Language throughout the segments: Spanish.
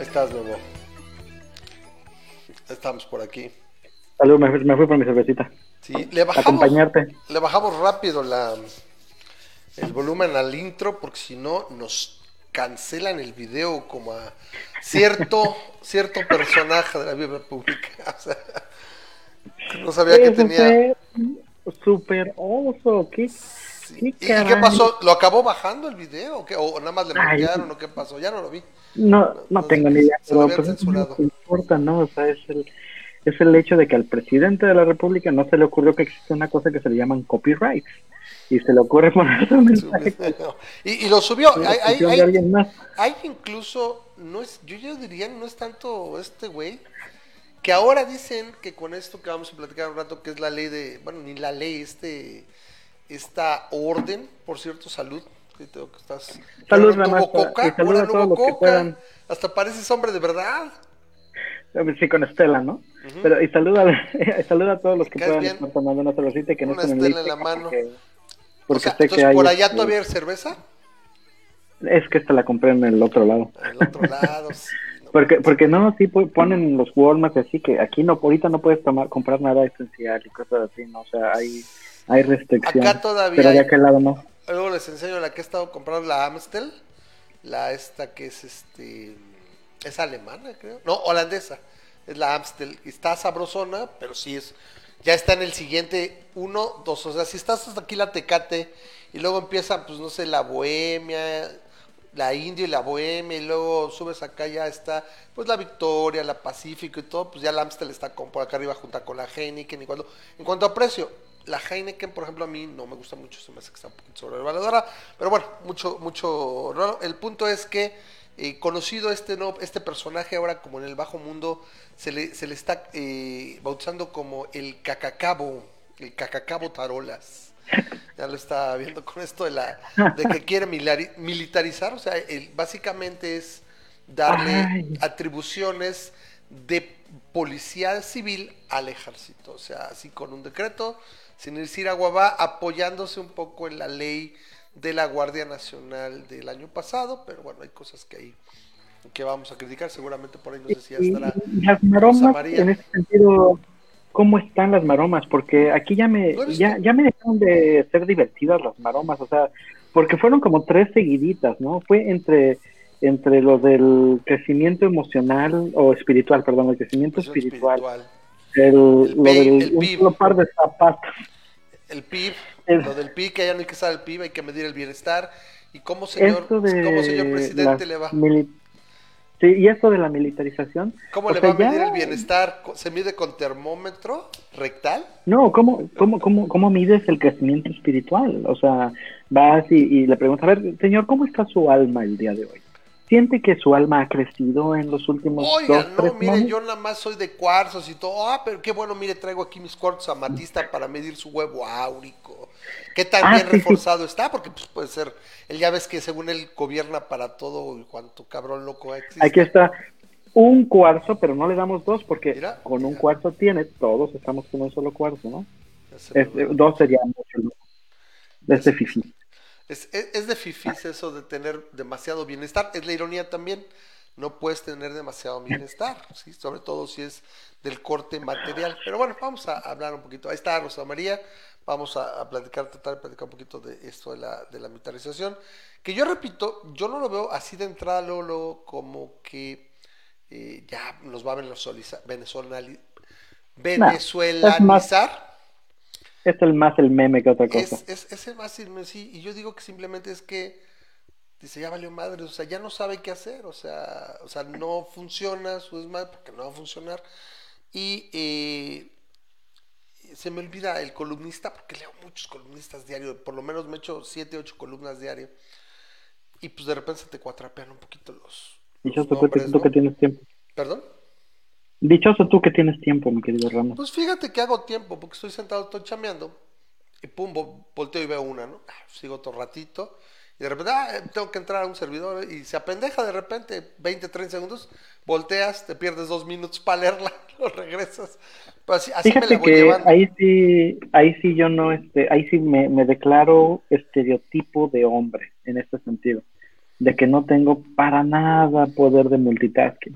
Ahí estás, Memo. Estamos por aquí. Salud, me fui por mi cervecita. Sí, Acompañarte. le bajamos rápido el volumen al intro porque si no nos cancelan el video como a cierto personaje de la vida pública. O sea, no sabía que Eso tenía. fue súper oso. Sí. ¿Qué ¿Y qué caray? pasó? ¿Lo acabó bajando el video? ¿O qué? ¿O nada más le Ay, mutearon? ¿O qué pasó? Ya no lo vi. no No sé tengo qué. ni idea, Se lo pero habían pues eso no censurado. importa, ¿no? O sea, es el hecho de que al presidente de la República no se le ocurrió que existe una cosa que se le llaman copyrights. Y se le ocurre poner un Su mensaje con video. Y lo subió. la función de alguien más. Hay incluso, no es, yo diría, no es tanto este güey, que ahora dicen que con esto que vamos a platicar un rato, que es la ley de, bueno, ni la ley, esta orden, por cierto, salud, que tengo que estás, ya Salud, no tuvo Ramasta, y coca, salud ahora a no todos hubo los que coca, puedan. hasta pareces hombre de verdad. Sí, con Estela, ¿no? Ujú. Pero y saluda, y saluda a todos los Me que caes puedan bien, estar tomando una cervecita y que no una estén en ley estela en la seca mano. porque, O porque sea, sé que entonces hay por allá todavía hay cerveza, es que esta la compré en el otro lado. en el otro lado, sí, no manches. Porque no, sí ponen los Walmart así que aquí no, ahorita no puedes comprar nada esencial y cosas así, ¿no? O sea, hay Acá restricciones, todavía pero de hay. aquel lado no. Luego les enseño la que he estado comprando, la Amstel. La esta que es es alemana, creo. No, holandesa. Es la Amstel. Está sabrosona, pero sí es. Ya está en el siguiente uno, dos. O sea, si estás hasta aquí la Tecate y luego empieza, pues no sé, la Bohemia, la India y la Bohemia, y luego subes acá, ya está, pues la Victoria, la Pacífico y todo, pues ya la Amstel está por acá arriba junto con la Heineken. En cuanto a precio, la Heineken, por ejemplo, a mí no me gusta mucho, se me hace que está un poquito sobrevalorada, pero bueno, mucho raro. El punto es que conocido este personaje ahora como en el bajo mundo, se le está bautizando como el Cacacabo Tarolas. Ya lo está viendo con esto de que quiere militarizar, o sea, básicamente es darle Ay, atribuciones de policía civil al ejército, o sea, así con un decreto, sin decir agua va, apoyándose un poco en la ley de la Guardia Nacional del año pasado, pero bueno, hay cosas que vamos a criticar, seguramente por ahí no sé si ya y estará las Rosa maromas, María. en ese sentido, ¿cómo están las maromas? Porque aquí No he visto. ya me dejaron de ser divertidas las maromas, o sea, porque fueron como tres seguiditas, ¿no? Fue entre lo del crecimiento emocional o espiritual, perdón, el crecimiento Presión espiritual, espiritual. lo del El un PIB, solo par de zapatos, el PIB, el, lo del PIB, que ya no hay que saber el PIB, hay que medir el bienestar. ¿Y esto cómo señor de las presidente le va? sí, y esto de la militarización, ¿Cómo o le sea, va a ya. medir el bienestar? ¿Se mide con termómetro rectal? No, ¿cómo mides el crecimiento espiritual? O sea, vas y le preguntas, a ver, señor, ¿cómo está su alma el día de hoy? ¿Siente que su alma ha crecido en los últimos Oiga, dos, no, tres mire, semanas? yo nada más soy de cuarzos y todo. Ah, pero qué bueno, mire, traigo aquí mis cuartos amatista para medir su huevo áurico. ¿Qué tan bien Sí, sí, reforzado está? Porque pues, puede ser, él ya ves que según él gobierna para todo y cuanto cabrón loco aquí exista. está un cuarzo, pero no le damos dos porque Mira, con un mira, cuarzo tiene, todos estamos con un solo cuarzo, ¿no? ya se me ve. Dos sería mucho, ¿no? De Ya este se me. fifi. Es de fifís eso de tener demasiado bienestar. Es la ironía también. No puedes tener demasiado bienestar, ¿sí? Sobre todo si es del corte material. Pero bueno, vamos a hablar un poquito. Ahí está Rosa María. Vamos a platicar, tratar de platicar un poquito de esto de la militarización. Que yo repito, yo no lo veo así de entrada, luego como que ya nos va a No, es más, venezuelanizar. es el más el meme que otra cosa. Es el más sí, y yo digo que simplemente es que dice, ya valió madre, o sea, ya no sabe qué hacer, o sea no funciona su desmadre porque no va a funcionar. Y se me olvida el columnista, porque leo muchos columnistas diario, por lo menos me echo 7 8 columnas diario, y pues de repente se te cuatrapean un poquito los Dichoso nombres, tú que ¿no? tienes tiempo. ¿Perdón? Dichoso tú que tienes tiempo, mi querido Ramos. Pues fíjate que hago tiempo, porque estoy sentado, estoy chameando, y pum, volteo y veo una, ¿no? Sigo otro ratito, y de repente, tengo que entrar a un servidor, y se apendeja de repente, 20 30 segundos, volteas, te pierdes 2 minutos para leerla, lo regresas. Pero así me la Fíjate voy que llevando. ahí sí yo no, ahí sí me declaro estereotipo de hombre en este sentido. de que no tengo para nada poder de multitasking.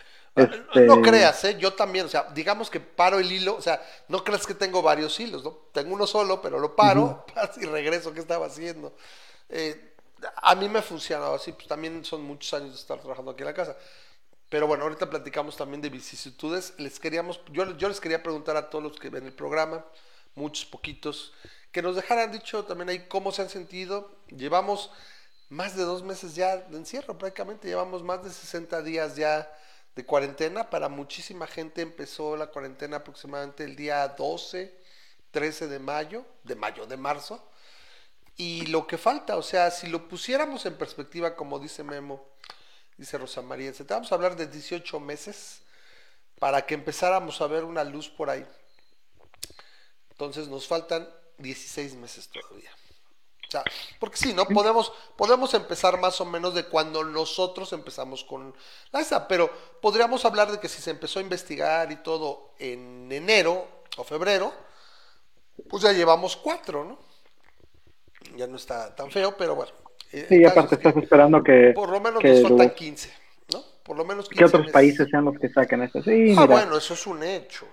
No Este, creas, ¿eh? Yo también, o sea, digamos que paro el hilo, o sea, no creas que tengo varios hilos, ¿no? Tengo uno solo, pero lo ujú. paro y regreso, ¿qué estaba haciendo? Eh, a mí me ha funcionado así, pues también son muchos años de estar trabajando aquí en la casa. Pero bueno, ahorita platicamos también de vicisitudes. Yo les quería preguntar a todos los que ven el programa, muchos, poquitos, que nos dejaran dicho también ahí cómo se han sentido. Llevamos más de 2 meses ya de encierro, prácticamente llevamos más de 60 días ya de cuarentena. Para muchísima gente empezó la cuarentena aproximadamente el día 12, 13 de marzo. Y lo que falta, o sea, si lo pusiéramos en perspectiva, como dice Memo, dice Rosa María, te vamos a hablar de 18 meses para que empezáramos a ver una luz por ahí. Entonces nos faltan 16 meses todavía. O sea, porque sí, ¿no? Podemos empezar más o menos de cuando nosotros empezamos con la ESA, pero podríamos hablar de que si se empezó a investigar y todo en enero o febrero, pues ya llevamos 4, ¿no? Ya no está tan feo, pero bueno, el Sí, caso aparte es que estás esperando por lo menos nos que faltan los 15, ¿no? Por lo menos que 15 otros meses. países sean los que saquen esto. Sí, Ah, mira. bueno, eso es un hecho.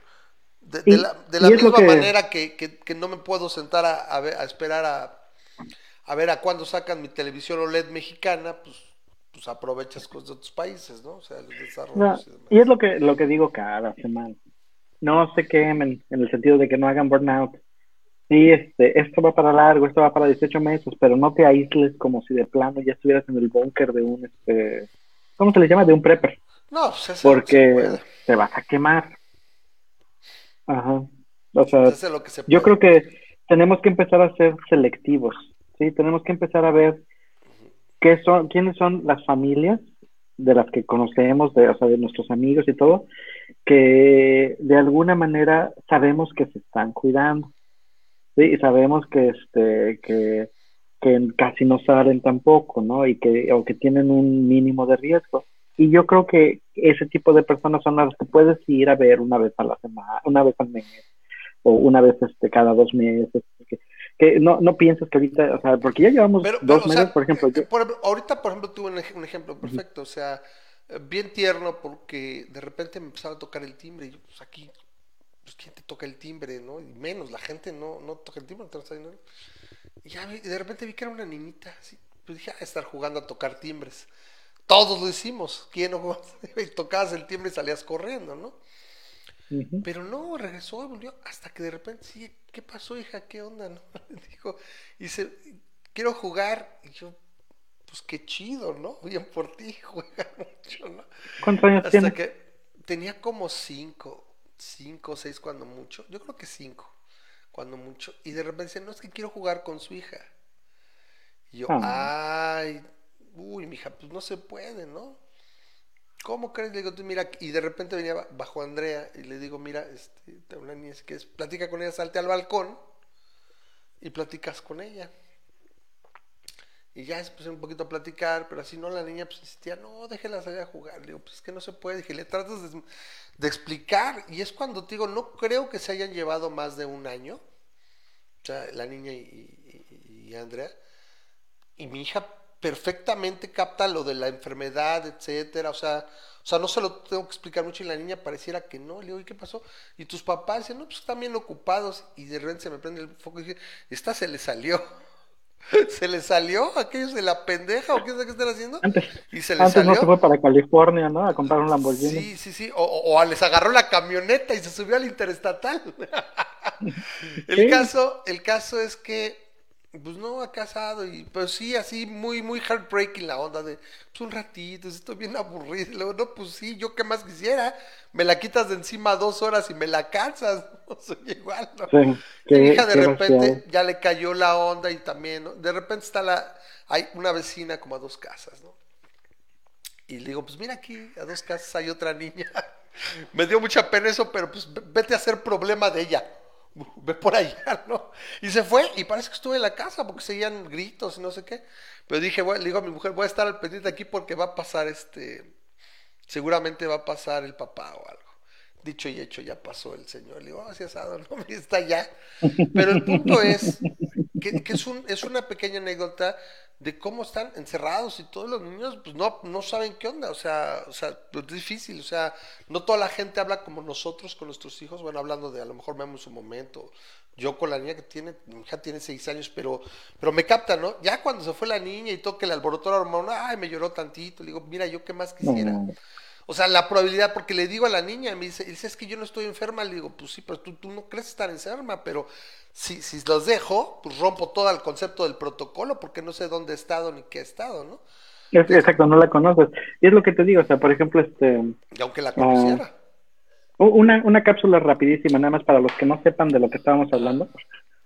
De la Y es lo misma que, manera que no me puedo sentar a esperar a ver a cuándo sacan mi televisión OLED mexicana, pues aprovechas cosas de otros países, ¿no? O sea, los no, desarrollos y y es demás. lo que digo cada semana. No se quemen en el sentido de que no hagan burnout. Sí, esto va para largo, esto va para 18 meses, pero no te aísles como si de plano ya estuvieras en el búnker de un, ¿cómo se le llama? De un prepper, No, pues se hace lo que se porque puede. te vas a quemar. Ajá. O Se sea, hace lo que se yo puede. creo que tenemos que empezar a ser selectivos, ¿sí? Tenemos que empezar a ver quiénes son las familias de las que conocemos, o sea, de nuestros amigos y todo, que de alguna manera sabemos que se están cuidando, ¿sí? Y sabemos que casi no salen tampoco, ¿no? O que tienen un mínimo de riesgo. Y yo creo que ese tipo de personas son las que puedes ir a ver una vez a la semana, una vez al mes, o una vez cada 2 meses. Que no piensas que ahorita, o sea, porque ya llevamos Pero, dos o meses, sea, por ejemplo, yo. ahorita, por ejemplo, tuve un ejemplo Ujú, perfecto, o sea, bien tierno porque de repente me empezaron a tocar el timbre y yo, pues aquí, pues quién te toca el timbre, ¿no? Y menos, la gente no toca el timbre, no te está dinero. Y de repente vi que era una niñita, así, pues dije, estar jugando a tocar timbres. Todos lo hicimos, ¿quién no jugaba? Y tocabas el timbre y salías corriendo, ¿no? ujú. Pero no, regresó y volvió hasta que de repente, sí, ¿qué pasó, hija? ¿Qué onda? ¿No? Dijo, y dice, quiero jugar. Y yo, pues qué chido, ¿no? Bien por ti, juega mucho, ¿no? ¿Cuántos años Hasta tienes? que tenía como 5 o 6 cuando mucho. Yo creo que 5 cuando mucho. Y de repente dice, no, es que quiero jugar con su hija. Y yo, Ah, ay, uy, mija, pues no se puede, ¿no? ¿Cómo crees? Le digo, tú mira, y de repente venía bajo Andrea y le digo, mira, tengo una niña que platica con ella, salte al balcón y platicas con ella. Y ya se pusieron un poquito a platicar, pero así no, la niña pues insistía, no, déjela salir a jugar. Le digo, pues es que no se puede. Dije, le tratas de explicar. Y es cuando te digo, no creo que se hayan llevado más de un año. O sea, la niña y Andrea. Y mi hija perfectamente capta lo de la enfermedad, etcétera. O sea, no se lo tengo que explicar mucho y la niña pareciera que no. Le digo, ¿y qué pasó? Y tus papás dicen, no, pues están bien ocupados. Y de repente se me prende el foco y dije, esta se le salió. Se le salió aquellos de la pendeja o qué sé qué están haciendo. antes, Y se le antes no se salió. fue para California, ¿no? A comprar un Lamborghini. Sí, sí, sí. O les agarró la camioneta y se subió al interestatal. Sí, El caso es que, pues no ha casado y pues sí, así muy, muy heartbreaking la onda de, pues un ratito, estoy bien aburrido. Y luego, no, pues sí, yo qué más quisiera. Me la quitas de encima 2 horas y me la cansas. No soy igual, ¿no? sí, Y mi hija de qué vaciado. repente ya le cayó la onda y también, ¿no? De repente hay una vecina como a 2 casas, ¿no? Y le digo, pues mira aquí, a 2 casas hay otra niña. Me dio mucha pena eso, pero pues vete a hacer problema de ella. Ve por allá, ¿no? Y se fue y parece que estuve en la casa porque seguían gritos y no sé qué. Pero dije, le digo a mi mujer, voy a estar al pendiente aquí porque va a pasar seguramente va a pasar el papá o algo. Dicho y hecho, ya pasó el señor. Le digo, así asado, no, está allá. Pero el punto es que es una pequeña anécdota de cómo están encerrados y todos los niños pues no saben qué onda, o sea, pues, es difícil, o sea, no toda la gente habla como nosotros con nuestros hijos, bueno, hablando de a lo mejor Memo en su momento, yo con la niña que tiene, mi hija tiene 6 años, pero me capta, ¿no? Ya cuando se fue la niña y todo que le alborotó la hormona, ay, me lloró tantito, le digo, mira, yo qué más quisiera. No, O sea, la probabilidad, porque le digo a la niña, me dice, es que yo no estoy enferma, le digo, pues sí, pero tú no crees estar enferma, pero si los dejo, pues rompo todo el concepto del protocolo, porque no sé dónde he estado ni qué he estado, ¿no? Entonces, exacto, no la conoces. Y es lo que te digo, o sea, por ejemplo, y aunque la ah, conociera. una cápsula rapidísima, nada más para los que no sepan de lo que estábamos Ajá. hablando.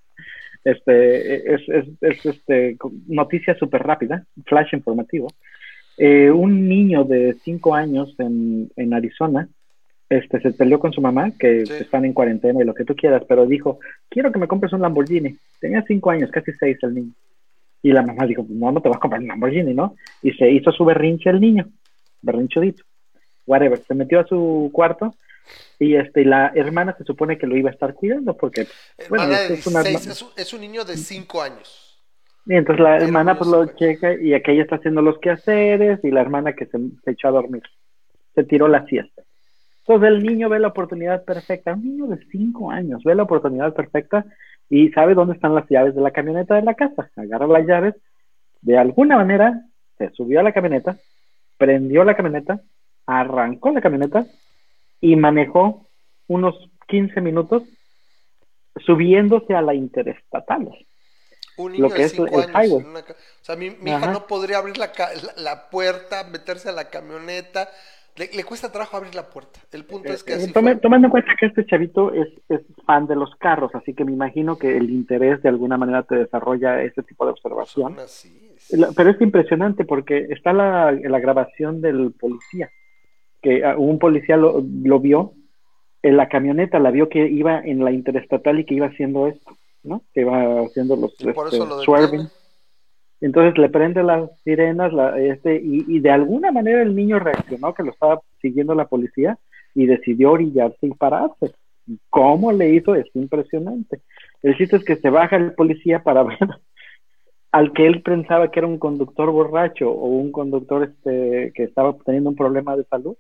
Noticia súper rápida, flash informativo. Un niño de 5 años en Arizona, se peleó con su mamá, que Sí. están en cuarentena y lo que tú quieras, pero dijo, quiero que me compres un Lamborghini. Tenía 5 años, casi 6 el niño. Y la mamá dijo, no, no te vas a comprar un Lamborghini, ¿no? Y se hizo su berrinche el niño, berrinchudito, whatever. Se metió a su cuarto y la hermana se supone que lo iba a estar cuidando porque, bueno, Hermana de es una 16 hermana. es un niño de 5 años. Y entonces la Era un hermana niño de pues lo 5 años. checa y aquella está haciendo los quehaceres y la hermana que se echó a dormir, se tiró la siesta. Entonces el niño ve la oportunidad perfecta, un niño de 5 años ve la oportunidad perfecta y sabe dónde están las llaves de la camioneta de la casa. Agarra las llaves, de alguna manera se subió a la camioneta, prendió la camioneta, arrancó la camioneta y manejó unos 15 minutos subiéndose a la interestatal, Un lo niño de que es 5 el años. highway. O sea, mi hija Ajá. no podría abrir la puerta, meterse a la camioneta. Le cuesta trabajo abrir la puerta. El punto es que así fue. Tomando en cuenta que este chavito es fan de los carros, así que me imagino que el interés de alguna manera te desarrolla ese tipo de Pues aún observación. así. Pero es impresionante porque está la grabación del policía, que un policía lo vio en la camioneta, la vio que iba en la interestatal y que iba haciendo esto, ¿no? Que iba haciendo los Y por eso lo detiene. swerving. Entonces le prende las sirenas y de alguna manera el niño reaccionó que lo estaba siguiendo la policía y decidió orillarse y pararse. ¿Cómo le hizo? Es impresionante. El chiste es que se baja el policía para ver al que él pensaba que era un conductor borracho o un conductor que estaba teniendo un problema de salud.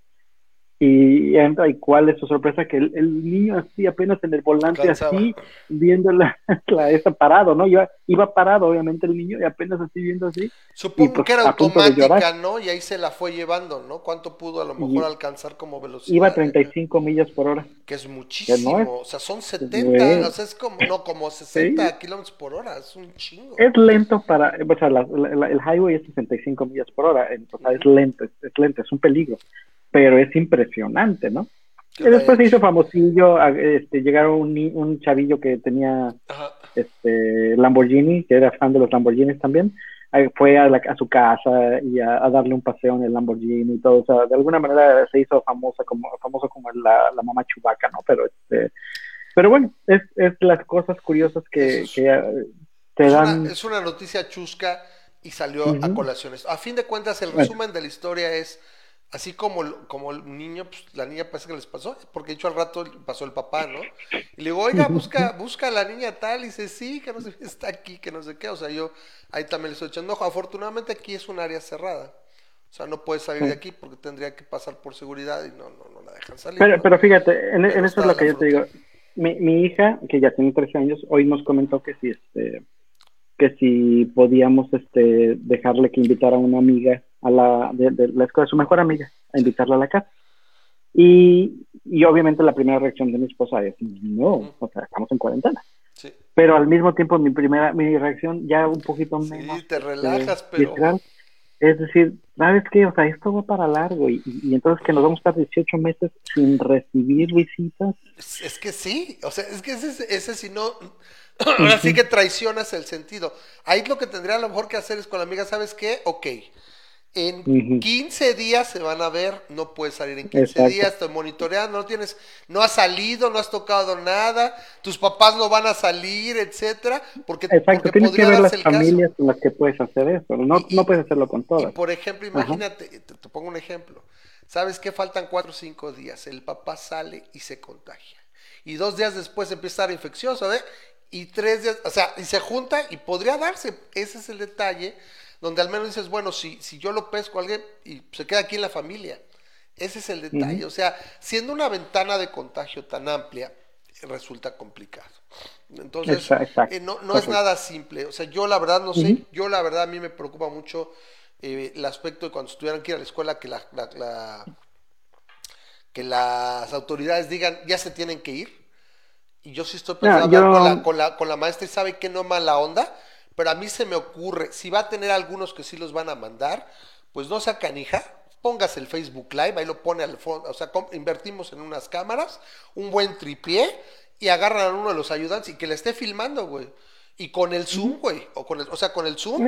Y entra, y cuál es su sorpresa, que el niño así apenas en el volante Alcanzaba. así, viendo esa parado, ¿no? Iba parado obviamente el niño y apenas así viendo así, y Supongo pues que era a punto de llorar. automática, ¿no? Y ahí se la fue llevando, ¿no? ¿Cuánto pudo a lo mejor Y alcanzar como iba a velocidad? 35 millas por hora, Que es que no es, muchísimo. O sea, son 70. O güey, sea, es como, no, como sí, 60 kilómetros por hora. Es un chingo. es lento o sea, el highway es 65 millas por hora, o sea, es Ujú. lento, es lento, es un peligro, pero es impresionante, ¿no? Que Y lo haya después se hizo hecho. famosillo, llegaron un chavillo que tenía Ajá. Lamborghini, que era fan de los Lamborghinis también, fue a su casa y a darle un paseo en el Lamborghini y todo, o sea, de alguna manera se hizo famoso como la mamá Chewbacca, ¿no? Pero bueno, es las cosas curiosas Eso que te es una, dan. es una noticia chusca y salió a Ujú, colaciones. A fin de cuentas, el bueno, resumen de la historia es, así como el niño, pues la niña parece que les pasó, porque de hecho al rato pasó el papá, ¿no? Y le digo, oiga, busca a la niña tal, y dice, sí, que no sé, está aquí, que no sé qué. O sea, yo ahí también le estoy echando ojo. Afortunadamente aquí es un área cerrada. O sea, no puede salir de sí. aquí porque tendría que pasar por seguridad y no la dejan salir, pero, ¿no? pero fíjate, en Pero eso es está lo la que yo te fruta. digo. Mi hija, que ya tiene 13 años, hoy nos comentó que si podíamos dejarle que invitara a una amiga de la escuela, su mejor amiga, a Sí. invitarla a la casa. Y obviamente la primera reacción de mi esposa es, no, Ujú. o sea, estamos en cuarentena. Sí. Pero al mismo tiempo mi reacción ya un poquito Sí, menos te relajas, pero visceral, es decir, ¿sabes qué? O sea, esto va para largo y entonces que nos vamos a estar 18 meses sin recibir visitas. es que sí, o sea, es que ese si no, ahora sí Ujú, que traicionas el sentido. Ahí lo que tendría a lo mejor que hacer es con la amiga, ¿sabes qué? Ok, en ujú, 15 días se van a ver, no puedes salir en 15 exacto. días, te monitorean, no has salido, no has tocado nada, tus papás no van a salir, etcétera, Exacto, porque tienes que podría ver darse las el caso. familias con las que puedes hacer eso, Y, no, no y, puedes hacerlo con y todas. por ejemplo, Ajá, imagínate, te pongo un ejemplo. ¿Sabes qué? Faltan 4 o 5 días. El papá sale y se contagia. Y 2 días después empieza a estar infeccioso, ¿eh? y 3 días, o sea, y se junta y podría darse. Ese es el detalle, donde al menos dices, bueno, si yo lo pesco a alguien y se queda aquí en la familia. Ese es el detalle. Ujú. O sea, siendo una ventana de contagio tan amplia, resulta complicado. Entonces, Exacto, no es correcto. nada simple. O sea, yo la verdad no sé, Ujú. yo la verdad a mí me preocupa mucho el aspecto de cuando tuvieran que ir a la escuela, que las autoridades digan, ya se tienen que ir. Y yo sí estoy No, pensando hablar con yo, la maestra y sabe que no mala onda, pero a mí se me ocurre, si va a tener algunos que sí los van a mandar, pues no sea canija, póngase el Facebook Live, ahí lo pone al fondo, o sea, invertimos en unas cámaras, un buen tripié, y agarran a uno de los ayudantes y que le esté filmando, güey. Y con el Zoom, ujú. güey, o sea, con el Zoom.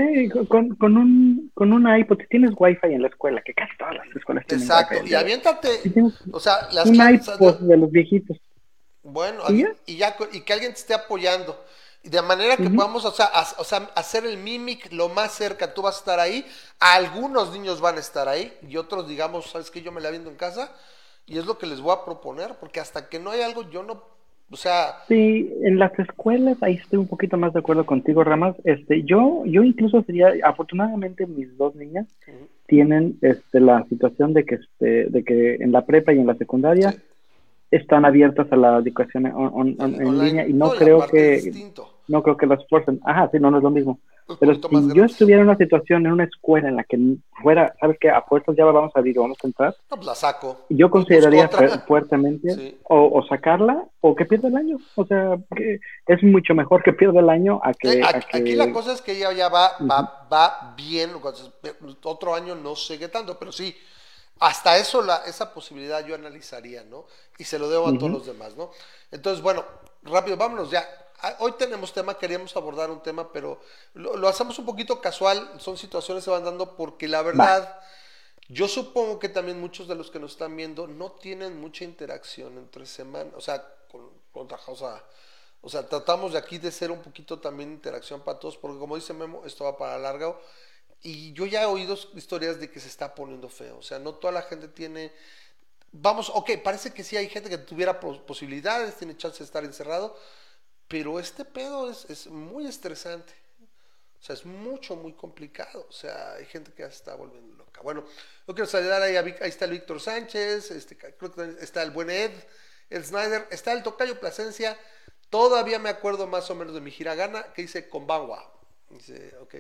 Con un iPod, si tienes Wi-Fi en la escuela, que casi todas las escuelas tienen Wi-Fi Exacto, el y día de hoy. Si aviéntate, tienes o sea, las un clases, iPod de los viejitos, bueno, ¿y ya? y ya y que alguien te esté apoyando. Y de manera que Ujú. podamos, o sea, hacer el mimic lo más cerca, tú vas a estar ahí, algunos niños van a estar ahí y otros digamos, ¿sabes qué? Yo me la viendo en casa y es lo que les voy a proponer, porque hasta que no hay algo, yo no, o sea, Sí, en las escuelas, ahí estoy un poquito más de acuerdo contigo, Ramas. Yo incluso sería, afortunadamente mis dos niñas tienen la situación de que en la prepa y en la secundaria sí, están abiertas a la educación en online, línea y no, y aparte es distinto, no creo que las fuercen. Ajá, sí, no, no es lo mismo. un Pero poquito más si yo grandes. estuviera en una situación, en una escuela en la que fuera, ¿sabes qué? A fuerzas ya vamos a abrir, vamos a entrar, No, pues la saco, yo busco consideraría otra, fuertemente sí. o sacarla o que pierda el año. O sea, que es mucho mejor que pierda el año a Aquí la que cosa es que ella ya va, ujú, va bien, otro año no sé qué tanto, pero sí, hasta eso, esa posibilidad yo analizaría, ¿no? Y se lo debo a todos ujú, los demás, ¿no? Entonces, bueno, rápido, vámonos ya. Hoy tenemos tema, queríamos abordar un tema, pero lo hacemos un poquito casual, son situaciones que se van dando porque la va. verdad, yo supongo que también muchos de los que nos están viendo no tienen mucha interacción entre semanas, o sea, con otra cosa. O sea, tratamos de aquí de ser un poquito también interacción para todos, porque como dice Memo, esto va para largo. Y yo ya he oído historias de que se está poniendo feo. O sea, no toda la gente tiene. Vamos, ok, parece que sí hay gente que tuviera posibilidades, tiene chance de estar encerrado, pero este pedo es muy estresante. O sea, es mucho, muy complicado. O sea, hay gente que ya se está volviendo loca. Bueno, yo quiero saludar ahí, ahí está el Víctor Sánchez, creo que está el buen Ed Snyder, está el Tocayo Plasencia. Todavía me acuerdo más o menos de mi hiragana que dice Konbanwa. Dice, ok.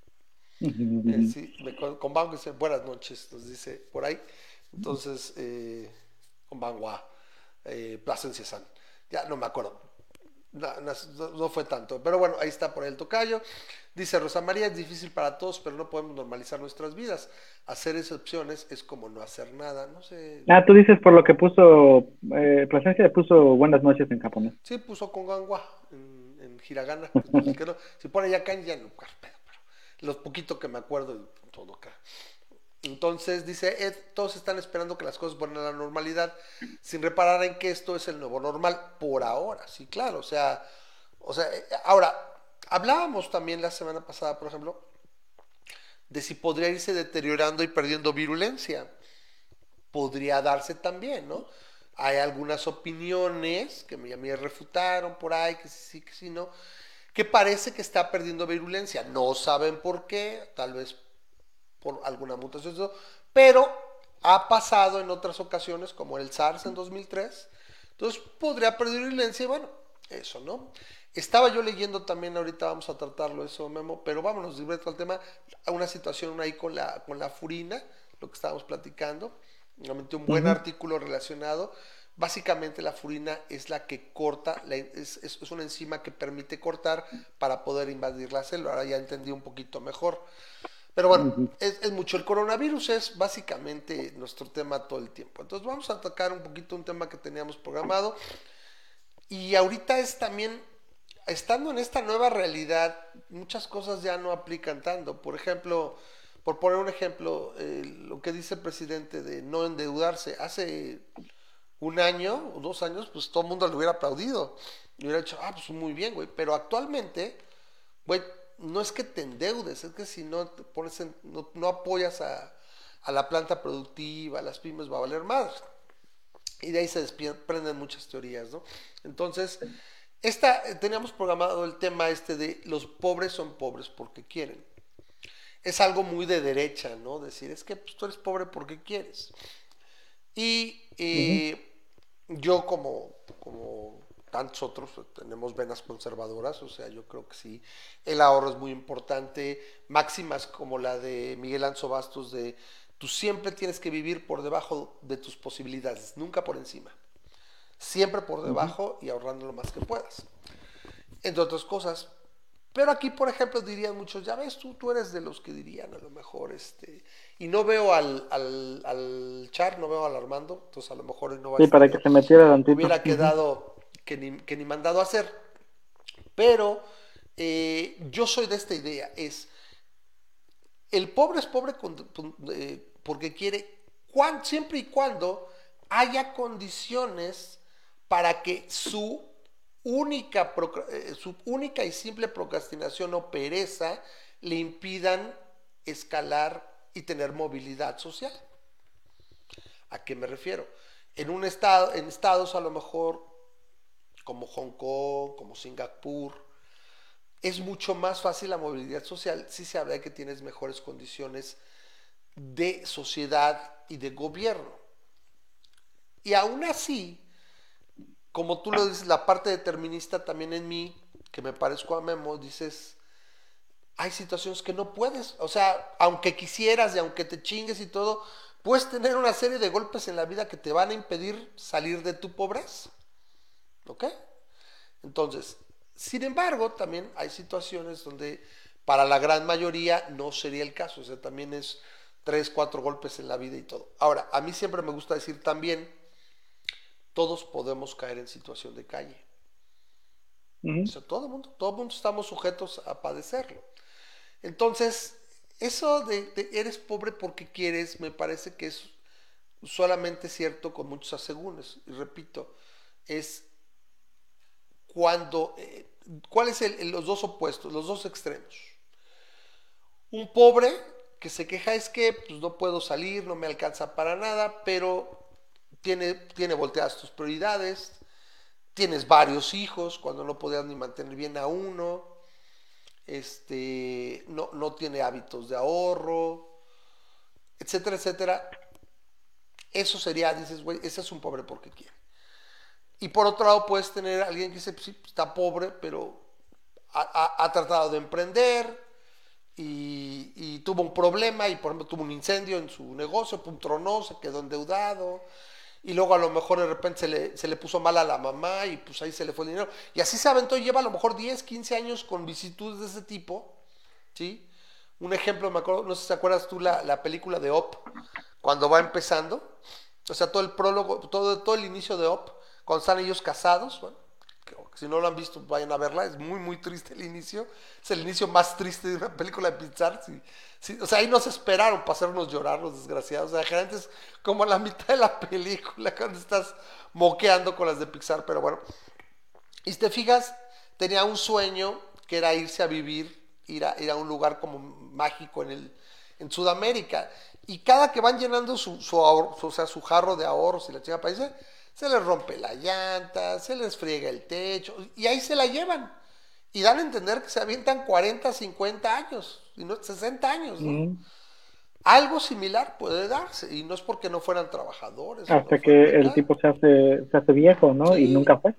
Sí, Konbanwa dice buenas noches, nos dice por ahí. Entonces, Konbanwa, Plasencia San. Ya no me acuerdo. No fue tanto, pero bueno, ahí está por el tocayo. Dice Rosa María, es difícil para todos, pero no podemos normalizar nuestras vidas. Hacer excepciones es como no hacer nada, no sé. Ah, tú dices por lo que puso, Plasencia le puso buenas noches en japonés. Sí, puso con gangua en hiragana. Pues, que no, si pone ya kanji, ya no, pero los poquito que me acuerdo y todo acá. Entonces dice, todos están esperando que las cosas vuelvan a la normalidad, sin reparar en que esto es el nuevo normal por ahora, sí, claro, o sea, ahora, hablábamos también la semana pasada, por ejemplo, de si podría irse deteriorando y perdiendo virulencia. Podría darse también, ¿no? Hay algunas opiniones que me refutaron por ahí, que sí, que sí, no, que parece que está perdiendo virulencia. No saben por qué, tal vez por alguna mutación, pero ha pasado en otras ocasiones, como el SARS en 2003. Entonces podría perder virulencia y bueno, eso, ¿no? Estaba yo leyendo también, ahorita vamos a tratarlo eso, Memo, pero vámonos directo al tema, a una situación ahí con la furina, lo que estábamos platicando, realmente un buen Ujú. artículo relacionado. Básicamente la furina es la que corta, es una enzima que permite cortar para poder invadir la célula. Ahora ya entendí un poquito mejor. Pero bueno, Ujú. es mucho. El coronavirus es básicamente nuestro tema todo el tiempo. Entonces vamos a tocar un poquito un tema que teníamos programado. Y ahorita es también, estando en esta nueva realidad, muchas cosas ya no aplican tanto. Por ejemplo, por poner un ejemplo, lo que dice el presidente de no endeudarse. Hace un año o 2 años, pues todo el mundo le hubiera aplaudido. Y hubiera dicho, ah, pues muy bien, güey. Pero actualmente, güey, no es que te endeudes, es que si no te pones no apoyas a la planta productiva, a las pymes, va a valer más. Y de ahí se desprenden muchas teorías, ¿no? Entonces, Teníamos programado el tema de los pobres son pobres porque quieren. Es algo muy de derecha, ¿no? Decir, es que pues, tú eres pobre porque quieres. Y Ujú. yo como tantos otros tenemos venas conservadoras, o sea, yo creo que sí, el ahorro es muy importante, máximas como la de Miguel Anzo Bastos de tú siempre tienes que vivir por debajo de tus posibilidades, nunca por encima, siempre por Ujú. debajo y ahorrando lo más que puedas, entre otras cosas. Pero aquí, por ejemplo, dirían muchos, ya ves, tú eres de los que dirían a lo mejor, y no veo al Char, no veo al Armando, entonces a lo mejor él no va a Sí, estar, para que se metiera tantito. hubiera Ujú. quedado que ni mandado a hacer. Pero yo soy de esta idea, el pobre es pobre porque quiere, siempre y cuando haya condiciones para que su única y simple procrastinación o pereza le impidan escalar y tener movilidad social. ¿A qué me refiero? En estados a lo mejor como Hong Kong, como Singapur, es mucho más fácil la movilidad social si se habla de que tienes mejores condiciones de sociedad y de gobierno. Y aún así, como tú lo dices, la parte determinista también en mí, que me parezco a Memo, dices, hay situaciones que no puedes, o sea, aunque quisieras y aunque te chingues y todo, puedes tener una serie de golpes en la vida que te van a impedir salir de tu pobreza, ¿ok? Entonces, sin embargo, también hay situaciones donde para la gran mayoría no sería el caso, o sea, también es 3, 4 golpes en la vida y todo. Ahora, a mí siempre me gusta decir también, todos podemos caer en situación de calle. O Ujú. sea, todo el mundo estamos sujetos a padecerlo. Entonces, eso de eres pobre porque quieres, me parece que es solamente cierto con muchos asegúnes. Y repito, es cuando, ¿cuáles son los dos opuestos, los dos extremos? Un pobre que se queja es que pues, no puedo salir, no me alcanza para nada, pero tiene volteadas tus prioridades, tienes varios hijos cuando no podías ni mantener bien a uno, no tiene hábitos de ahorro, etcétera, etcétera. Eso sería, dices, güey, ese es un pobre porque quiere. Y por otro lado puedes tener a alguien que dice, pues, sí, está pobre, pero ha tratado de emprender, y tuvo un problema y por ejemplo tuvo un incendio en su negocio, pum, tronó, se quedó endeudado y luego a lo mejor de repente se le puso mal a la mamá y pues ahí se le fue el dinero. Y así se aventó y lleva a lo mejor 10 15 años con vicisitudes de ese tipo, ¿sí? Un ejemplo, me acuerdo, no sé si te acuerdas tú la película de Op, cuando va empezando, o sea, todo el prólogo, todo el inicio de Op, cuando están ellos casados, bueno, que si no lo han visto, vayan a verla, es muy, muy triste el inicio, es el inicio más triste de una película de Pixar, o sea, ahí nos esperaron para hacernos llorar los desgraciados, o sea, generalmente es como a la mitad de la película, cuando estás moqueando con las de Pixar, pero bueno, y si te fijas, tenía un sueño que era irse a vivir, ir a un lugar como mágico en Sudamérica. Y cada que van llenando o sea, su jarro de ahorros y la chica paisa, se les rompe la llanta, se les friega el techo, y ahí se la llevan. Y dan a entender que se avientan 40, 50 años, y no 60 años, ¿no? Ujú. Algo similar puede darse, y no es porque no fueran trabajadores o no Hasta fueran que el acá. tipo se hace viejo, ¿no? Y Sí, nunca fue.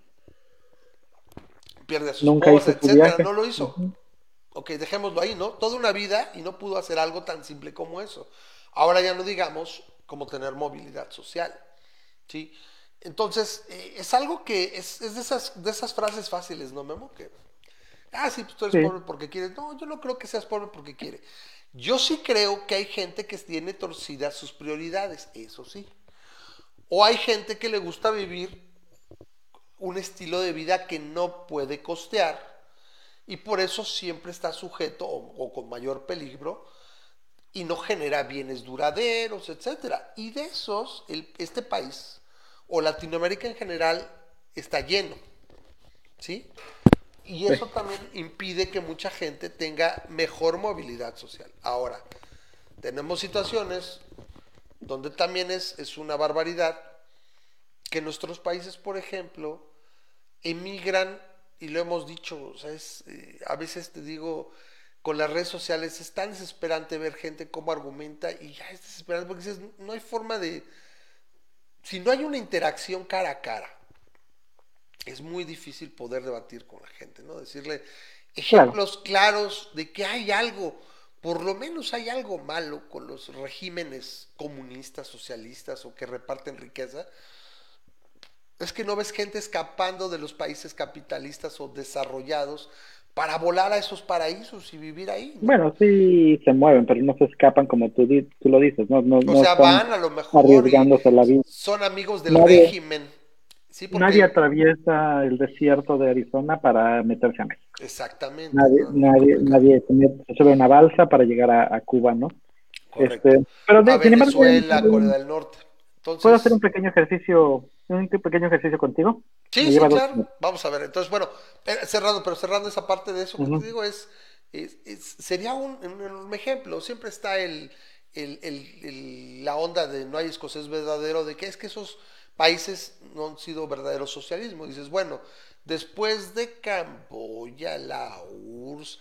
pierde a su Nunca esposa, hizo su etcétera, viaje. no lo hizo. Ujú. Ok, dejémoslo ahí, ¿no? Toda una vida y no pudo hacer algo tan simple como eso. Ahora ya no digamos como tener movilidad social, ¿sí? Entonces, es algo que es de esas frases fáciles, ¿no, Memo? Sí, pues tú eres Sí, pobre porque quieres. No, yo no creo que seas pobre porque quiere. Yo sí creo que hay gente que tiene torcidas sus prioridades, eso sí. O hay gente que le gusta vivir un estilo de vida que no puede costear y por eso siempre está sujeto o con mayor peligro y no genera bienes duraderos, etcétera. Y de esos, este país o Latinoamérica en general está lleno, ¿sí? Y sí. eso también impide que mucha gente tenga mejor movilidad social. Ahora, tenemos situaciones donde también es una barbaridad que nuestros países, por ejemplo, emigran y lo hemos dicho, o sea, a veces te digo, con las redes sociales es tan desesperante ver gente cómo argumenta y ya es desesperante porque dices, no hay forma de, si no hay una interacción cara a cara, es muy difícil poder debatir con la gente, ¿no? Decirle Claro. ejemplos claros de que hay algo, por lo menos hay algo malo con los regímenes comunistas, socialistas o que reparten riqueza. Es que no ves gente escapando de los países capitalistas o desarrollados para volar a esos paraísos y vivir ahí, ¿no? Bueno, sí se mueven, pero no se escapan como tú lo dices, no, no, O no sea, están van a lo mejor y arriesgándose la vida. son amigos del Nadie, régimen, ¿sí? nadie Porque, atraviesa el desierto de Arizona para meterse a México. exactamente, Nadie, ¿no? Es muy nadie, complicado. nadie se sube a una balsa para llegar a Cuba, ¿no? Correcto. Pero A sin embargo, Venezuela, Corea del Norte. ¿puedo hacer Entonces, un pequeño ejercicio contigo? sí, Me sí, lleva dos claro. minutos. Vamos a ver. Entonces, bueno, cerrando esa parte de eso que te Ujú. digo sería un enorme ejemplo. Siempre está la onda de no hay escocés verdadero, de que es que esos países no han sido verdadero socialismo. Dices, bueno, después de Camboya, la URSS,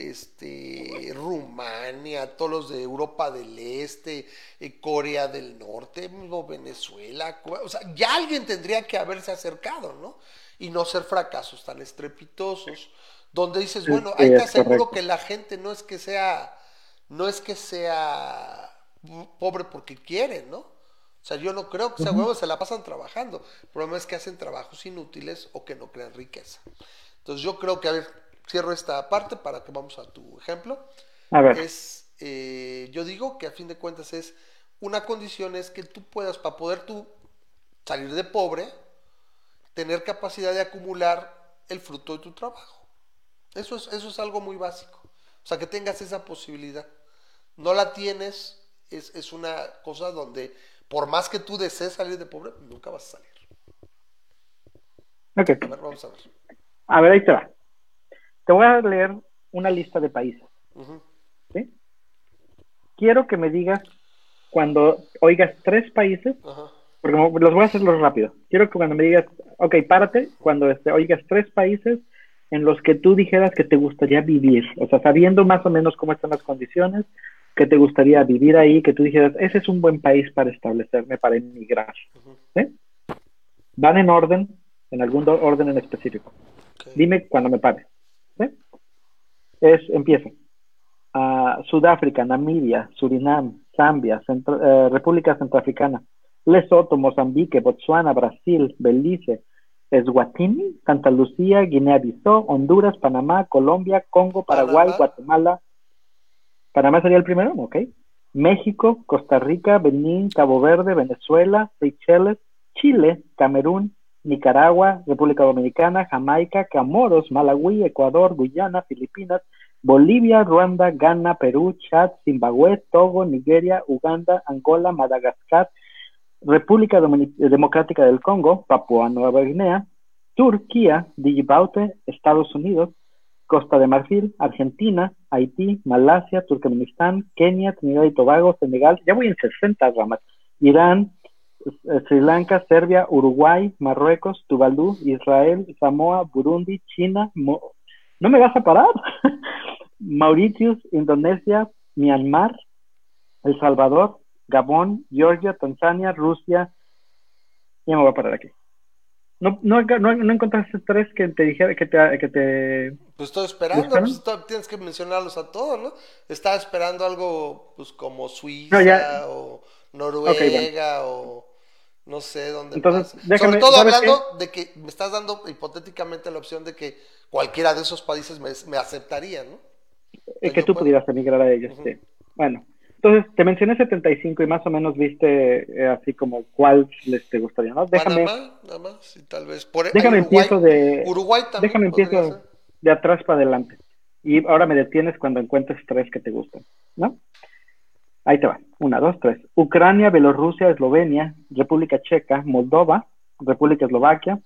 Rumania, todos los de Europa del Este, Corea del Norte, mismo Venezuela, Cuba, o sea, ya alguien tendría que haberse acercado, ¿no? Y no ser fracasos tan estrepitosos, donde dices, Sí, bueno, ahí te es aseguro correcto. que la gente no es que sea pobre porque quiere, ¿no? O sea, yo no creo que sea Ujú. huevos, se la pasan trabajando. El problema es que hacen trabajos inútiles o que no crean riqueza. Entonces yo creo que, a ver, cierro esta parte para que vamos a tu ejemplo. A ver, Yo digo que a fin de cuentas una condición es que tú puedas, para poder tú salir de pobre, tener capacidad de acumular el fruto de tu trabajo. Eso es algo muy básico. O sea, que tengas esa posibilidad. No la tienes, es una cosa donde, por más que tú desees salir de pobre, nunca vas a salir. A ok. ver, vamos a ver. A ver, ahí te va. Te voy a leer una lista de países, Ujú, ¿sí? Quiero que me digas cuando oigas tres países, ajá, porque los voy a hacerlos rápido. Quiero que cuando me digas, ok, párate, cuando oigas tres países en los que tú dijeras que te gustaría vivir, o sea, sabiendo más o menos cómo están las condiciones, que te gustaría vivir ahí, que tú dijeras, ese es un buen país para establecerme, para emigrar. ujú, ¿Sí? Van en orden, en algún orden en específico. ok. Dime cuando me pare. ¿Sí? Empieza. Sudáfrica, Namibia, Surinam, Zambia, República Centroafricana, Lesoto, Mozambique, Botsuana, Brasil, Belice, Eswatini, Santa Lucía, Guinea-Bissau, Honduras, Panamá, Colombia, Congo, Paraguay, Panamá, Guatemala. Panamá sería el primero, ok. México, Costa Rica, Benín, Cabo Verde, Venezuela, Seychelles, Chile, Camerún, Nicaragua, República Dominicana, Jamaica, Comoros, Malawi, Ecuador, Guyana, Filipinas, Bolivia, Ruanda, Ghana, Perú, Chad, Zimbabue, Togo, Nigeria, Uganda, Angola, Madagascar, República Democrática del Congo, Papúa Nueva Guinea, Turquía, Djibouti, Estados Unidos, Costa de Marfil, Argentina, Haití, Malasia, Turkmenistán, Kenia, Trinidad y Tobago, Senegal, ya voy en 60 ramas, Irán, Sri Lanka, Serbia, Uruguay, Marruecos, Tuvalu, Israel, Samoa, Burundi, China, ¿no me vas a parar? Mauritius, Indonesia, Myanmar, El Salvador, Gabón, Georgia, Tanzania, Rusia, ya me voy a parar aquí. No encontraste tres que te dijera que te pues estoy esperando, pues gustaron? tienes que mencionarlos a todos, ¿no? Estaba esperando algo, pues como No, ya, Suiza o ok, bueno. Noruega o no sé dónde Entonces, más. Sobre déjame, todo ¿sabes qué? hablando de que me estás dando hipotéticamente la opción de que cualquiera de esos países me aceptaría, ¿no? Entonces Que yo tú puedo. pudieras emigrar a ellos, Ujú. sí. Bueno, entonces te mencioné 75 y más o menos viste así como cuál les te gustaría, ¿no? Déjame, Panamá, nada más, y tal vez. Hay déjame Uruguay. empiezo de, Uruguay también déjame podría empiezo ser. de atrás para adelante. Y ahora me detienes cuando encuentres tres que te gustan, ¿no? Ahí te va. Una, dos, tres. Ucrania, Bielorrusia, Eslovenia, República Checa, Moldova, República Eslovaquia,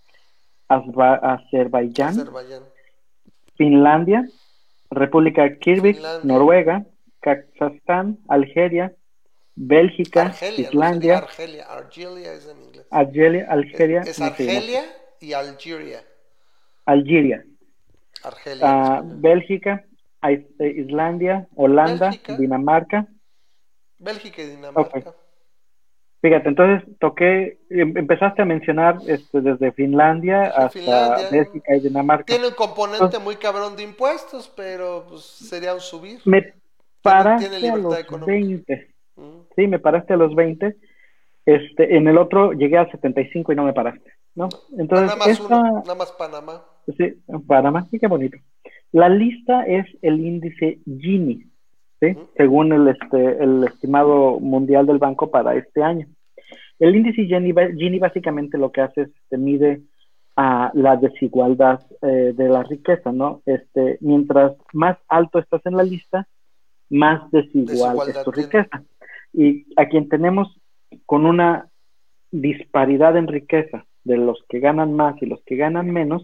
Azerbaiyán, Azerbaiyán. Finlandia, República Kirguistán, Finlandia. Noruega, Kazajstán, Algeria, Bélgica, Argelia, no sería Islandia, Argelia. Argelia es en inglés. Algeria, Es, Algeria, es no sé, no sé, Argelia y Algeria. Algeria. Argelia, en español. Bélgica, Islandia, Holanda, Bélgica, Dinamarca. Bélgica y Ok. Dinamarca. Fíjate, entonces empezaste a mencionar desde Finlandia Dije hasta Finlandia. Bélgica y Dinamarca. Tiene un componente Entonces, muy cabrón de impuestos, pero pues sería un subir. me Tiene paraste a libertad los económica. 20. Mm. Sí, me paraste a los 20. En el otro llegué a 75 y no me paraste, ¿no? No. Entonces, Panamá es uno, nada más Panamá. sí, Panamá, sí, qué bonito. La lista es el índice Gini, ¿sí? Ujú. Según el estimado mundial del banco para este año. El índice Gini básicamente lo que hace es mide a la desigualdad de la riqueza, ¿no? Mientras más alto estás en la lista, más desigual es tu Desigualdad tiene. riqueza. Y a quien tenemos con una disparidad en riqueza de los que ganan más y los que ganan menos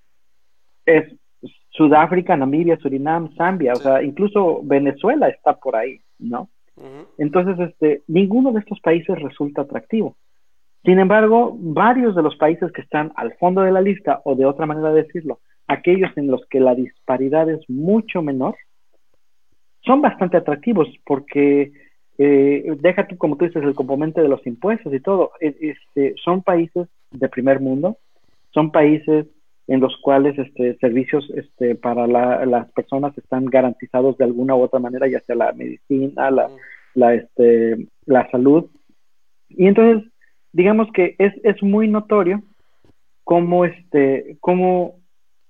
es Sudáfrica, Namibia, Surinam, Zambia, o Sí. sea, incluso Venezuela está por ahí, ¿no? Ujú. Entonces, ninguno de estos países resulta atractivo. Sin embargo, varios de los países que están al fondo de la lista, o de otra manera de decirlo, aquellos en los que la disparidad es mucho menor, son bastante atractivos porque deja tú, como tú dices, el componente de los impuestos y todo. Son países de primer mundo, son países en los cuales servicios para las personas están garantizados de alguna u otra manera, ya sea la medicina, Ujú. la salud. Y entonces, digamos que es muy notorio cómo, cómo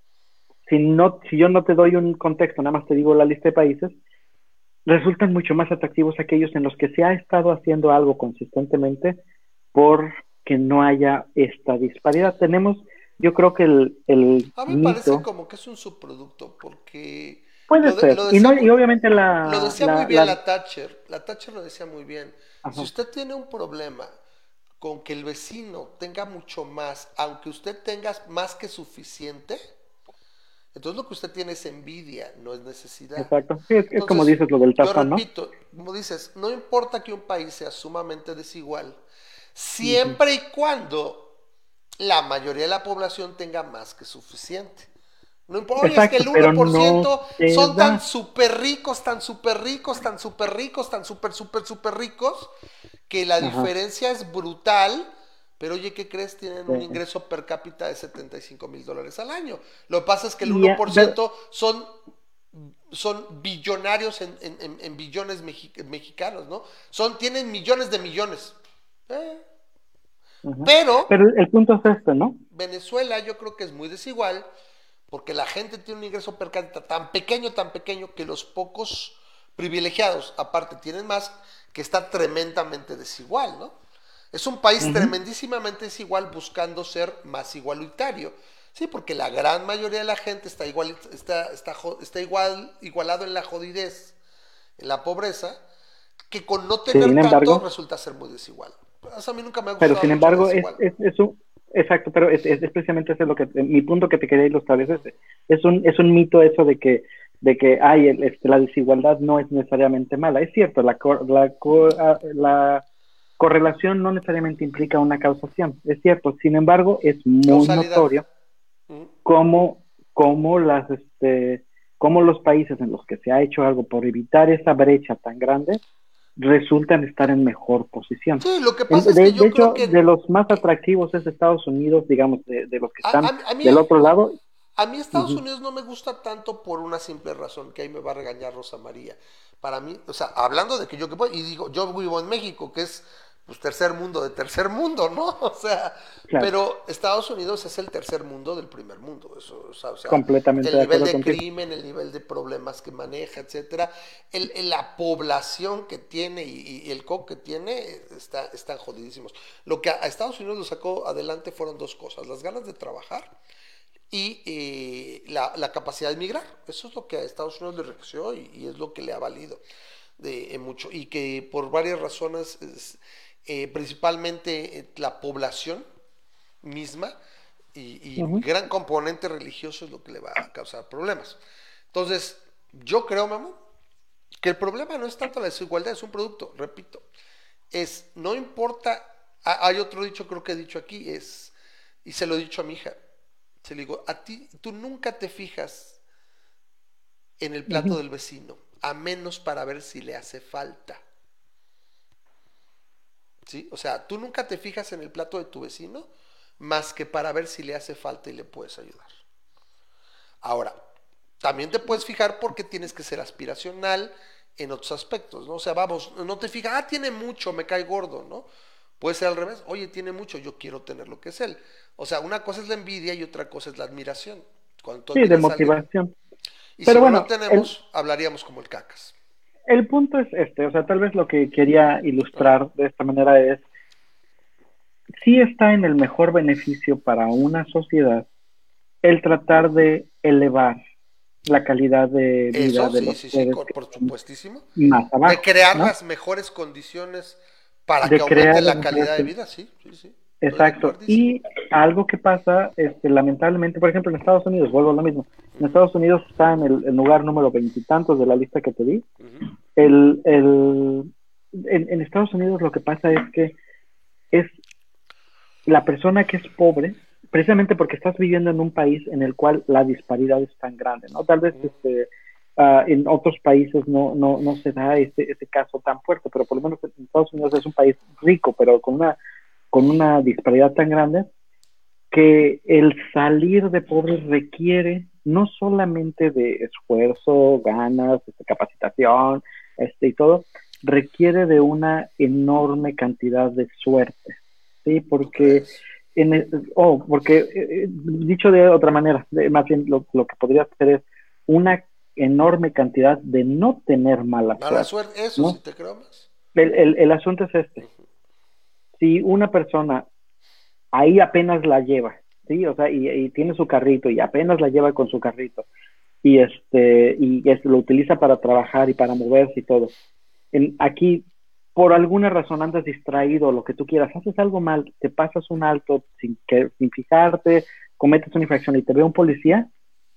si yo no te doy un contexto, nada más te digo la lista de países, resultan mucho más atractivos aquellos en los que se ha estado haciendo algo consistentemente porque no haya esta disparidad. Tenemos, yo creo que el A mí me parece mito como que es un subproducto, porque puede ser, y no, y obviamente lo decía muy bien la Thatcher. La Thatcher lo decía muy bien. Si ajá, usted tiene un problema con que el vecino tenga mucho más, aunque usted tenga más que suficiente, entonces lo que usted tiene es envidia, no es necesidad. exacto. Sí, es como Entonces, dices lo del yo tazón, ¿no? repito, como dices, no importa que un país sea sumamente desigual, Ujú. siempre y cuando la mayoría de la población tenga más que suficiente. No importa, oye, es que Exacto, el uno pero por no ciento se son tan da. súper ricos, tan súper ricos, tan súper ricos, tan súper, súper, súper ricos, que la Ajá. diferencia es brutal. Pero oye, ¿qué crees? Tienen un Sí. ingreso per cápita de $75,000 al año. Lo que pasa es que el Y, uno por ciento son billonarios en billones mexicanos, ¿no? Tienen millones de millones. Eh, ajá. Pero Pero el punto es ¿no? Venezuela yo creo que es muy desigual porque la gente tiene un ingreso per cápita tan pequeño que los pocos privilegiados, aparte, tienen más, que está tremendamente desigual, ¿no? Es un país Ujú. tremendísimamente desigual buscando ser más igualitario. Sí, porque la gran mayoría de la gente está igualado en la jodidez, en la pobreza, que con no tener Sin tanto embargo, resulta ser muy desigual. Eso a mí nunca me ha pero gustado sin mucho la embargo, desigual. exacto, pero es precisamente eso lo que, mi punto que te quería ilustrar es ese. Es un mito eso de que ay, la desigualdad no es necesariamente mala. Es cierto, la correlación no necesariamente implica una causación. Es cierto, sin embargo, es muy Causalidad. notorio Mm. cómo, cómo las, cómo los países en los que se ha hecho algo por evitar esa brecha tan grande resultan estar en mejor posición. Sí, lo que En- pasa es De, que de yo creo hecho, de los más que atractivos es Estados Unidos, digamos, de los que a, están a mí, del otro lado. a mí Estados Ujú. Unidos no me gusta tanto por una simple razón, que ahí me va a regañar Rosa María. Para mí, o sea, hablando de que yo que voy, y digo, yo vivo en México, que es pues tercer mundo de tercer mundo, ¿no? O sea, Claro, pero Estados Unidos es el tercer mundo del primer mundo, eso, o sea, completamente el de nivel acuerdo de contigo. crimen, el nivel de problemas que maneja, etcétera, la población que tiene y el co que tiene están jodidísimos. Lo que a Estados Unidos lo sacó adelante fueron dos cosas, las ganas de trabajar y la capacidad de migrar. Eso es lo que a Estados Unidos le reaccionó y es lo que le ha valido mucho. Y que por varias razones, principalmente la población misma y Ujú. gran componente religioso es lo que le va a causar problemas. Entonces, yo creo, Memo, que el problema no es tanto la desigualdad, es un producto, repito, no importa, hay otro dicho creo que he dicho aquí, y se lo he dicho a mi hija, Se le digo, a ti, tú nunca te fijas en el plato Ujú. del vecino, a menos para ver si le hace falta. ¿Sí? O sea, tú nunca te fijas en el plato de tu vecino más que para ver si le hace falta y le puedes ayudar. Ahora, también te puedes fijar porque tienes que ser aspiracional en otros aspectos, ¿no? O sea, vamos, no te fijas, tiene mucho, me cae gordo, ¿no? Puede ser al revés, oye, tiene mucho, yo quiero tener lo que es él. O sea, una cosa es la envidia y otra cosa es la admiración. Cuando tú Sí, de admiras a alguien, motivación. y si Pero no lo bueno, tenemos, hablaríamos como el cacas. el punto es este, o sea, tal vez lo que quería Ajá. ilustrar de esta manera es, sí está en el mejor beneficio para una sociedad el tratar de elevar la calidad de vida Eso, de sí, los sí, sí, seres que por están supuestísimo. más De abajo, crear ¿no? las mejores condiciones para que De crear aumente las la mejores. calidad de vida, sí, sí, sí. Estoy de Exacto. acuerdísimo. Y algo que pasa, lamentablemente, por ejemplo, en Estados Unidos, vuelvo a lo mismo. En Ujú, Estados Unidos está en el lugar número veintitantos de la lista que te di. ujú. El, el, en Estados Unidos lo que pasa es que es la persona que es pobre, precisamente porque estás viviendo en un país en el cual la disparidad es tan grande, ¿no? Tal vez en otros países no se da ese caso tan fuerte, pero por lo menos en Estados Unidos es un país rico, pero con una disparidad tan grande que el salir de pobre requiere no solamente de esfuerzo, ganas, capacitación, y todo, requiere de una enorme cantidad de suerte, ¿sí? ¿Tú Porque, crees? dicho de otra manera, más bien lo que podría hacer es una enorme cantidad de no tener mala Mala suerte, suerte, eso sí ¿no? te creo más. El asunto es este. Si una persona ahí apenas la lleva, ¿sí? O sea, y tiene su carrito y apenas la lleva con su carrito lo utiliza para trabajar y para moverse y todo. Aquí, por alguna razón andas distraído, lo que tú quieras, haces algo mal, te pasas un alto sin fijarte, cometes una infracción y te ve un policía,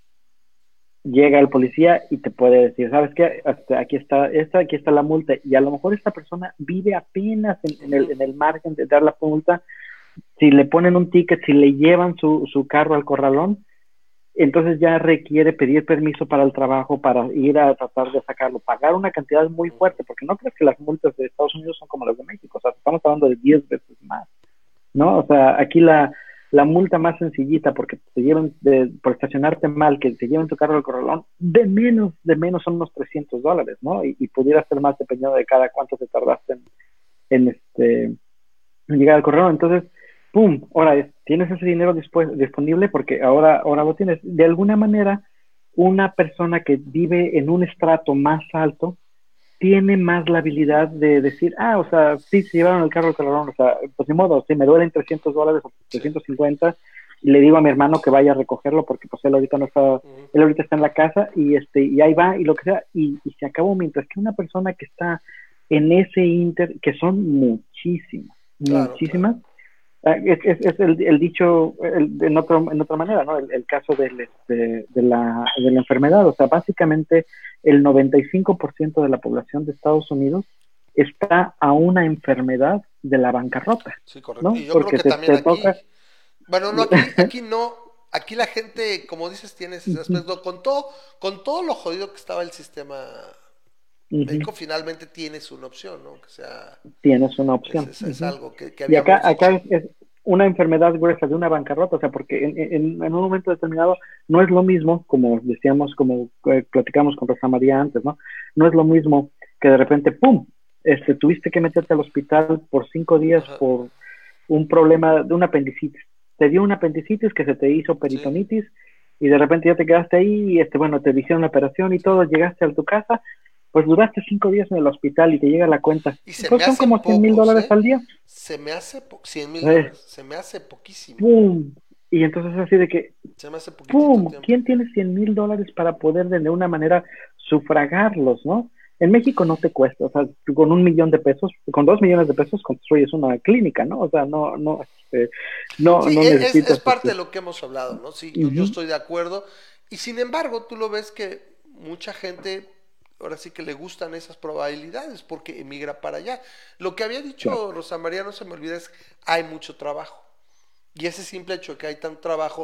llega el policía y te puede decir, ¿sabes qué? Aquí está la multa. Y a lo mejor esta persona vive apenas Ujú. en el margen de dar la multa. Si le ponen un ticket, si le llevan su carro al corralón, entonces ya requiere pedir permiso para el trabajo, para ir a tratar de sacarlo, pagar una cantidad muy fuerte, porque no crees que las multas de Estados Unidos son como las de México, o sea, estamos hablando de 10 veces más, ¿no? O sea, aquí la multa más sencillita porque por estacionarte mal, que te lleven tu carro al corralón, de menos son unos $300, ¿no? Y pudiera ser más dependiendo de cada cuánto te tardaste en, este, llegar al correo. Entonces, ¡pum! Ahora tienes ese dinero disponible porque ahora lo tienes. De alguna manera, una persona que vive en un estrato más alto tiene más la habilidad de decir, o sea, sí, se llevaron el carro al corralón, o sea, pues ni modo, si me duelen $300 o Sí. 350, y le digo a mi hermano que vaya a recogerlo porque pues él ahorita no está, Ujú. él ahorita está en la casa y ahí va y lo que sea, y se acabó, mientras que una persona que está en ese inter, que son muchísimas, Claro, claro. muchísimas, es el dicho en otra manera, ¿no? El caso de la enfermedad. O sea, básicamente el 95% de la población de Estados Unidos está a una enfermedad de la bancarrota, Sí, correcto. ¿no? Y yo creo Porque que también te toca. aquí, bueno, no, aquí no, aquí la gente, como dices, tiene ese aspecto. Con todo lo jodido que estaba el sistema médico, finalmente tienes una opción, ¿no? Que sea, Tienes una es, opción. es, es algo que Y acá, habíamos acá dicho. es una enfermedad gruesa de una bancarrota, o sea, porque en un momento determinado no es lo mismo, como decíamos, como platicamos con Rosa María antes, ¿no? No es lo mismo que de repente, ¡pum! Tuviste que meterte al hospital por 5 días Ajá. por un problema de una apendicitis. Te dio una apendicitis que se te hizo Sí, peritonitis y de repente ya te quedaste ahí y bueno, te hicieron la operación y sí. todo, llegaste a tu casa, pues duraste 5 días en el hospital y te llega la cuenta. Y se Pues me son hacen como 100 mil pocos, dólares ¿eh? al día. 100 mil Eh, dólares. Se me hace poquísimo. ¡Pum! Y entonces así de que, Se me hace poquitito ¡pum! tiempo. ¿Quién tiene 100 mil dólares para poder de una manera sufragarlos, ¿no? En México no te cuesta, o sea, con 1 millón de pesos, con 2 millones de pesos construyes una clínica, ¿no? O sea, Sí, no es necesitas, parte de lo que hemos hablado, ¿no? Sí, yo ujú, estoy de acuerdo. Y sin embargo, tú lo ves que mucha gente, ahora sí que le gustan esas probabilidades porque emigra para allá. Lo que había claro, dicho Rosa María, no se me olvida, es hay mucho trabajo. Y ese simple hecho de que hay tanto trabajo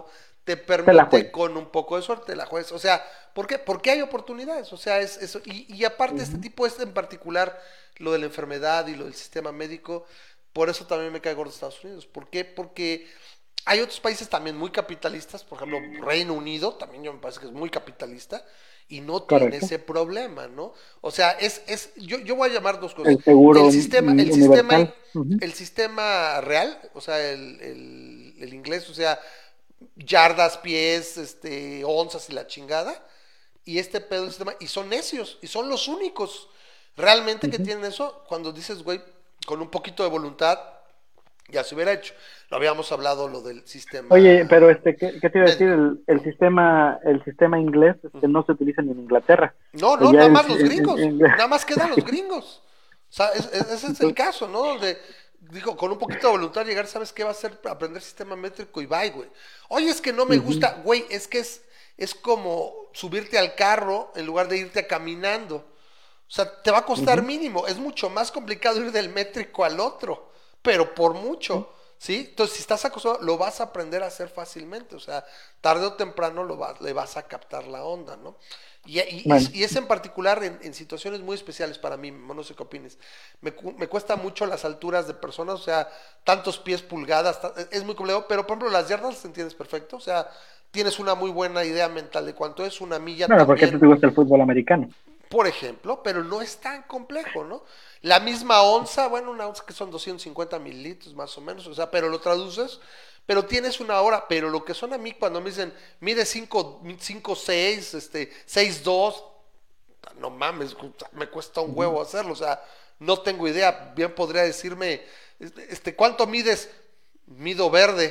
te Te la permite juegas. con un poco de suerte la juez. O sea, ¿por qué? Porque hay oportunidades. O sea, es eso. Y aparte, este Ujú. tipo, este en particular, lo de la enfermedad y lo del sistema médico, por eso también me cae gordo Estados Unidos. ¿Por qué? Porque hay otros países también muy capitalistas, por ejemplo, Reino Unido, también yo me parece que es muy capitalista, y no tiene Correcto. ese problema, ¿no? O sea, yo voy a llamar dos cosas. El seguro El sistema, el sistema, universal. Ujú. el sistema real, o sea, el inglés, o sea, yardas, pies, onzas y la chingada, y este pedo del sistema, y son necios, y son los únicos realmente que Ujú. tienen eso, cuando dices, güey, con un poquito de voluntad, ya se hubiera hecho. Lo habíamos hablado, lo del Oye, sistema pero ¿qué te iba a decir? médico. El sistema inglés no se utiliza ni en Inglaterra. No, no, Allá nada más los gringos, en- nada más quedan los gringos. O sea, ese es el entonces, caso, ¿no? Donde, digo, con un poquito de voluntad llegar, ¿sabes qué va a ser? Aprender sistema métrico y bye, güey. Oye, es que no me ujú, gusta, güey, es que es como subirte al carro en lugar de irte caminando. O sea, te va a costar ujú, mínimo. Es mucho más complicado ir del métrico al otro, pero por mucho, ¿sí? Entonces, si estás acostumbrado, lo vas a aprender a hacer fácilmente. O sea, tarde o temprano le vas a captar la onda, ¿no? bueno, Y es en particular en situaciones muy especiales para mí, no sé qué opines. Me cuesta mucho las alturas de personas, o sea, tantos pies, pulgadas, es muy complejo, pero por ejemplo, las yardas las entiendes perfecto, o sea, tienes una muy buena idea mental de cuánto es una milla bueno, porque a ti también, te gusta el fútbol americano. por ejemplo, pero no es tan complejo, ¿no? La misma onza, bueno, una onza que son 250 mililitros más o menos, o sea, pero lo traduces, pero tienes una hora, pero lo que son a mí cuando me dicen, mide 5'6", 6'2", no mames, me cuesta un Ujú. huevo hacerlo, o sea, no tengo idea, bien podría decirme, ¿cuánto mides? Mido verde.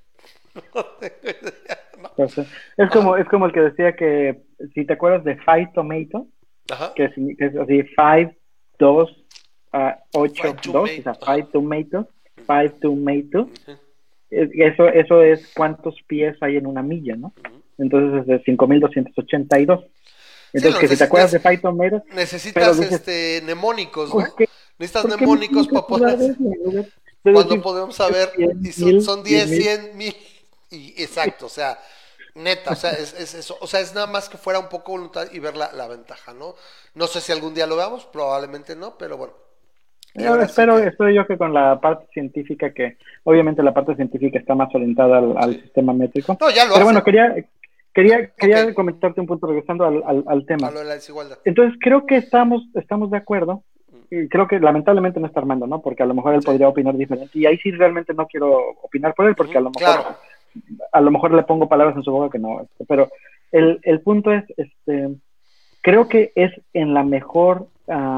No. Entonces, Ajá, es como el que decía que, si te acuerdas de Five Tomato, ajá, que es así, Five, 2, fried 8, to 2, o mate, sea, ajá. Five Tomato, Five Tomato. Eso es cuántos pies hay en una milla, ¿no? Entonces es de 5.282. Sí, Entonces, que si te acuerdas de Five Tomato, pero necesitas dices, mnemónicos, ¿por ¿no? qué, Necesitas ¿por qué me tengo mnemónicos que para acordar poner, de eso? En lugar de cuando decir podemos saber, y 100, son 10 10 mil. 100 1000, y exacto, o sea, neta, o sea, es eso, o sea, es nada más que fuera un poco voluntad y ver la ventaja, ¿no? No sé si algún día lo veamos, probablemente no, pero bueno, y Yo ahora sí que, espero yo que con la parte científica, que obviamente la parte científica está más orientada al sí. sistema métrico, No, ya lo pero bueno, hacen, ok, quería comentarte un punto regresando al a tema. lo de la desigualdad, Entonces, creo que estamos de acuerdo, y creo que lamentablemente no está Armando, ¿no? Porque a lo mejor él sí, podría opinar diferente, y ahí sí realmente no quiero opinar por él, porque ujú, claro, a lo mejor le pongo palabras en su boca que no, pero el punto es, creo que es en la mejor,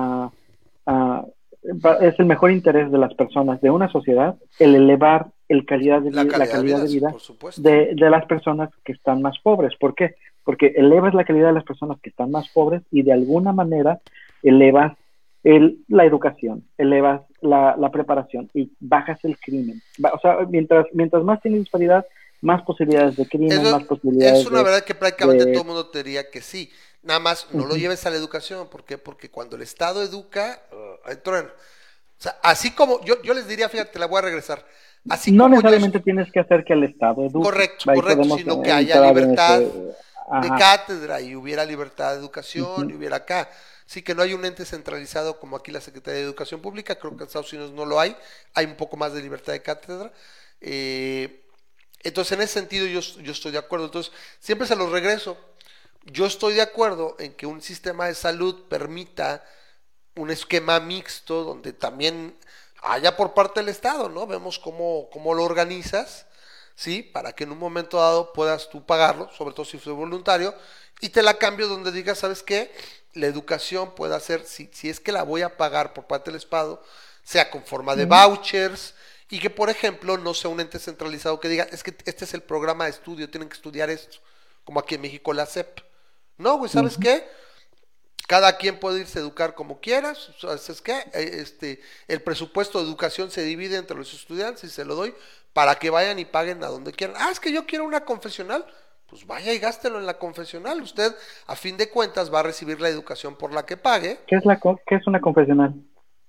ah, es el mejor interés de las personas de una sociedad el elevar la la calidad vida, de sí, vida por supuesto, de las personas que están más pobres. ¿Por qué? Porque elevas la calidad de las personas que están más pobres y de alguna manera elevas la educación, elevas la preparación y bajas el crimen. O sea, mientras más tienes disparidad, más posibilidades de crimen, eso más es posibilidades una verdad que prácticamente todo de el mundo te diría que sí. Nada más no lo uh-huh. lleves a la educación. ¿Por qué? Porque cuando el Estado educa, hay trueno. O sea, así como yo les diría, fíjate, la voy a regresar. Así No como yo, necesariamente tienes que hacer que el Estado eduque. correcto, Ahí correcto, podemos sino que haya entrar en libertad ese. de Ajá. cátedra y hubiera libertad de educación y Uh-huh. hubiera acá. Sí que no hay un ente centralizado como aquí la Secretaría de Educación Pública, creo que en Estados Unidos no lo hay un poco más de libertad de cátedra. Eh, entonces, en ese sentido, yo estoy de acuerdo. Entonces, siempre se los regreso. Yo estoy de acuerdo en que un sistema de salud permita un esquema mixto donde también haya por parte del Estado, ¿no? Vemos cómo lo organizas, ¿sí? Para que en un momento dado puedas tú pagarlo, sobre todo si fue voluntario, y te la cambio donde digas, ¿sabes qué? La educación puede ser, si es que la voy a pagar por parte del Estado, sea con forma de Uh-huh. vouchers, y que, por ejemplo, no sea un ente centralizado que diga, es que este es el programa de estudio, tienen que estudiar esto, como aquí en México la SEP. No, güey, ¿sabes Uh-huh. qué? Cada quien puede irse a educar como quieras. ¿Sabes qué? El presupuesto de educación se divide entre los estudiantes y se lo doy para que vayan y paguen a donde quieran. Ah, es que yo quiero una confesional. Pues vaya y gástelo en la confesional. Usted, a fin de cuentas, va a recibir la educación por la que pague. ¿Qué es una confesional?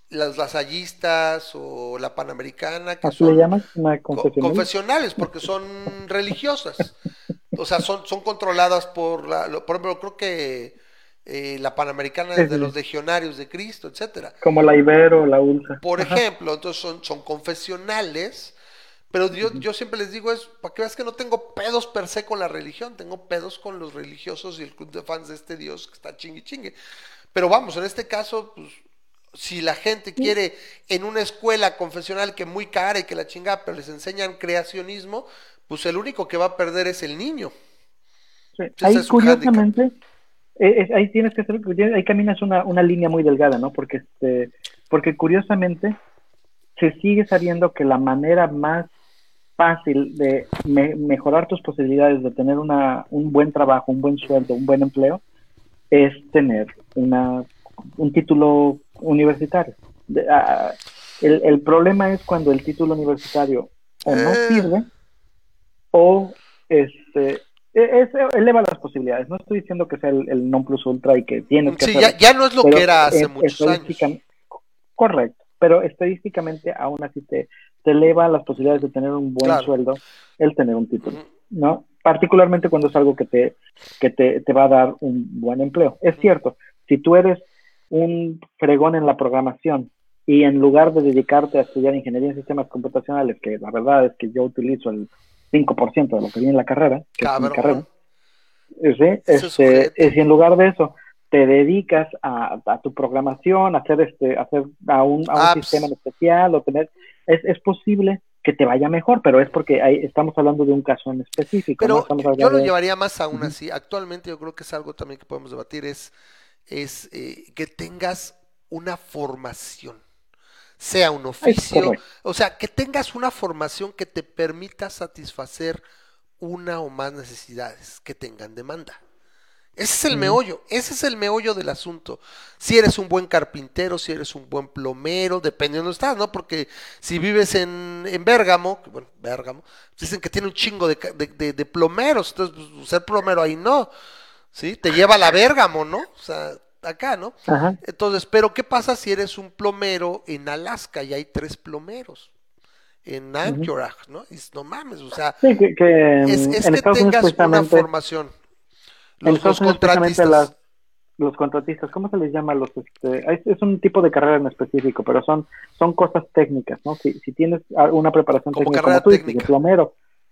las lasallistas o la panamericana, que ¿Así le son llaman? ¿Una confesional? confesionales, porque son religiosas. O sea, son controladas por ejemplo, creo que la Panamericana Sí, es de sí, los sí. legionarios de Cristo, etcétera. Como la Ibero o la ULSA. Por Ajá. ejemplo, entonces son confesionales, pero Ujú. yo siempre les digo es, para que veas que no tengo pedos per se con la religión, tengo pedos con los religiosos y el club de fans de este Dios que está chingue chingue. Pero vamos, en este caso, pues, si la gente Sí, quiere en una escuela confesional que muy cara y que la chinga, pero les enseñan creacionismo, pues el único que va a perder es el niño. sí. Ese es Ahí su hándicap. curiosamente, ahí tienes que hacer, ahí caminas una línea muy delgada, ¿no? Porque curiosamente se sigue sabiendo que la manera más fácil de mejorar tus posibilidades de tener un buen trabajo, un buen sueldo, un buen empleo, es tener un título universitario. El problema es cuando el título universitario o no Eh, sirve o eleva las posibilidades. No estoy diciendo que sea el non plus ultra y que tienes que sí, hacerlo, ya no es lo que pero era hace es muchos años. estadísticamente correcto. Pero estadísticamente aún así te eleva las posibilidades de tener un buen Claro. sueldo el tener un título, Ujú, ¿no? Particularmente cuando es algo que te va a dar un buen empleo. Es ujú. cierto, si tú eres un fregón en la programación y en lugar de dedicarte a estudiar ingeniería en sistemas computacionales, que la verdad es que yo utilizo el 5% de lo que vi en la carrera, que es mi carrera, Cabrón. ¿sí? Ese sujete. Si en lugar de eso te dedicas a tu programación, hacer a un sistema en Apps. especial, es posible que te vaya mejor, pero es porque estamos hablando de un caso en específico, ¿no? Pero Estamos yo lo hablando de... llevaría más aún Ujú. así. Actualmente yo creo que es algo también que podemos debatir, es que tengas una formación, sea un Es oficio, correcto. o sea, que tengas una formación que te permita satisfacer una o más necesidades que tengan demanda. Ese es el Ujú. meollo, ese es el meollo del asunto. Si eres un buen carpintero, si eres un buen plomero, dependiendo de dónde estás, ¿no? Porque si vives en Bérgamo, bueno, Bérgamo, dicen que tiene un chingo de plomeros, entonces pues, ser plomero ahí no, ¿sí? Te lleva a la Bérgamo, ¿no? O sea, acá, ¿no? Ajá. Entonces, pero ¿qué pasa si eres un plomero en Alaska y hay 3 plomeros? En Ujú. Anchorage, ¿no? Y dices, no mames, o sea, Sí, es en que Estados Unidos tengas una precisamente, formación. en Los Estados Unidos precisamente contratistas. los contratistas, ¿cómo se les llama? Es un tipo de carrera en específico, pero son cosas técnicas, ¿no? Si tienes una preparación Como técnica, como carrera tú dices, de técnica. plomero,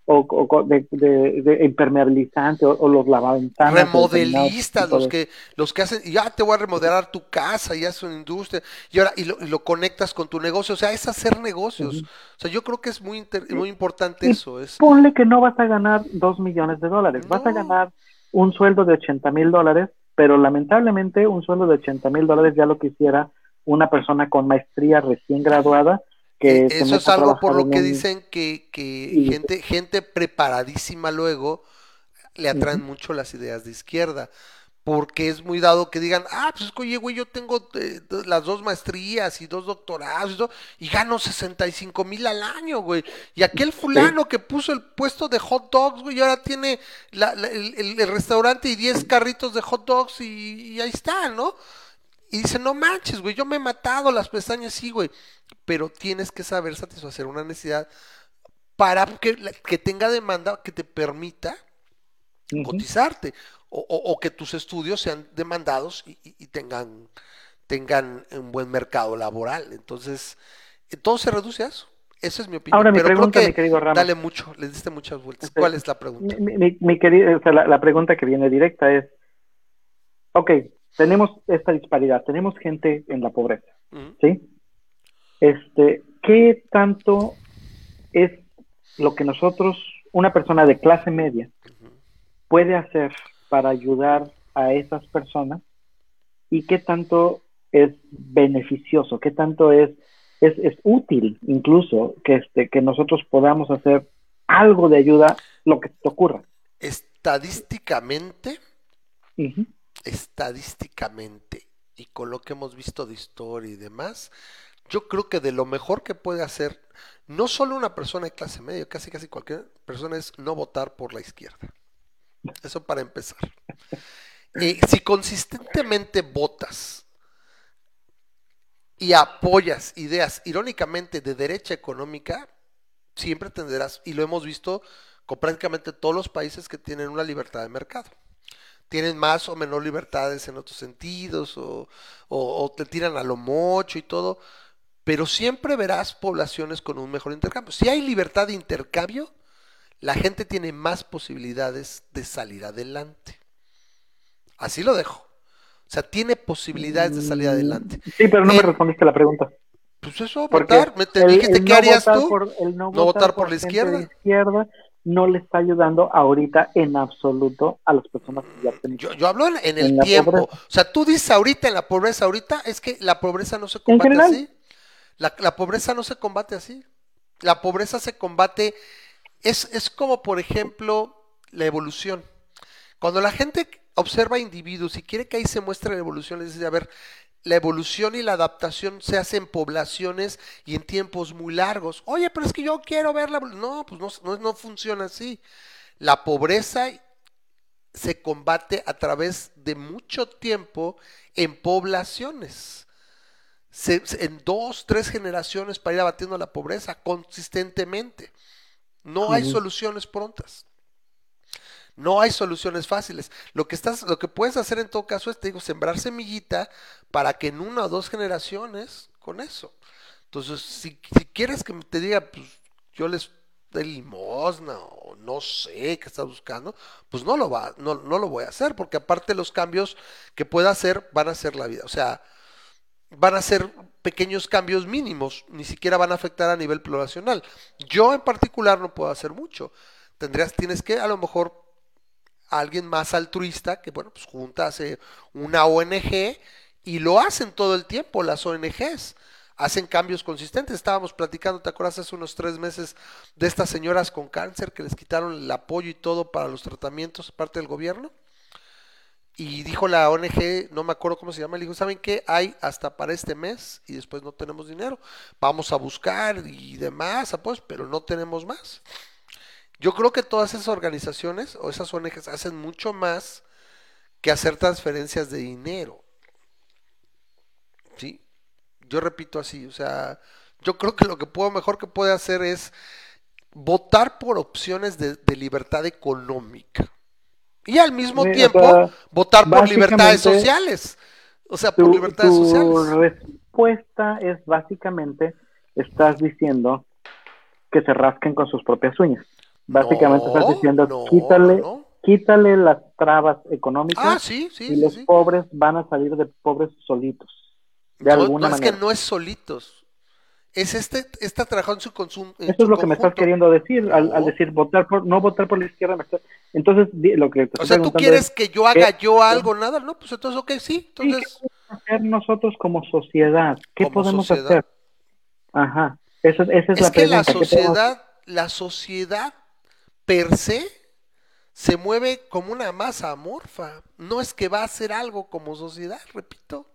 de impermeabilizante, o los lavaventanas de determinados Remodelistas, tipos los que hacen, ya te voy a remodelar tu casa, ya es una industria, y ahora y lo conectas con tu negocio, o sea, es hacer negocios. Ujú. O sea, yo creo que es muy Y, importante y eso, es, ponle que no vas a ganar $2 millones, vas a no, ganar un sueldo de $80,000, pero lamentablemente un sueldo de $80,000 ya lo quisiera una persona con maestría recién graduada que se eso es meta a algo por trabajar lo en que un... dicen que Y, gente preparadísima luego le atraen ujú, mucho las ideas de izquierda. Porque es muy dado que digan, pues es que, oye, güey, yo tengo las 2 maestrías y 2 doctorados y gano 65,000 al año, güey. Y aquel sí, fulano que puso el puesto de hot dogs, güey, y ahora tiene el restaurante y 10 carritos de hot dogs y ahí está, ¿no? Y dice, no manches, güey, yo me he matado las pestañas, sí, güey. Pero tienes que saber satisfacer una necesidad para que tenga demanda que te permita ujú. cotizarte o que tus estudios sean demandados y tengan un buen mercado laboral. Entonces, todo se reduce a eso. Esa es mi opinión. Ahora mi Pero creo pregunta, mi que querido Rama, dale mucho, les diste muchas vueltas. este, ¿Cuál es la pregunta? mi querido, o sea, la pregunta que viene directa es, ok, tenemos esta disparidad, tenemos gente en la pobreza, Ujú, ¿sí? ¿Qué tanto es lo que nosotros, una persona de clase media, ujú. puede hacer para ayudar a esas personas, y qué tanto es beneficioso, qué tanto es útil incluso que nosotros podamos hacer algo de ayuda, lo que te ocurra? Estadísticamente, Ujú, estadísticamente, y con lo que hemos visto de historia y demás, yo creo que de lo mejor que puede hacer no solo una persona de clase media, casi casi cualquier persona es no votar por la izquierda. Eso para empezar. Si consistentemente votas y apoyas ideas irónicamente de derecha económica, siempre tendrás, y lo hemos visto con prácticamente todos los países que tienen una libertad de mercado. Tienen más o menor libertades en otros sentidos, o te tiran a lo mocho y todo, pero siempre verás poblaciones con un mejor intercambio. Si hay libertad de intercambio, la gente tiene más posibilidades de salir adelante. Así lo dejo. O sea, tiene posibilidades de salir adelante. Sí, pero no me En, respondiste la pregunta. pues eso, Porque votar. Te dijiste, ¿qué no harías votar tú? el no No votar votar por por la gente de izquierda. izquierda no le está ayudando ahorita en absoluto a las personas que ya Yo hablo en el en la tiempo. pobreza. O sea, tú dices ahorita en la pobreza, ahorita es que la pobreza no se En combate general, así. La pobreza no se combate así. La pobreza se combate, es como por ejemplo la evolución. Cuando la gente observa individuos y quiere que ahí se muestre la evolución, les dice, a ver, la evolución y la adaptación se hacen en poblaciones y en tiempos muy largos. Oye, pero es que yo quiero ver la... No, pues no funciona así. La pobreza se combate a través de mucho tiempo en poblaciones. En 2, 3 generaciones para ir abatiendo la pobreza consistentemente. No hay ujú, soluciones prontas. No hay soluciones fáciles. Lo que puedes hacer en todo caso es, te digo, sembrar semillita para que en 1 o 2 generaciones con eso. Entonces, si quieres que te diga, pues yo les dé limosna o no sé qué estás buscando, pues no lo voy a hacer, porque aparte los cambios que pueda hacer van a ser la vida. O sea, van a ser pequeños cambios mínimos, ni siquiera van a afectar a nivel poblacional. Yo en particular no puedo hacer mucho. Tienes que a lo mejor alguien más altruista que, bueno, pues junta, hace una ONG y lo hacen todo el tiempo las ONGs. Hacen cambios consistentes. Estábamos platicando, ¿te acuerdas? Hace unos 3 meses de estas señoras con cáncer que les quitaron el apoyo y todo para los tratamientos parte del gobierno. Y dijo la ONG, no me acuerdo cómo se llama, le dijo, ¿saben qué? Hay hasta para este mes y después no tenemos dinero. Vamos a buscar y demás, pues, pero no tenemos más. Yo creo que todas esas organizaciones o esas ONGs hacen mucho más que hacer transferencias de dinero, ¿sí? Yo repito así, o sea, yo creo que lo que mejor que puede hacer es votar por opciones de libertad económica y al mismo o tiempo sea, votar por libertades básicamente sociales, o sea, por libertades tu sociales. respuesta es básicamente, estás diciendo que se rasquen con sus propias uñas. Básicamente estás No, diciendo, no, no, no. quítale las trabas Ah, económicas sí, sí, y sí, los sí. pobres van a salir de pobres solitos, de No, alguna no es que manera. no es solitos. Es está trabajando en Eso es su lo que me estás conjunto. queriendo decir al No. decir no votar por la izquierda. Entonces, lo que te O estoy sea, tú preguntando es, quieres que yo ¿qué, haga yo algo, nada, no, pues entonces, ok, sí, sí, ¿qué entonces, podemos hacer nosotros como sociedad? ¿Qué como podemos sociedad. hacer? Ajá, esa es Es la que pregunta. ¿Qué podemos hacer? la sociedad per se se mueve como una masa amorfa. No es que va a hacer algo como sociedad, repito.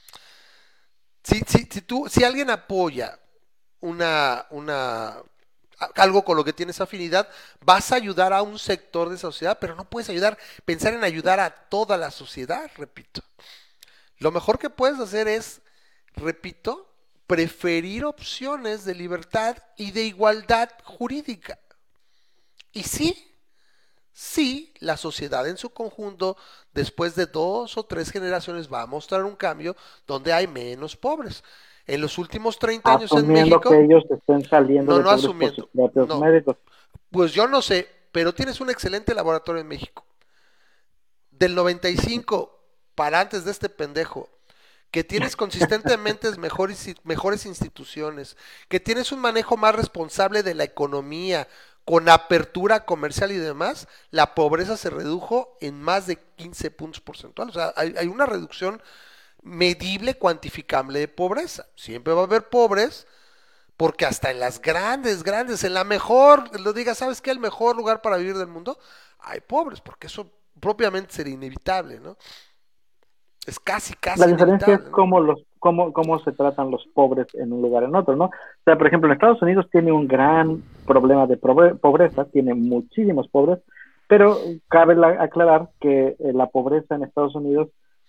Si alguien apoya una algo con lo que tienes afinidad, vas a ayudar a un sector de esa sociedad, pero no puedes pensar en ayudar a toda la sociedad, repito. Lo mejor que puedes hacer es, repito, preferir opciones de libertad y de igualdad jurídica. Y sí, la sociedad en su conjunto, después de 2 o 3 generaciones, va a mostrar un cambio donde hay menos pobres. En los últimos 30 años en Asumiendo que México, ellos estén saliendo no, de no pobres por sus asumiendo, propios no, méritos. pues yo no sé, pero tienes un excelente laboratorio en México. Del 95 para antes de este pendejo, que tienes consistentemente mejores instituciones, que tienes un manejo más responsable de la economía, con apertura comercial y demás, la pobreza se redujo en más de 15 puntos porcentuales. O sea, hay una reducción medible, cuantificable de pobreza. Siempre va a haber pobres, porque hasta en las grandes, en la mejor, lo diga, ¿sabes qué? El mejor lugar para vivir del mundo, hay pobres, porque eso propiamente sería inevitable, ¿no? Es La casi diferencia es inevitable, ¿no? cómo se tratan los pobres en un lugar en otro, ¿no? O sea, por ejemplo, en Estados Unidos tiene un gran problema de pobreza, tiene muchísimos pobres, pero cabe aclarar que la pobreza en Estados Unidos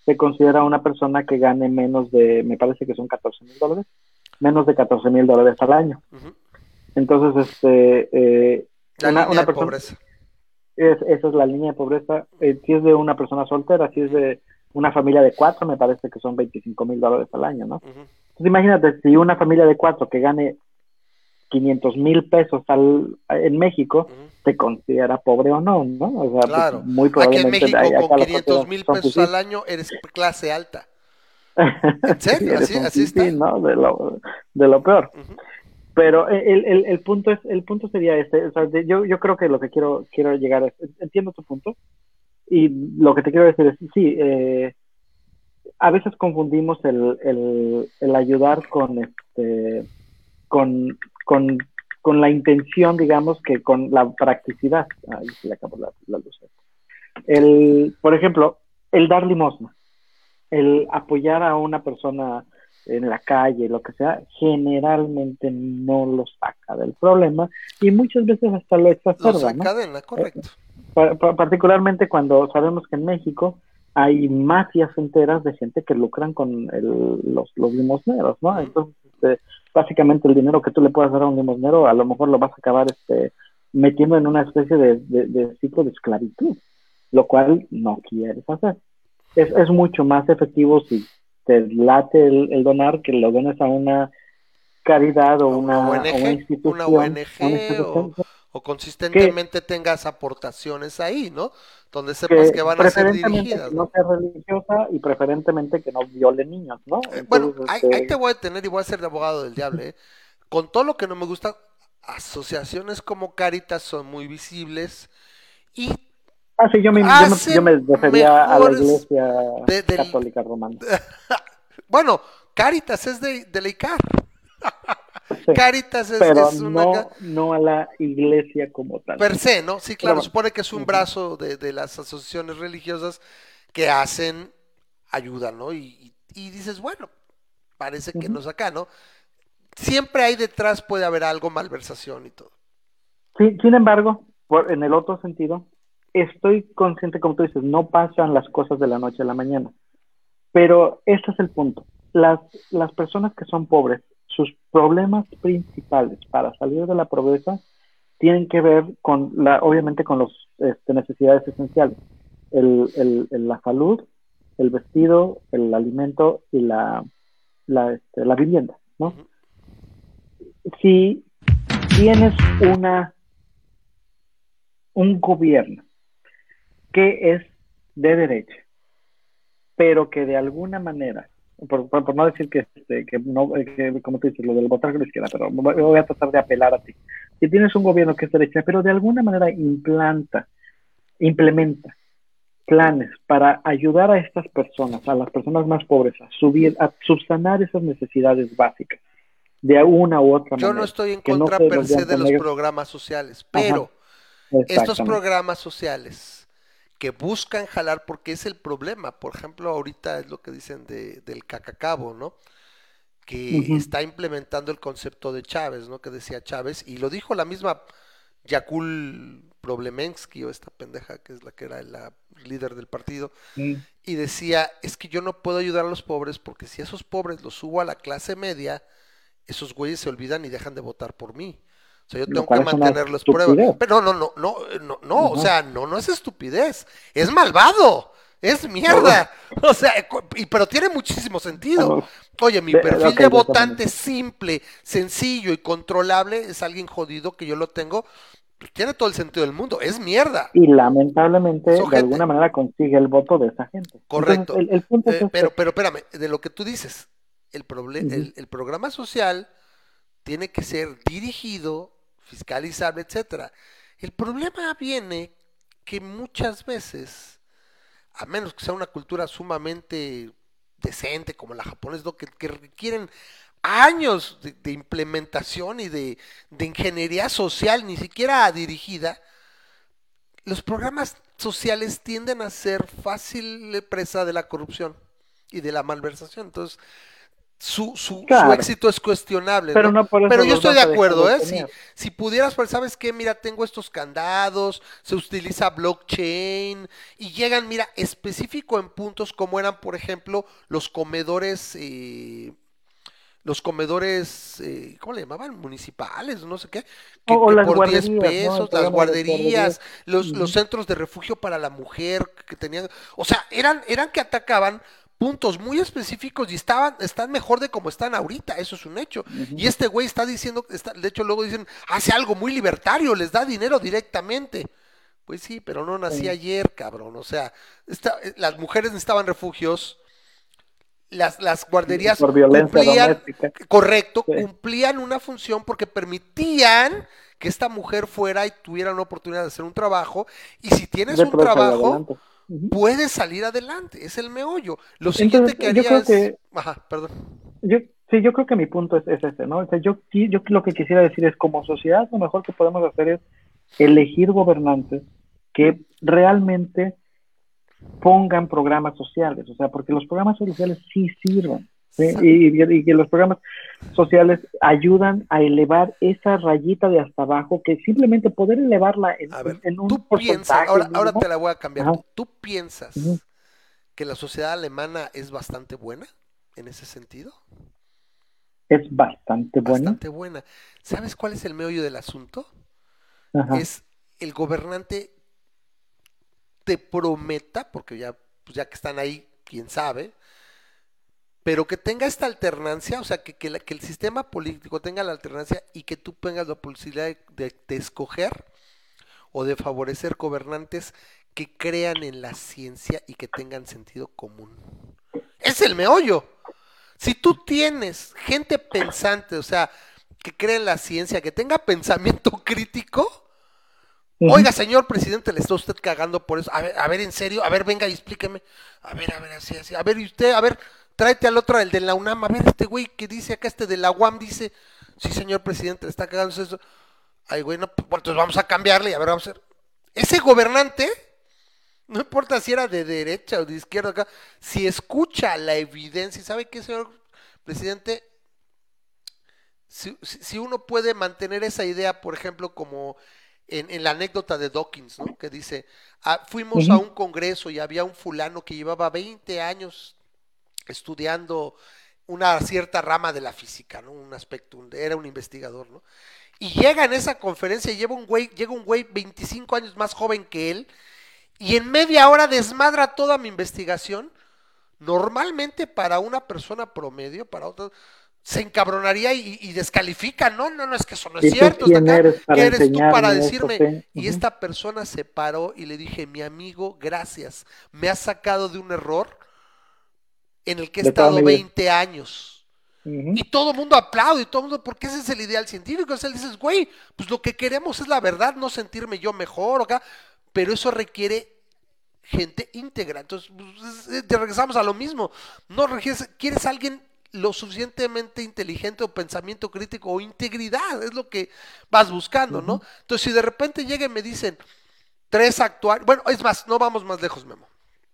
se considera una persona que gane menos de, me parece que son $14,000, menos de $14,000 al año. Ujú. Entonces, La línea una de persona, pobreza. esa es la línea de pobreza. Si es de una persona soltera, si es de una familia de 4, me parece que son $25,000 al año, ¿no? Ujú. Entonces, imagínate, si una familia de 4 que gane 500,000 pesos en México, Ujú. ¿te considera pobre o no? ¿No? O sea, pues Claro. muy Aquí en probablemente México con acá los 500 consideran, mil son pesos al fifís. año eres clase alta. ¿En Sí, serio? eres Así, un así fifí, está. ¿no? De lo peor. Ujú. Pero el punto sería este, o sea, yo creo que lo que quiero llegar es, entiendo tu punto, y lo que te quiero decir es, sí, a veces confundimos el ayudar con, con, con la intención, digamos, que con la practicidad. Ahí se le acabó la luz. Por ejemplo, el dar limosna, el apoyar a una persona en la calle, lo que sea, generalmente no lo saca del problema y muchas veces hasta lo Los exacerba, ¿no? encadena, Eh, correcto. Particularmente cuando sabemos que en México hay mafias enteras de gente que lucran con los limosneros, ¿no? Ujú. Entonces, básicamente el dinero que tú le puedas dar a un limosnero, a lo mejor lo vas a acabar metiendo en una especie de ciclo de esclavitud, lo cual no quieres hacer. Es mucho más efectivo si te late el donar, que lo dones a una caridad o A una una ONG, una institución, a una ONG institución o que consistentemente tengas aportaciones ahí, ¿no? Donde sepas que que van a ser preferentemente que dirigidas, no ¿no? sea religiosa y preferentemente que no viole niños, ¿no? Bueno, Entonces, ahí te voy a tener y voy a ser de abogado del diablo, ¿eh? Con todo lo que no me gusta, asociaciones como Caritas son muy visibles y sí, yo me hacen refería a la mejores iglesia del... católica romana. Bueno, Caritas es de la ICAR. Sí, Caritas pero es una... no a la iglesia como tal. Per se, ¿no? Sí, Pero claro, bueno. supone que es un Ujú, brazo de las asociaciones religiosas que hacen ayuda, ¿no? Y dices, bueno, parece que ujú. no es acá, ¿no? Siempre hay detrás, puede haber algo, malversación y todo. Sí, sin embargo, en el otro sentido, estoy consciente, como tú dices, no pasan las cosas de la noche a la mañana. Pero este es el punto. Las personas que son pobres, sus problemas principales para salir de la pobreza tienen que ver obviamente con las necesidades esenciales. La salud, el vestido, el alimento y la vivienda, ¿no? Ujú. Si tienes un gobierno que es de derecha, pero que de alguna manera, por no decir que no, que, como tú dices, lo del votar con la izquierda, pero voy a tratar de apelar a ti. Si tienes un gobierno que es derecha, pero de alguna manera implementa planes para ayudar a estas personas, a las personas más pobres, a subsanar esas necesidades básicas de una u otra Yo no manera, estoy en que no contra se per los se vean de con los negros. programas sociales, Ajá, pero estos exactamente. programas sociales que buscan jalar, porque es el problema, por ejemplo, ahorita es lo que dicen del cacacabo, ¿no? Que Ujú, está implementando el concepto de Chávez, ¿no? Que decía Chávez, y lo dijo la misma Yakul Problemensky, o esta pendeja que es la que era la líder del partido, mm, y decía, es que yo no puedo ayudar a los pobres porque si esos pobres los subo a la clase media, esos güeyes se olvidan y dejan de votar por mí. O sea, yo lo tengo que cual es una mantenerlos prueba. estupidez. Pero no, o Ajá, sea, no es estupidez, es malvado, es no, mierda. O sea, pero tiene muchísimo sentido. Oye, mi perfil ok, de exactamente. votante simple, sencillo y controlable es alguien jodido que yo lo tengo, pues tiene todo el sentido del mundo, es mierda, Y es lamentablemente de ojete. alguna manera consigue el voto de esa gente. Entonces, Correcto. el punto es Pero espérame, de lo que tú dices, ujú, el programa social tiene que ser dirigido, fiscalizable, etcétera. El problema viene que muchas veces, a menos que sea una cultura sumamente decente como la japonesa, ¿no? que requieren años de implementación y de ingeniería social, ni siquiera dirigida, los programas sociales tienden a ser fácil presa de la corrupción y de la malversación. Entonces, su Claro, éxito es cuestionable, pero ¿no? no por eso Pero yo los estoy de vas a dejar acuerdo, de ¿eh? Si, tener. si pudieras, pues, ¿sabes qué? Mira, tengo estos candados, se utiliza blockchain y llegan, mira, específico en puntos como eran, por ejemplo, los comedores, ¿cómo le llamaban? Municipales, no sé qué, que, O que las por 10 guarderías, ¿no? El pesos, las programa de las guarderías. guarderías, los Ujú. centros de refugio para la mujer que tenían, o sea, eran que atacaban puntos muy específicos y están mejor de como están ahorita, eso es un hecho. Ujú. Y este güey está diciendo, de hecho luego dicen, hace algo muy libertario, les da dinero directamente. Pues sí, pero no nací Sí. ayer, cabrón. O sea, las mujeres necesitaban refugios, las guarderías Por violencia cumplían, doméstica. correcto, Sí. cumplían una función porque permitían que esta mujer fuera y tuviera una oportunidad de hacer un trabajo. Y si tienes De un poder salir trabajo, adelante. Ujú. puedes salir adelante. Es el meollo. Lo siguiente Entonces, que yo haría creo es, que, ajá, perdón. yo creo que mi punto es ese, ¿no? O sea, yo lo que quisiera decir es, como sociedad, lo mejor que podemos hacer es elegir gobernantes que realmente pongan programas sociales, o sea, porque los programas sociales sí sirven, ¿sí? Sa- Y que los programas sociales ayudan a elevar esa rayita de hasta abajo, que simplemente poder elevarla en, A ver, en un tú piensas, porcentaje ahora te mínimo. la voy a cambiar Ajá. tú. ¿Tú Ujú. piensas que la sociedad alemana es bastante buena en ese sentido? Es bastante buena. Bastante buena. ¿Sabes cuál es el meollo del asunto? Ajá. Es el gobernante te prometa, porque ya, pues ya que están ahí, quién sabe, pero que tenga esta alternancia, o sea, que el sistema político tenga la alternancia y que tú tengas la posibilidad de escoger o de favorecer gobernantes que crean en la ciencia y que tengan sentido común. Es el meollo. Si tú tienes gente pensante, o sea, que cree en la ciencia, que tenga pensamiento crítico, Ujú. oiga, señor presidente, le está usted cagando por eso. A ver, en serio, a ver, venga y explíqueme. A ver, así, así. A ver, y usted, a ver, tráete al otro, el de la UNAM. A ver, este güey que dice acá, este de la UAM dice, sí, señor presidente, le está cagando eso. Ay, güey, no, pues entonces vamos a cambiarle y a ver, vamos a hacer. Ese gobernante, no importa si era de derecha o de izquierda acá, si escucha la evidencia, ¿sabe qué, señor presidente? Si uno puede mantener esa idea, por ejemplo, como en la anécdota de Dawkins, ¿no? Que dice, fuimos a Ujú. un congreso y había un fulano que llevaba 20 años estudiando una cierta rama de la física, ¿no? Un aspecto, era un investigador, ¿no? Y llega en esa conferencia y llega un güey 25 años más joven que él y en media hora desmadra toda mi investigación. Normalmente para una persona promedio, para otra, se encabronaría y descalifica, no, no, no, es que eso no es ¿Y tú cierto, está quién acá, eres ¿qué para eres tú para enseñarme eso? decirme? Sí. Y Ujú. esta persona se paró y le dije, mi amigo, gracias, me has sacado de un error en el que he De toda estado mi vida. 20 años. Ujú. Y todo el mundo aplaude, y todo el mundo, porque ese es el ideal científico. O sea, dices, güey, pues lo que queremos es la verdad, no sentirme yo mejor acá, pero eso requiere gente íntegra. Entonces, pues, te regresamos a lo mismo. No quieres a alguien lo suficientemente inteligente o pensamiento crítico o integridad, es lo que vas buscando, ¿no? Ujú. Entonces, si de repente llega y me dicen tres actuarios, bueno, es más, no vamos más lejos, Memo.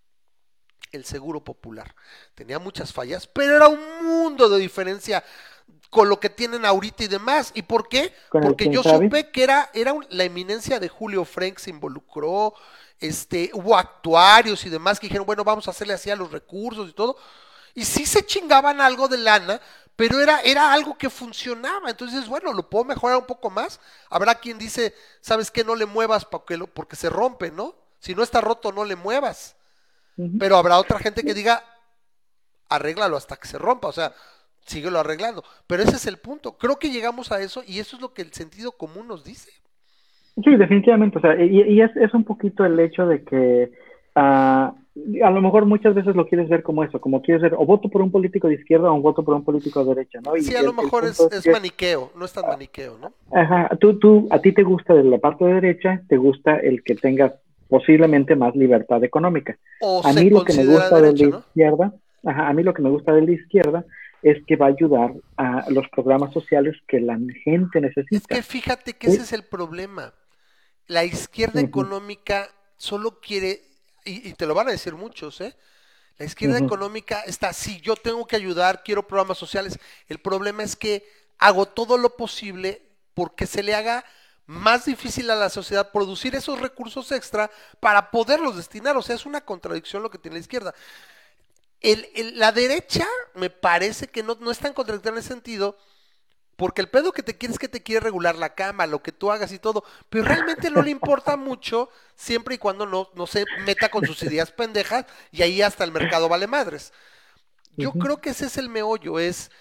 El Seguro Popular tenía muchas fallas, pero era un mundo de diferencia con lo que tienen ahorita y demás. ¿Y por qué? Con el Porque quién yo sabe. supe que la eminencia de Julio Frank se involucró, hubo actuarios y demás que dijeron, bueno, vamos a hacerle así a los recursos y todo. Y sí se chingaban algo de lana, pero era algo que funcionaba. Entonces, bueno, lo puedo mejorar un poco más. Habrá quien dice, ¿sabes qué? No le muevas porque se rompe, ¿no? Si no está roto, no le muevas. Ujú. Pero habrá otra gente que diga, arréglalo hasta que se rompa, o sea, síguelo arreglando. Pero ese es el punto. Creo que llegamos a eso y eso es lo que el sentido común nos dice. Sí, definitivamente. O sea, y es un poquito el hecho de que ah, a lo mejor muchas veces lo quieres ver como eso, como quieres ver o voto por un político de izquierda o un voto por un político de derecha, ¿no? Sí, Y a lo el mejor punto es es que maniqueo, no es tan maniqueo, ¿no? ajá, a ti te gusta de la parte de derecha, te gusta el que tenga posiblemente más libertad económica. O A se mí lo que me considera gusta del derecha, de ¿no? izquierda, ajá, a mí lo que me gusta del de izquierda es que va a ayudar a los programas sociales que la gente Es que necesita. fíjate que ese ¿Sí? es el problema. La izquierda Ujú. económica solo quiere, y te lo van a decir muchos, ¿eh? La izquierda económica está, sí, yo tengo que ayudar, quiero programas sociales. El problema es que hago todo lo posible porque se le haga más difícil a la sociedad producir esos recursos extra para poderlos destinar. O sea, es una contradicción lo que tiene la izquierda. La derecha me parece que no es tan contradictoria en ese sentido, porque el pedo que te quiere es que te quiere regular la cama, lo que tú hagas y todo, pero realmente no le importa mucho siempre y cuando no se meta con sus ideas pendejas y ahí hasta el mercado vale madres. Yo Ujú. creo que ese es el meollo,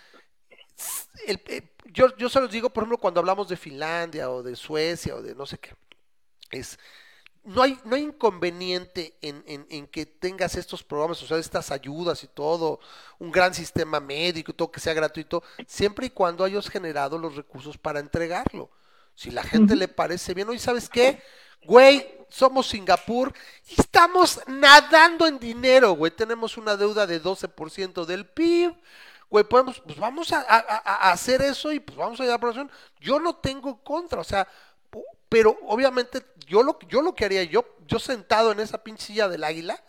yo se los digo, por ejemplo, cuando hablamos de Finlandia o de Suecia o de no sé qué, es no hay inconveniente en que tengas estos programas, o sea, estas ayudas y todo, un gran sistema médico y todo que sea gratuito, siempre y cuando hayas generado los recursos para entregarlo. Si la gente Ujú. le parece bien, oye, ¿sabes qué? Güey, somos Singapur y estamos nadando en dinero, güey. Tenemos una deuda de 12% del PIB. Güey, pues vamos a hacer eso y pues vamos a ir a la aprobación. Yo no tengo contra, o sea, pero obviamente yo lo que haría, yo sentado en esa pinche silla del águila,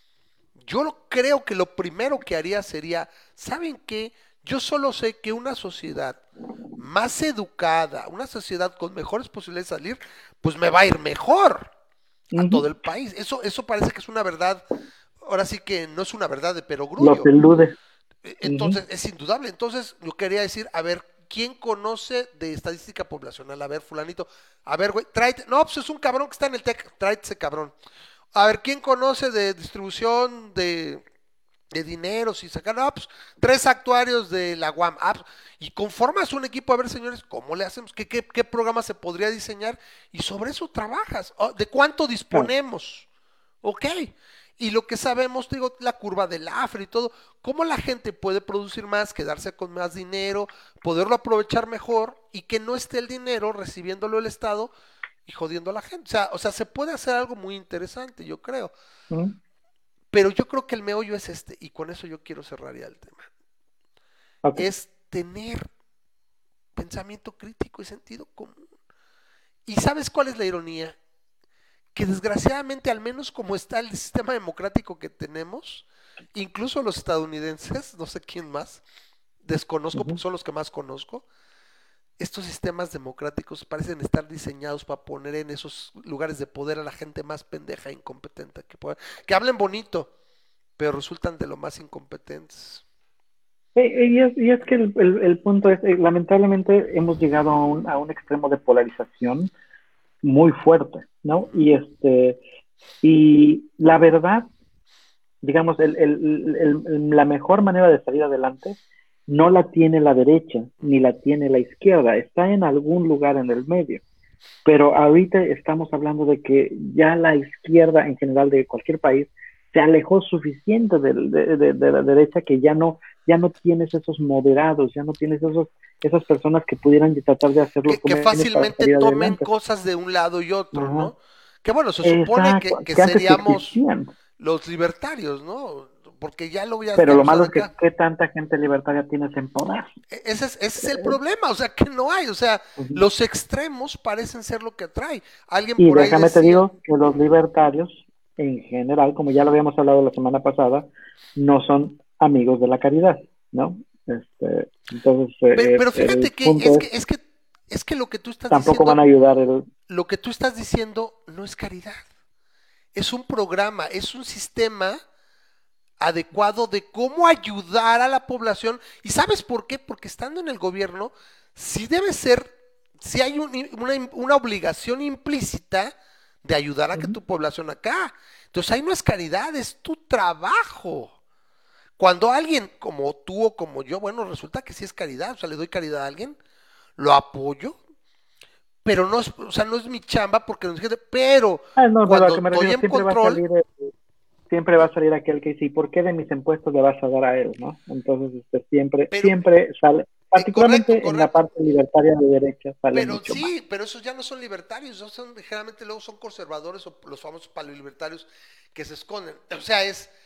creo que lo primero que haría sería, ¿saben qué? Yo solo sé que una sociedad más educada, una sociedad con mejores posibilidades de salir, pues me va a ir mejor a todo Ujú. el país. Eso parece que es una verdad, ahora sí que no es una verdad de Los perogrullo. elude. Ujú. Entonces, es indudable. Entonces, yo quería decir, a ver, ¿quién conoce de estadística poblacional? A ver, fulanito. A ver, güey, tráete. No, pues es un cabrón que está en el TEC. Tráete ese cabrón. A ver, ¿quién conoce de distribución de dineros y sacar? No, pues 3 actuarios de la UAM. Ah, pues, y conformas un equipo, a ver, señores, ¿cómo le hacemos? ¿Qué programa se podría diseñar? Y sobre eso trabajas. Oh, ¿de cuánto Claro. disponemos? Ok. Y lo que sabemos, digo, la curva del AFRE y todo, cómo la gente puede producir más, quedarse con más dinero, poderlo aprovechar mejor y que no esté el dinero recibiéndolo el Estado y jodiendo a la gente. O sea, se puede hacer algo muy interesante, yo creo. Ujú. Pero yo creo que el meollo es este, y con eso yo quiero cerrar ya el tema. Ok. Es tener pensamiento crítico y sentido común. ¿Y sabes cuál es la ironía? Que desgraciadamente, al menos como está el sistema democrático que tenemos, incluso los estadounidenses, no sé quién más, desconozco Ujú. porque son los que más conozco, estos sistemas democráticos parecen estar diseñados para poner en esos lugares de poder a la gente más pendeja e incompetente que hablen bonito, pero resultan de lo más incompetentes. Y es que el punto es, lamentablemente hemos llegado a un extremo de polarización muy fuerte, ¿no? Ujú. Y la verdad, digamos, la mejor manera de salir adelante no la tiene la derecha ni la tiene la izquierda, está en algún lugar en el medio. Pero ahorita estamos hablando de que ya la izquierda en general de cualquier país se alejó suficiente de la derecha que ya no tienes esos moderados, ya no tienes esas personas que pudieran tratar de hacer los Que convenios para fácilmente salir tomen adelante. cosas de un lado y otro, Ajá. ¿no? Que bueno, se supone Exacto, que que antes sí seríamos existían. los libertarios, ¿no? Porque ya Pero lo estamos malo es que acá. qué tanta gente libertaria tienes en poder. Ese es el problema, o sea, que no hay, o sea, Ujú. los extremos parecen ser lo que atrae. Alguien Y por ahí déjame te decía, digo que los libertarios, en general, como ya lo habíamos hablado la semana pasada, no son amigos de la caridad, ¿no? Entonces, pero el fíjate que punto es, lo que tú estás tampoco van diciendo, a ayudar lo que tú estás diciendo no es caridad, es un programa, es un sistema adecuado de cómo ayudar a la población. ¿Y sabes por qué? Porque estando en el gobierno, sí debe ser, sí hay una obligación implícita de ayudar a que Ujú. tu población acá. Entonces ahí no es caridad, es tu trabajo. Cuando alguien como tú o como yo, bueno, resulta que sí es caridad, o sea, le doy caridad a alguien, lo apoyo, pero no es, o sea, no es mi chamba porque no es gente, pero No, pero a lo cuando que me estoy refiero, en control, siempre va a salir aquel que dice, ¿por qué de mis impuestos le vas a dar a él, no? Entonces, siempre, pero siempre sale, correcto, particularmente en la correcto. parte libertaria de derecha, sale Pero mucho más. sí, pero esos ya no son libertarios, esos son, generalmente luego son conservadores o los famosos paleolibertarios que se esconden. O sea,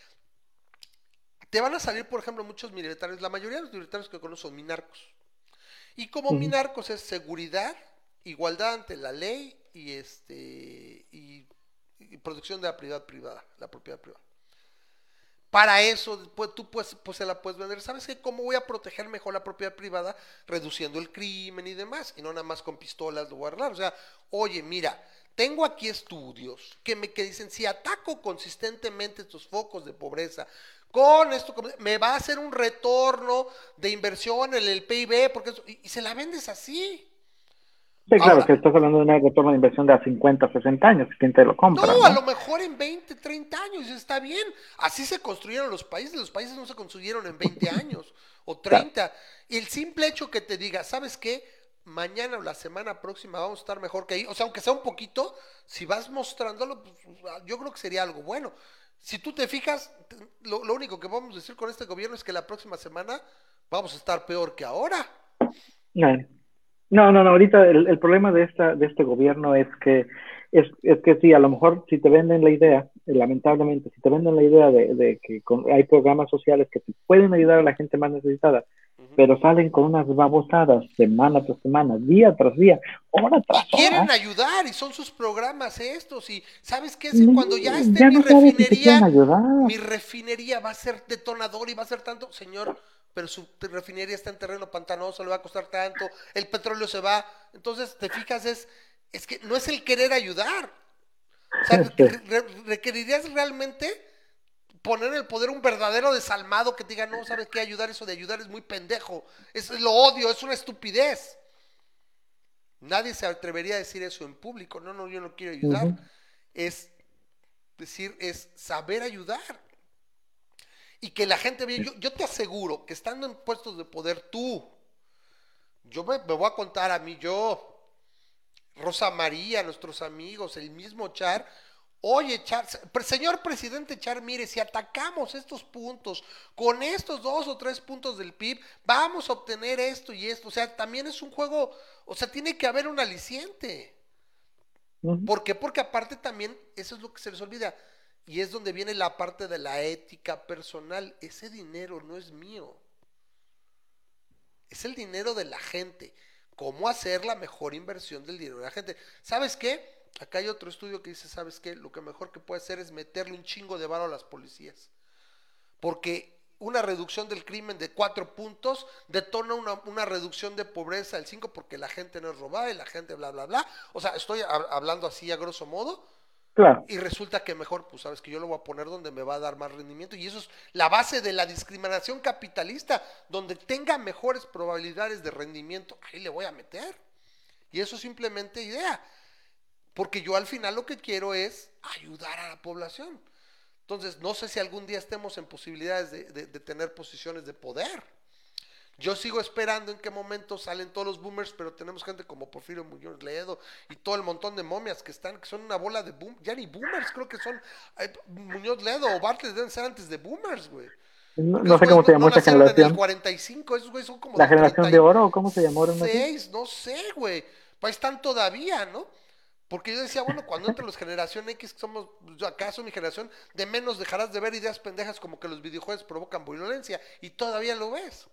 te van a salir, por ejemplo, muchos libertarios, la mayoría de los libertarios que conozco son minarcos. Y como Ujú. minarcos es seguridad, igualdad ante la ley y protección de la propiedad privada. Para eso, pues, tú pues se la puedes vender. ¿Sabes qué? ¿Cómo voy a proteger mejor la propiedad privada? Reduciendo el crimen y demás. Y no nada más con pistolas lo voy a arreglar. O sea, oye, mira, tengo aquí estudios que dicen, si ataco consistentemente estos focos de pobreza, con esto me va a hacer un retorno de inversión en el PIB, y se la vendes así. Sí, claro, Ahora, que estás hablando de un retorno de inversión de a 50, 60 años, ¿quién te lo no, compra, a lo no? mejor en 20, 30 años está bien. Así se construyeron los países no se construyeron en 20 años o Claro, 30. Y el simple hecho que te diga, ¿sabes qué? Mañana o la semana próxima vamos a estar mejor que ahí. O sea, aunque sea un poquito, si vas mostrándolo, pues, yo creo que sería algo bueno. Si tú te fijas, lo único que vamos a decir con este gobierno es que la próxima semana vamos a estar peor que ahora. no, no, ahorita el problema de este gobierno es que sí, a lo mejor si te venden la idea, lamentablemente, si te venden la idea de que hay programas sociales que te pueden ayudar a la gente más necesitada, Ujú. pero salen con unas babosadas semana tras semana, día tras día, hora Y tras quieren hora, ayudar, y son sus programas estos, y ¿sabes qué? Si cuando ya esté ya no sabes si te quieren ayudar. mi refinería va a ser detonador y va a ser tanto, señor, pero su refinería está en terreno pantanoso, le va a costar tanto, el petróleo se va, entonces, te fijas, es que no es el querer ayudar, o sea, Sí, requerirías realmente poner en el poder un verdadero desalmado que te diga, no, ¿sabes qué? Ayudar, eso de ayudar es muy pendejo, es lo odio, es una estupidez. Nadie se atrevería a decir eso en público. No, no, yo no quiero ayudar. ujú. Es decir, es saber ayudar. Y que la gente vea. Yo te aseguro que estando en puestos de poder, me voy a contar a mí, Rosa María, nuestros amigos, el mismo Char. Oye, Char, señor presidente Char, mire, si atacamos estos puntos con estos 2 o 3 puntos del PIB, vamos a obtener esto y esto. O sea, también es un juego, o sea, tiene que haber un aliciente. Ujú. ¿Por qué? Porque aparte también, eso es lo que se les olvida, y es donde viene la parte de la ética personal. Ese dinero no es mío, es el dinero de la gente. ¿Cómo hacer la mejor inversión del dinero de la gente? ¿Sabes qué? Acá hay otro estudio que dice, ¿sabes qué? Lo que mejor que puede hacer es meterle un chingo de varo a las policías. Porque una reducción del crimen de 4 puntos detona una reducción de pobreza del 5 porque la gente no es robada y la gente bla, bla, bla. O sea, estoy hablando así a grosso modo, Claro, y resulta que mejor, pues sabes que yo lo voy a poner donde me va a dar más rendimiento, y eso es la base de la discriminación capitalista, donde tenga mejores probabilidades de rendimiento, ahí le voy a meter. Y eso es simplemente idea, porque yo al final lo que quiero es ayudar a la población. Entonces, no sé si algún día estemos en posibilidades de tener posiciones de poder. Yo sigo esperando en qué momento salen todos los boomers, pero tenemos gente como Porfirio Muñoz Ledo y todo el montón de momias que son una bola de boom, ya ni boomers, creo que son Muñoz Ledo o Bartlett deben ser antes de boomers, güey. no, Porque no esos sé güeyes cómo se no llamó esa nacieron en el generación, 45, esos güeyes son como la del generación de oro, ¿o cómo se llamaron así? 36, no sé, güey. Pues están todavía, ¿no? Porque yo decía, bueno, cuando entre los generación X, que somos, yo acaso mi generación, de menos dejarás de ver ideas pendejas como que los videojuegos provocan violencia, y todavía lo ves.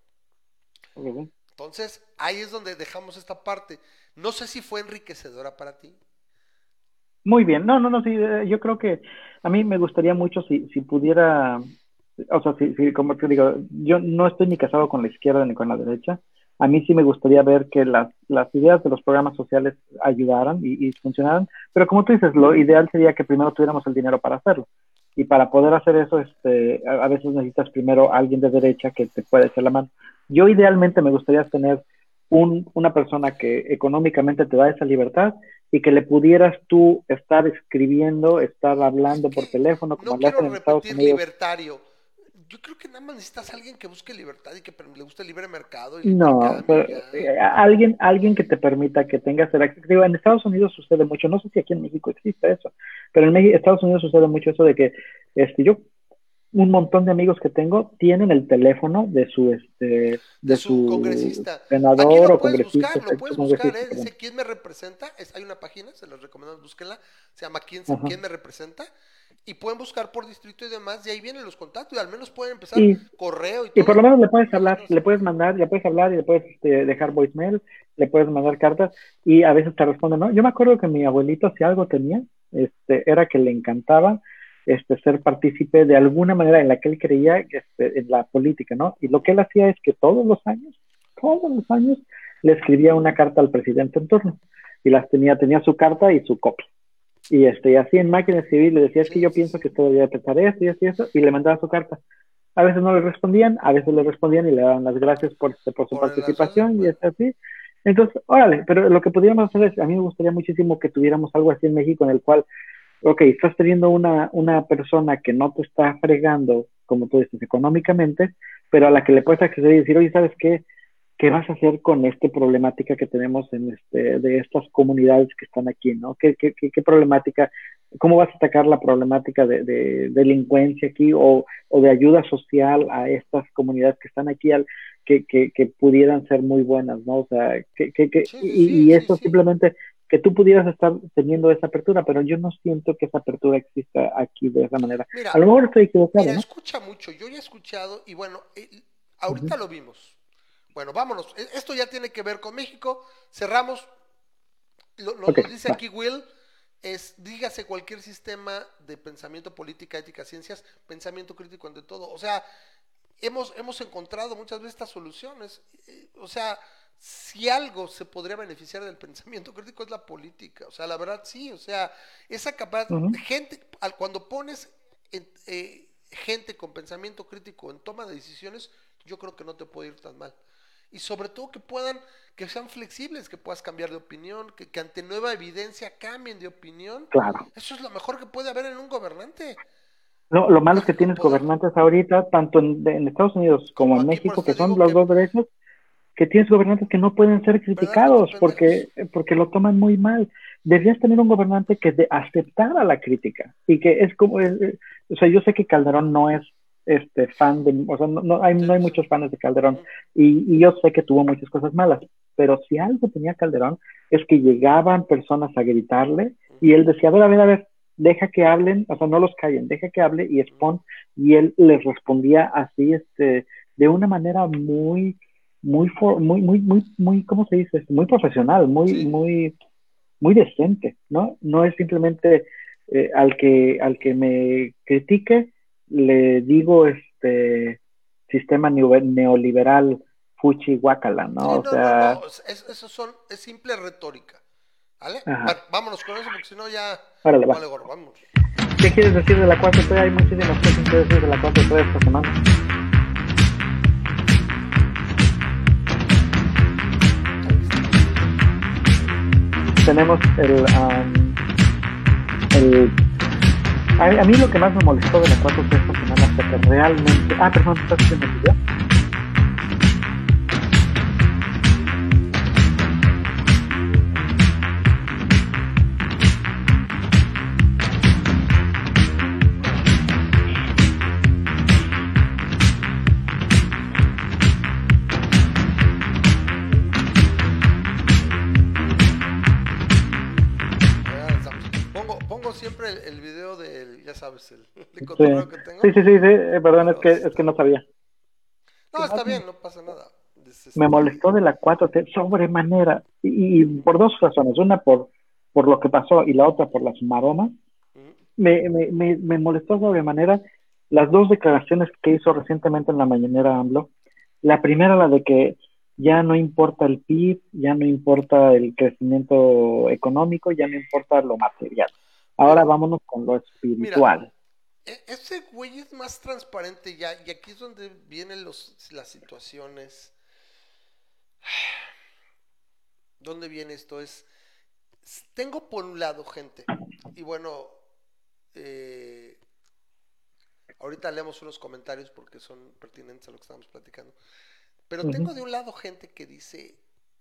Ujú. Entonces, ahí es donde dejamos esta parte. No sé si fue enriquecedora para ti. Muy bien, no, sí, yo creo que a mí me gustaría mucho si pudiera, o sea, como te digo, yo no estoy ni casado con la izquierda ni con la derecha. A mí sí me gustaría ver que las ideas de los programas sociales ayudaran y funcionaran, pero como tú dices, lo ideal sería que primero tuviéramos el dinero para hacerlo. Y para poder hacer eso, a veces necesitas primero a alguien de derecha que te pueda echar la mano. Yo idealmente me gustaría tener una persona que económicamente te da esa libertad y que le pudieras tú estar escribiendo, estar Es hablando por que teléfono, como no le quiero hacen en Estados repetir Unidos. libertario. Yo creo que nada más necesitas a alguien que busque libertad y que le guste el libre mercado y le No, intercambie y pero, ya. alguien que te permita que tengas el acceso. Digo, en Estados Unidos sucede mucho, no sé si aquí en México existe eso, pero en Estados Unidos sucede mucho eso de que yo un montón de amigos que tengo tienen el teléfono De de su su congresista. Aquí senador o congresista, lo puedes su buscar, congresista, perdón. dice ¿quién me representa? Hay una página, se los recomendamos, búsquenla, se llama Ajá. ¿Quién me representa? Y pueden buscar por distrito y demás, y ahí vienen los contactos, y al menos pueden empezar Y correo y Y por lo todo, menos le puedes hablar, mandándose. le puedes mandar, le puedes hablar y le puedes dejar voicemail, le puedes mandar cartas y a veces te responden, ¿no? Yo me acuerdo que mi abuelito si algo tenía, era que le encantaba. ser partícipe de alguna manera en la que él creía en la política, ¿no? Y lo que él hacía es que todos los años, le escribía una carta al presidente en turno y tenía su carta y su copia. Y así en máquina de escribir le decía, es que Sí, yo sí, pienso sí. que usted debería pensar esto y esto y eso, y le mandaba su carta. A veces no le respondían, a veces le respondían y le daban las gracias por su Por las cosas, participación y bueno. es así. Entonces, órale, pero lo que podríamos hacer es, a mí me gustaría muchísimo que tuviéramos algo así en México en el cual, ok, estás teniendo una persona que no te está fregando, como tú dices, económicamente, pero a la que le puedes acceder y decir, oye, ¿sabes qué? ¿Qué vas a hacer con esta problemática que tenemos de estas comunidades que están aquí, ¿no? ¿Qué problemática, cómo vas a atacar la problemática de delincuencia aquí o de ayuda social a estas comunidades que están aquí, que pudieran ser muy buenas, ¿no? O sea, Sí, sí, sí, y sí, eso sí. simplemente que tú pudieras estar teniendo esa apertura, pero yo no siento que esa apertura exista aquí de esa manera. A Mira, lo mejor estoy equivocado, mira, ¿no? escucha mucho. Yo ya he escuchado y bueno, Uh -huh. ahorita lo vimos. Bueno, vámonos. Esto ya tiene que ver con México. Cerramos. Ok, Lo dice va. aquí Will. Dígase cualquier sistema de pensamiento, política, ética, ciencias, pensamiento crítico ante todo. O sea, hemos encontrado muchas veces estas soluciones. O sea, si algo se podría beneficiar del pensamiento crítico es la política. O sea, la verdad sí. O sea, esa capaz, Uh -huh. gente, cuando pones gente con pensamiento crítico en toma de decisiones, yo creo que no te puede ir tan mal. Y sobre todo que sean flexibles, que puedas cambiar de opinión, que ante nueva evidencia cambien de opinión. Claro. Eso es lo mejor que puede haber en un gobernante, Lo malo es que con tienes poder, gobernantes ahorita, tanto en Estados Unidos como como en aquí, por México, eso que te son digo los que, dos derechos, que tienes gobernantes que no pueden ser ¿verdad que estos criticados pendejos? porque lo toman muy mal. Deberías tener un gobernante que aceptara la crítica y que es como, o sea, yo sé que Calderón no es fan de, o sea, Sí, no hay sí. muchos fans de Calderón Uh-huh. y yo sé que tuvo muchas cosas malas, pero si algo tenía Calderón es que llegaban personas a gritarle y Uh-huh. él decía, a ver, deja que hablen, o sea, no los callen, deja que hable y Uh-huh. expon, y él les respondía así, de una manera muy, ¿cómo se dice? Muy profesional, Sí. muy decente, ¿no? No es simplemente al que me critique, le digo sistema neoliberal fuchi guacala, Sí, ¿no? O no, no, no. sea, Es simple retórica. ¿Vale? ajá, Bueno, vámonos con eso porque si no ya órale, no va. vale gorro. Vámonos. ¿Qué quieres decir de la 4T? Hay muchísimas cosas que decir de la 4T esta semana. Aquí está. Tenemos el a mí lo que más me molestó de la 4T esta semana fue que realmente... Ah, perdón, ¿estás haciendo el video? Ya estamos. Pongo siempre el video del, ya sabes, el Sí, cotorreo que tengo, sí, perdón, pero es que no sabía. no, está bien, no pasa nada. Me molestó de la 4T sobremanera, y Ujú, por dos razones, una por lo que pasó y la otra por las maromas. ujú, Me molestó sobremanera las dos declaraciones que hizo recientemente en la mañanera AMLO. La primera, la de que ya no importa el PIB, ya no importa el crecimiento económico, ya no importa lo material. Ahora Pero, vámonos con lo mira, espiritual. ese güey es más transparente ya, y aquí es donde vienen las situaciones. ¿Dónde viene esto? Tengo por un lado gente, y bueno, eh, ahorita leemos unos comentarios porque son pertinentes a lo que estamos platicando. Pero Uh -huh. tengo de un lado gente que dice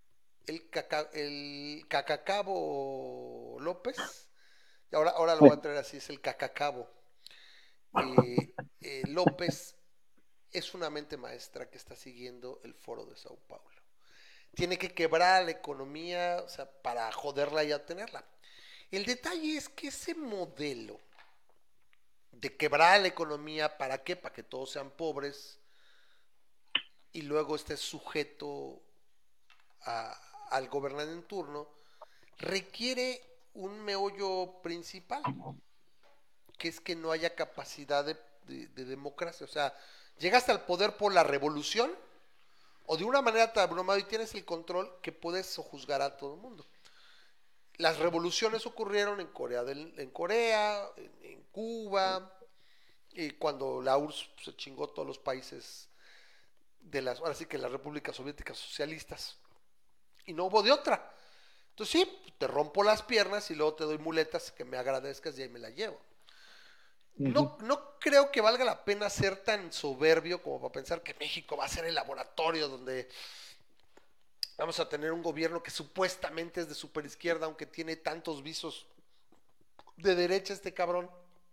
el Cacacabo López, y ahora lo voy a traer así, es el Cacacabo. López es una mente maestra que está siguiendo el foro de Sao Paulo. Tiene que quebrar la economía, o sea, para joderla y a tenerla. El detalle es que ese modelo de quebrar la economía, ¿para qué? Para que todos sean pobres y luego esté sujeto a, al gobernante en turno, requiere un meollo principal. que es que no haya capacidad de democracia. O sea, llegaste al poder por la revolución o de una manera tan abrumada y tienes el control que puedes sojuzgar a todo el mundo. Las revoluciones ocurrieron en Corea, en Cuba, y cuando la URSS se chingó todos los países ahora sí que las repúblicas soviéticas socialistas, y no hubo de otra. Entonces sí, te rompo las piernas y luego te doy muletas que me agradezcas y ahí me la llevo. Ujú. No creo que valga la pena ser tan soberbio como para pensar que México va a ser el laboratorio donde vamos a tener un gobierno que supuestamente es de superizquierda, aunque tiene tantos visos de derecha este cabrón.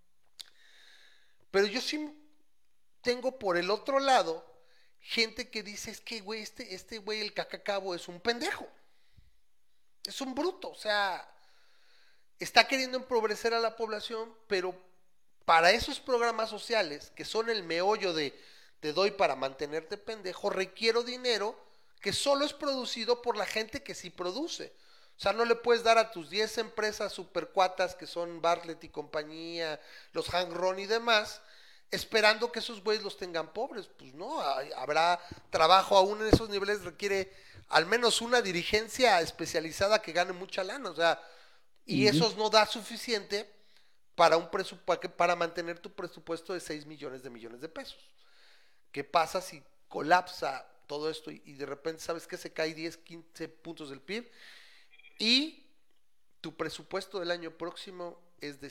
Pero yo sí tengo por el otro lado gente que dice, es que güey, este güey, el cacacabo, es un pendejo. Es un bruto, o sea, está queriendo empobrecer a la población, pero para esos programas sociales, que son el meollo de te doy para mantenerte pendejo, requiero dinero que solo es producido por la gente que sí produce. O sea, no le puedes dar a tus 10 empresas supercuatas que son Bartlett y compañía, los Hank Ron y demás, esperando que esos güeyes los tengan pobres. Pues no, habrá trabajo aún en esos niveles, requiere al menos una dirigencia especializada que gane mucha lana. O sea, y Ujú. eso no da suficiente para para mantener tu presupuesto de 6 millones de pesos. ¿Qué pasa si colapsa todo esto y de repente sabes que se cae 10, 15 puntos del PIB y tu presupuesto del año próximo es de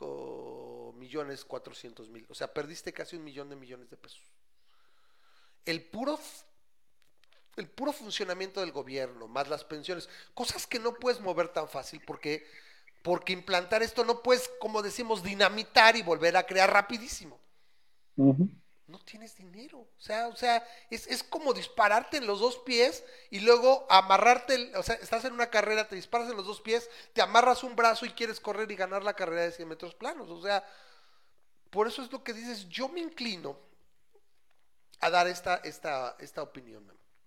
5.400.000? O sea, perdiste casi 1 millón de pesos. El puro el puro funcionamiento del gobierno, más las pensiones, cosas que no puedes mover tan fácil porque implantar esto no puedes, como decimos, dinamitar y volver a crear rapidísimo. Ujú. No tienes dinero. O sea, es como dispararte en los dos pies y luego amarrarte, o sea, estás en una carrera, te disparas en los dos pies, te amarras un brazo y quieres correr y ganar la carrera de 100 metros planos. O sea, por eso es lo que dices, yo me inclino a dar esta opinión.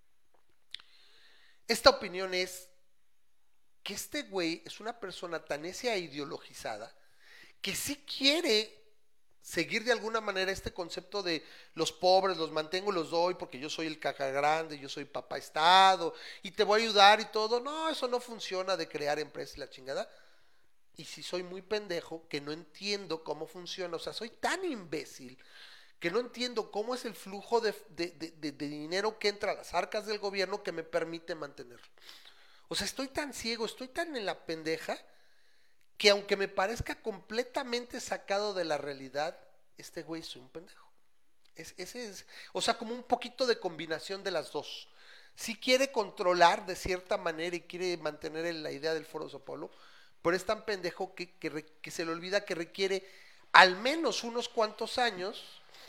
Esta opinión es que este güey es una persona tan necia e ideologizada que sí quiere seguir de alguna manera este concepto de los pobres los mantengo y los doy porque yo soy el caja grande, yo soy papá Estado y te voy a ayudar y todo. No, eso no funciona de crear empresas y la chingada. Y si soy muy pendejo que no entiendo cómo funciona, o sea, soy tan imbécil que no entiendo cómo es el flujo de dinero que entra a las arcas del gobierno que me permite mantenerlo. O sea, estoy tan ciego, estoy tan en la pendeja que aunque me parezca completamente sacado de la realidad, este güey es un pendejo. Ese es, o sea, como un poquito de combinación de las dos. Sí quiere controlar de cierta manera y quiere mantener la idea del Foro de Sao Paulo, pero es tan pendejo que se le olvida que requiere al menos unos cuantos años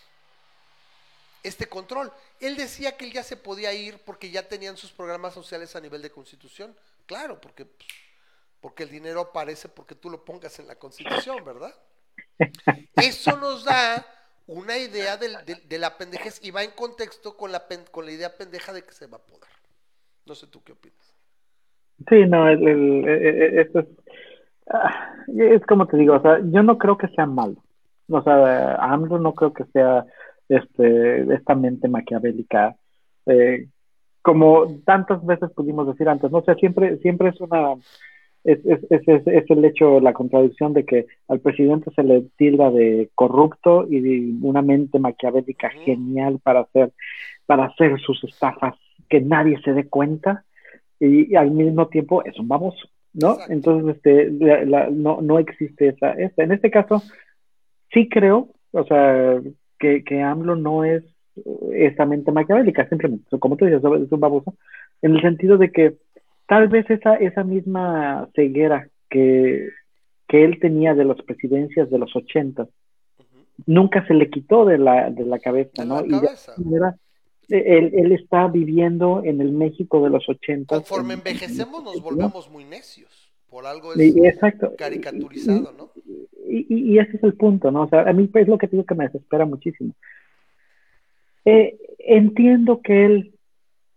este control. Él decía que él ya se podía ir porque ya tenían sus programas sociales a nivel de constitución. Claro, porque el dinero aparece porque tú lo pongas en la constitución, ¿verdad? Eso nos da una idea de la pendejez y va en contexto con la idea pendeja de que se va a poder. No sé tú qué opinas. Sí, no, esto es como te digo, o sea, yo no creo que sea malo. O sea, AMLO no creo que sea esta mente maquiavélica, eh, como tantas veces pudimos decir antes, ¿no? O sea, siempre es es el hecho, la contradicción de que al presidente se le tilda de corrupto y de una mente maquiavélica Ujú. genial para hacer sus estafas que nadie se dé cuenta y al mismo tiempo es un baboso, ¿no? Exacto. Entonces, no existe esa. En este caso, sí creo, o sea, que AMLO no es esa mente maquiavélica, simplemente, como tú dices, es un baboso, en el sentido de que tal vez esa misma ceguera que él tenía de las presidencias de los 80 Ujú. nunca se le quitó de la cabeza, De ¿no? la Y de cabeza. alguna manera, él está viviendo en el México de los 80 Conforme en envejecemos este nos sentido. volvemos muy necios. Por algo es Exacto. caricaturizado, ¿no? Y ese es el punto, ¿no? O sea, a mí es lo que digo que me desespera muchísimo. Entiendo que él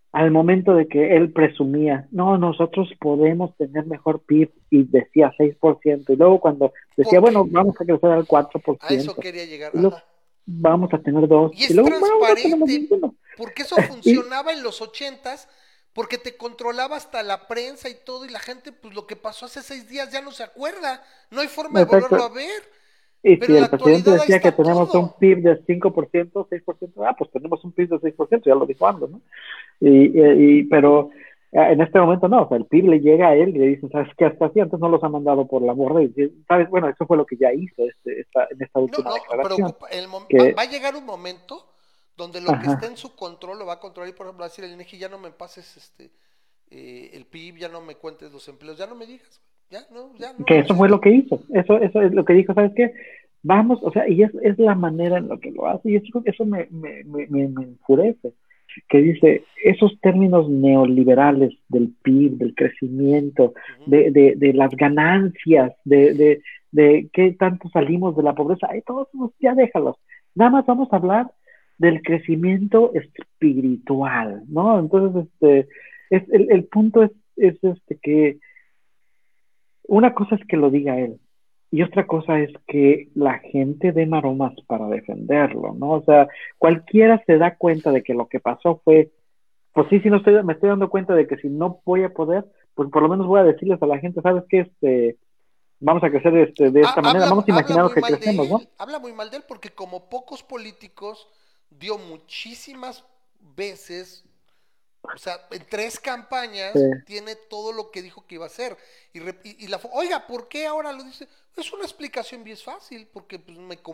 al momento de que él presumía, no, nosotros podemos tener mejor PIB y decía 6%, y luego cuando decía, ¿Por bueno, qué? vamos a crecer al A eso 4%, quería llegar, y luego ajá. vamos a tener 2, Y y es luego, bueno, no tenemos transparente, ninguno. porque eso Y, funcionaba en los ochentas, porque te controlaba hasta la prensa y todo, y la gente, pues lo que pasó hace 6 días ya no se acuerda, no hay forma de volverlo exacto, a ver, y pero si en la el presidente actualidad ahí decía que está tenemos un todo. PIB de 5%, 6%, pues tenemos un PIB de 6%, ya lo dijo AMLO, ¿no? Pero en este momento no, o sea, el PIB le llega a él y le dicen, ¿sabes qué? Hasta así antes no los ha mandado por la borda, y ¿sabes? Bueno, eso fue lo que ya hizo en esta No, última no, declaración, preocupa, que, va a llegar un momento donde lo que está ajá, en su control lo va a controlar y por ejemplo va a decir el INEGI, ya no me pases el PIB, ya no me cuentes los empleos, ya no me digas, ya no lo que eso fue lo necesito. que hizo, eso es lo que dijo, ¿sabes qué? Vamos, o sea, y es la manera en la que lo hace, y eso me enfurece, que dice, esos términos neoliberales del PIB, del crecimiento, Ujú. de las ganancias, de qué tanto salimos de la pobreza, ay, todos esos ya déjalos. Nada más vamos a hablar del crecimiento espiritual, ¿no? Entonces, el punto es que una cosa es que lo diga él y otra cosa es que la gente dé maromas para defenderlo, ¿no? O sea, cualquiera se da cuenta de que lo que pasó fue, pues sí, sí, no estoy, me estoy dando cuenta de que si no voy a poder, pues por lo menos voy a decirles a la gente, ¿sabes qué? Vamos a crecer de esta manera, vamos a Habla imaginar muy que mal crecemos, de ¿no? él, habla muy mal de él porque como pocos políticos dio muchísimas veces, o sea, en 3 campañas Sí. tiene todo lo que dijo que iba a hacer. Oiga, ¿por qué ahora lo dice? Es una explicación bien fácil, porque pues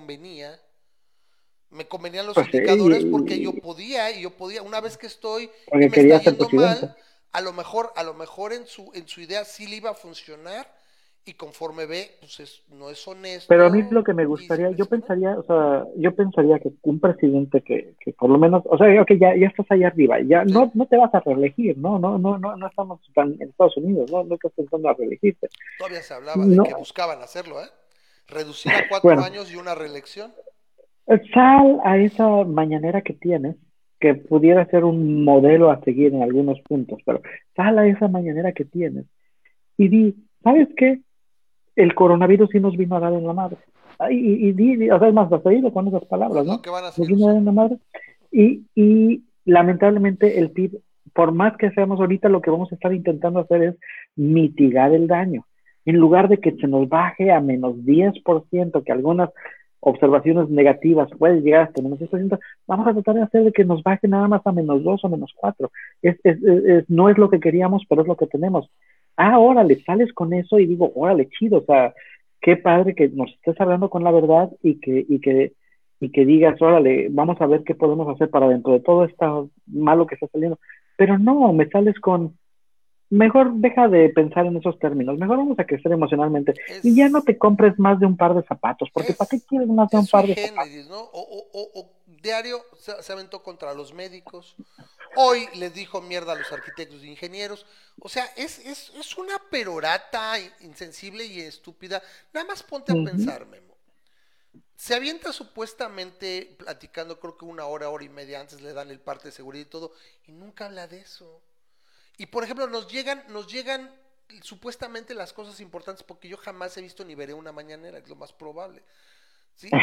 me convenían los Pues sí, indicadores porque y yo podía, una vez que estoy y porque me está quería ser yendo presidente. mal, a lo mejor en su idea sí le iba a funcionar y conforme ve, pues no es Pero a mí honesto lo que me y se gustaría, yo presiona. pensaría, o sea, yo pensaría que un presidente que por lo menos, o sea, ok, ya estás ahí arriba, ya Sí, no te vas a reelegir, no estamos en Estados Unidos, no estás pensando a reelegirte. todavía se hablaba de que No, buscaban hacerlo, ¿eh? Reducir a 4 años y una reelección. sal a esa mañanera que tienes, que pudiera ser un modelo a seguir en algunos puntos, pero sal a esa mañanera que tienes y di, ¿sabes qué? El coronavirus sí nos vino a dar en la madre. O sea, es más, hasta ahí con esas palabras, Lo ¿no? que van a Nos seguir vino a dar en usando. la madre. Y lamentablemente el PIB, por más que seamos ahorita, lo que vamos a estar intentando hacer es mitigar el daño. En lugar de que se nos baje a -10%, que algunas observaciones negativas pueden llegar hasta -10%, vamos a tratar de hacer de que nos baje nada más a -2 o -4. No es lo que queríamos, pero es lo que tenemos. Órale, sales con eso y digo, órale, chido, o sea, qué padre que nos estés hablando con la verdad y que digas, órale, vamos a ver qué podemos hacer para dentro de todo esto malo que está saliendo. Pero no, me sales con, mejor deja de pensar en esos términos, mejor vamos a crecer emocionalmente y ya no Es, te compres más de un par de zapatos, porque ¿para qué es, quieres más de es un sui par de zapatos? generis, ¿no? O diario se aventó contra los médicos. Hoy les dijo mierda a los arquitectos e ingenieros. O sea, es una perorata insensible y estúpida. Nada más ponte a Ujú. pensar, Memo. Se avienta supuestamente platicando, creo que una hora, hora y media antes le dan el parte de seguridad y todo, y nunca habla de eso. Y por ejemplo, nos llegan supuestamente las cosas importantes, porque yo jamás he visto ni veré una mañanera, es lo más probable. ¿Sí?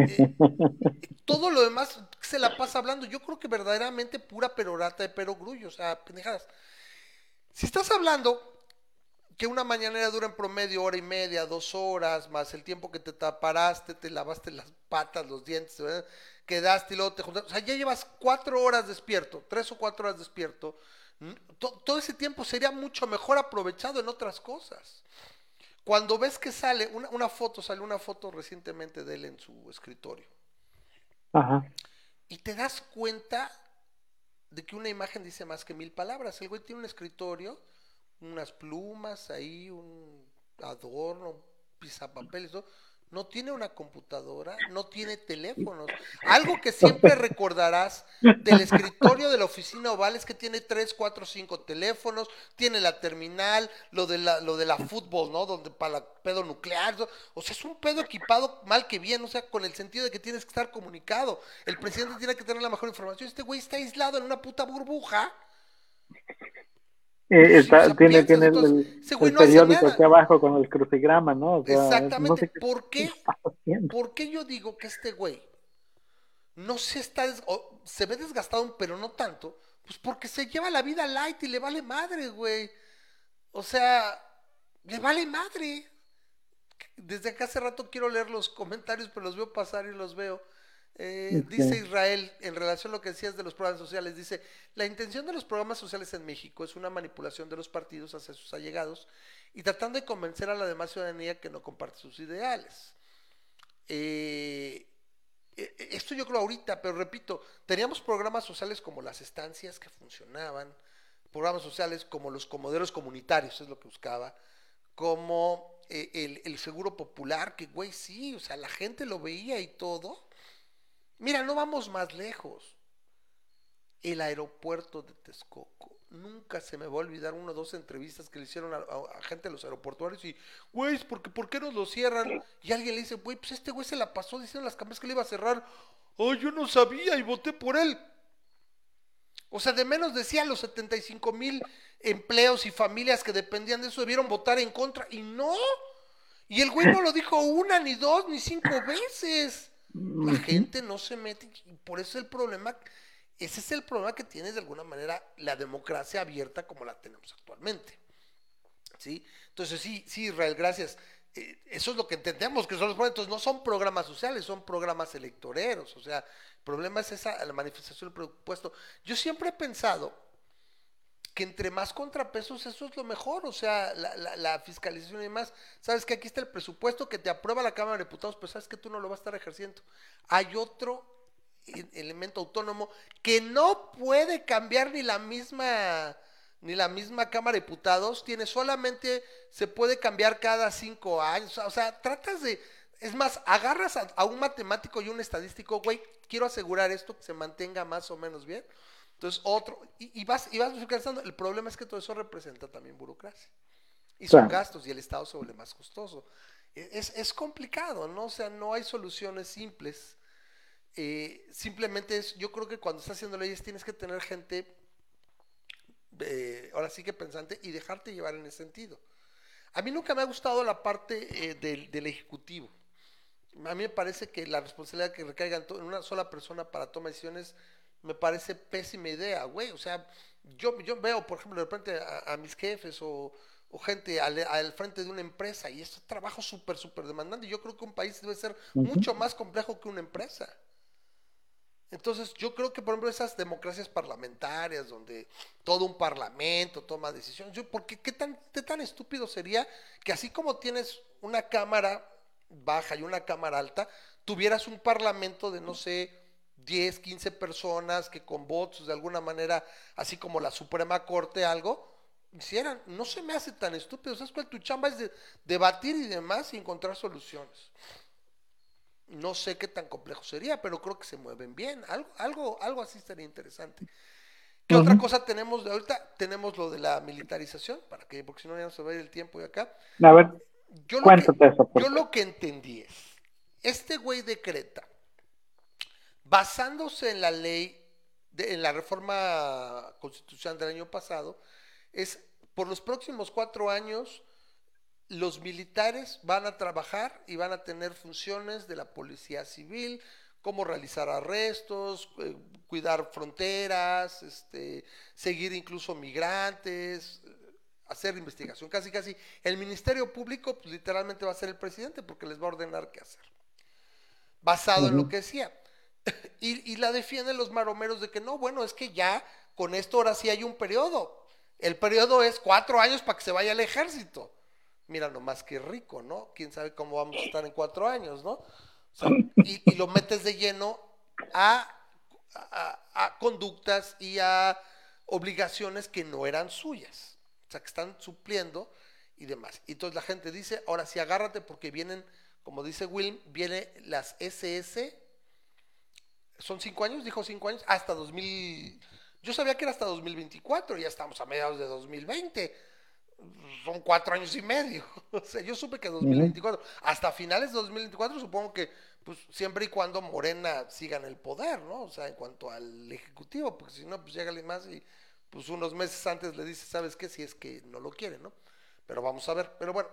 Todo lo demás se la pasa hablando. Yo creo que verdaderamente pura perorata de perogrullo, o sea, pendejadas. Si estás hablando que una mañanera dura en promedio hora y media, 2 horas, más el tiempo que te taparaste, te lavaste las patas, los dientes, ¿verdad? Quedaste y luego te juntaste. O sea, ya llevas 4 horas despierto, 3 o 4 horas despierto. Todo ese tiempo sería mucho mejor aprovechado en otras cosas. Cuando ves que sale salió una foto recientemente de él en su escritorio. Ajá. Y te das cuenta de que una imagen dice más que 1000 palabras. El güey tiene un escritorio, unas plumas ahí, un adorno, pisapapeles, ¿no? No tiene una computadora, no tiene teléfonos. Algo que siempre recordarás del escritorio de la oficina oval es que tiene 3, 4, 5 teléfonos, tiene la terminal, lo de la fútbol, ¿no? Donde para la pedo nuclear, ¿no? O sea, es un pedo equipado mal que bien, o sea, con el sentido de que tienes que estar comunicado. El presidente tiene que tener la mejor información. Este güey está aislado en una puta burbuja Pues sí, o Está, sea, piensas, tiene entonces, ese güey el no hace periódico aquí nada. abajo con el crucigrama, ¿no? O sea, no Exactamente. sé qué está haciendo. ¿Por qué yo digo que este güey no se está, se ve desgastado, pero no tanto? Pues porque se lleva la vida light y le vale madre, güey. O sea, le vale madre. Desde acá hace rato quiero leer los comentarios, pero los veo pasar y los veo. Dice Este, Israel, en relación a lo que decías de los programas sociales, dice, la intención de los programas sociales en México es una manipulación de los partidos hacia sus allegados y tratando de convencer a la demás ciudadanía que no comparte sus ideales. Eh, Esto yo creo ahorita, pero repito, teníamos programas sociales como las estancias que funcionaban, programas sociales como los comoderos comunitarios, es lo que buscaba, como el seguro popular, que güey, sí, o sea, la gente lo veía y todo. Mira, no vamos más lejos. El aeropuerto de Texcoco. Nunca se me va a olvidar una o dos entrevistas que le hicieron a gente de los aeroportuarios y, güey, ¿por qué nos lo cierran? Y alguien le dice, güey, pues este güey se la pasó diciendo las campañas que le iba a cerrar. Ay, yo no sabía y voté por él. O sea, de menos decía los 75,000 empleos y familias que dependían de eso debieron votar en contra. Y no. Y el güey no lo dijo una, ni dos, ni cinco veces. La ujú, gente no se mete. Y por eso el problema, ese es el problema que tiene de alguna manera la democracia abierta como la tenemos actualmente. ¿Sí? Entonces, sí, sí, Israel, gracias. Eso es lo que entendemos que son los problemas. Entonces, no son programas sociales, son programas electoreros. O sea, el problema es esa, la manifestación del presupuesto. Yo siempre he pensado que entre más contrapesos eso es lo mejor, o sea, la fiscalización y demás. Sabes que aquí está el presupuesto que te aprueba la Cámara de Diputados, pero sabes que tú no lo vas a estar ejerciendo. Hay otro elemento autónomo que no puede cambiar ni la misma Cámara de Diputados, tiene solamente, se puede cambiar cada 5 años, o sea, tratas de, es más, agarras a un matemático y un estadístico, güey, quiero asegurar esto, que se mantenga más o menos bien. Entonces, otro, y vas fiscalizando. El problema es que todo eso representa también burocracia. Y son claro. gastos, y el Estado se vuelve más costoso. Es complicado, ¿no? O sea, no hay soluciones simples. Simplemente yo creo que cuando estás haciendo leyes tienes que tener gente, ahora sí que pensante, y dejarte llevar en ese sentido. A mí nunca me ha gustado la parte del Ejecutivo. A mí me parece que la responsabilidad que recaiga en una sola persona para tomar decisiones me parece pésima idea, güey. O sea, yo veo, por ejemplo, de repente a mis jefes o gente al frente de una empresa y es un trabajo súper, súper demandante. Yo creo que un país debe ser Ujú. mucho más complejo que una empresa. Entonces, yo creo que, por ejemplo, esas democracias parlamentarias donde todo un parlamento toma decisiones, porque qué tan estúpido sería que así como tienes una cámara baja y una cámara alta, tuvieras un parlamento de, no sé, 10, 15 personas que con votos de alguna manera, así como la Suprema Corte, algo, hicieran. No se me hace tan estúpido. ¿Sabes cuál? Tu chamba es debatir y demás y encontrar soluciones. No sé qué tan complejo sería, pero creo que se mueven bien. Algo así estaría interesante. ¿Qué otra Ujú. cosa tenemos de ahorita? Tenemos lo de la militarización, porque si no ya no se va a ir el tiempo de acá. A ver, Yo lo que, cuéntate eso, yo porque. lo que entendí es, este güey decreta, basándose en la ley, en la reforma constitucional del año pasado, es por los próximos 4 años los militares van a trabajar y van a tener funciones de la policía civil, como realizar arrestos, cuidar fronteras, seguir incluso migrantes, hacer investigación. Casi, casi. El Ministerio Público, pues, literalmente va a ser el presidente porque les va a ordenar qué hacer, basado en lo Ujú. que decía. Y la defienden los maromeros de que no, bueno, es que ya con esto ahora sí hay un periodo. El periodo es 4 años para que se vaya al ejército. Mira nomás que rico, ¿no? Quién sabe cómo vamos a estar en 4 años, ¿no? O sea, y lo metes de lleno a, a conductas y a obligaciones que no eran suyas. O sea, que están supliendo y demás. Y entonces la gente dice, ahora sí agárrate porque vienen, como dice Will, vienen las SS. ¿Son 5 años? Dijo 5 años. Hasta 2000. Yo sabía que era hasta 2024. Ya estamos a mediados de 2020. Son 4 años y medio. O sea, yo supe que Ujú. 2024. Hasta finales de 2024 supongo que, pues, siempre y cuando Morena siga en el poder, ¿no? O sea, en cuanto al Ejecutivo, porque si no, pues llega alguien más y pues unos meses antes le dice, ¿sabes qué? Si es que no lo quiere, ¿no? Pero vamos a ver. Pero bueno,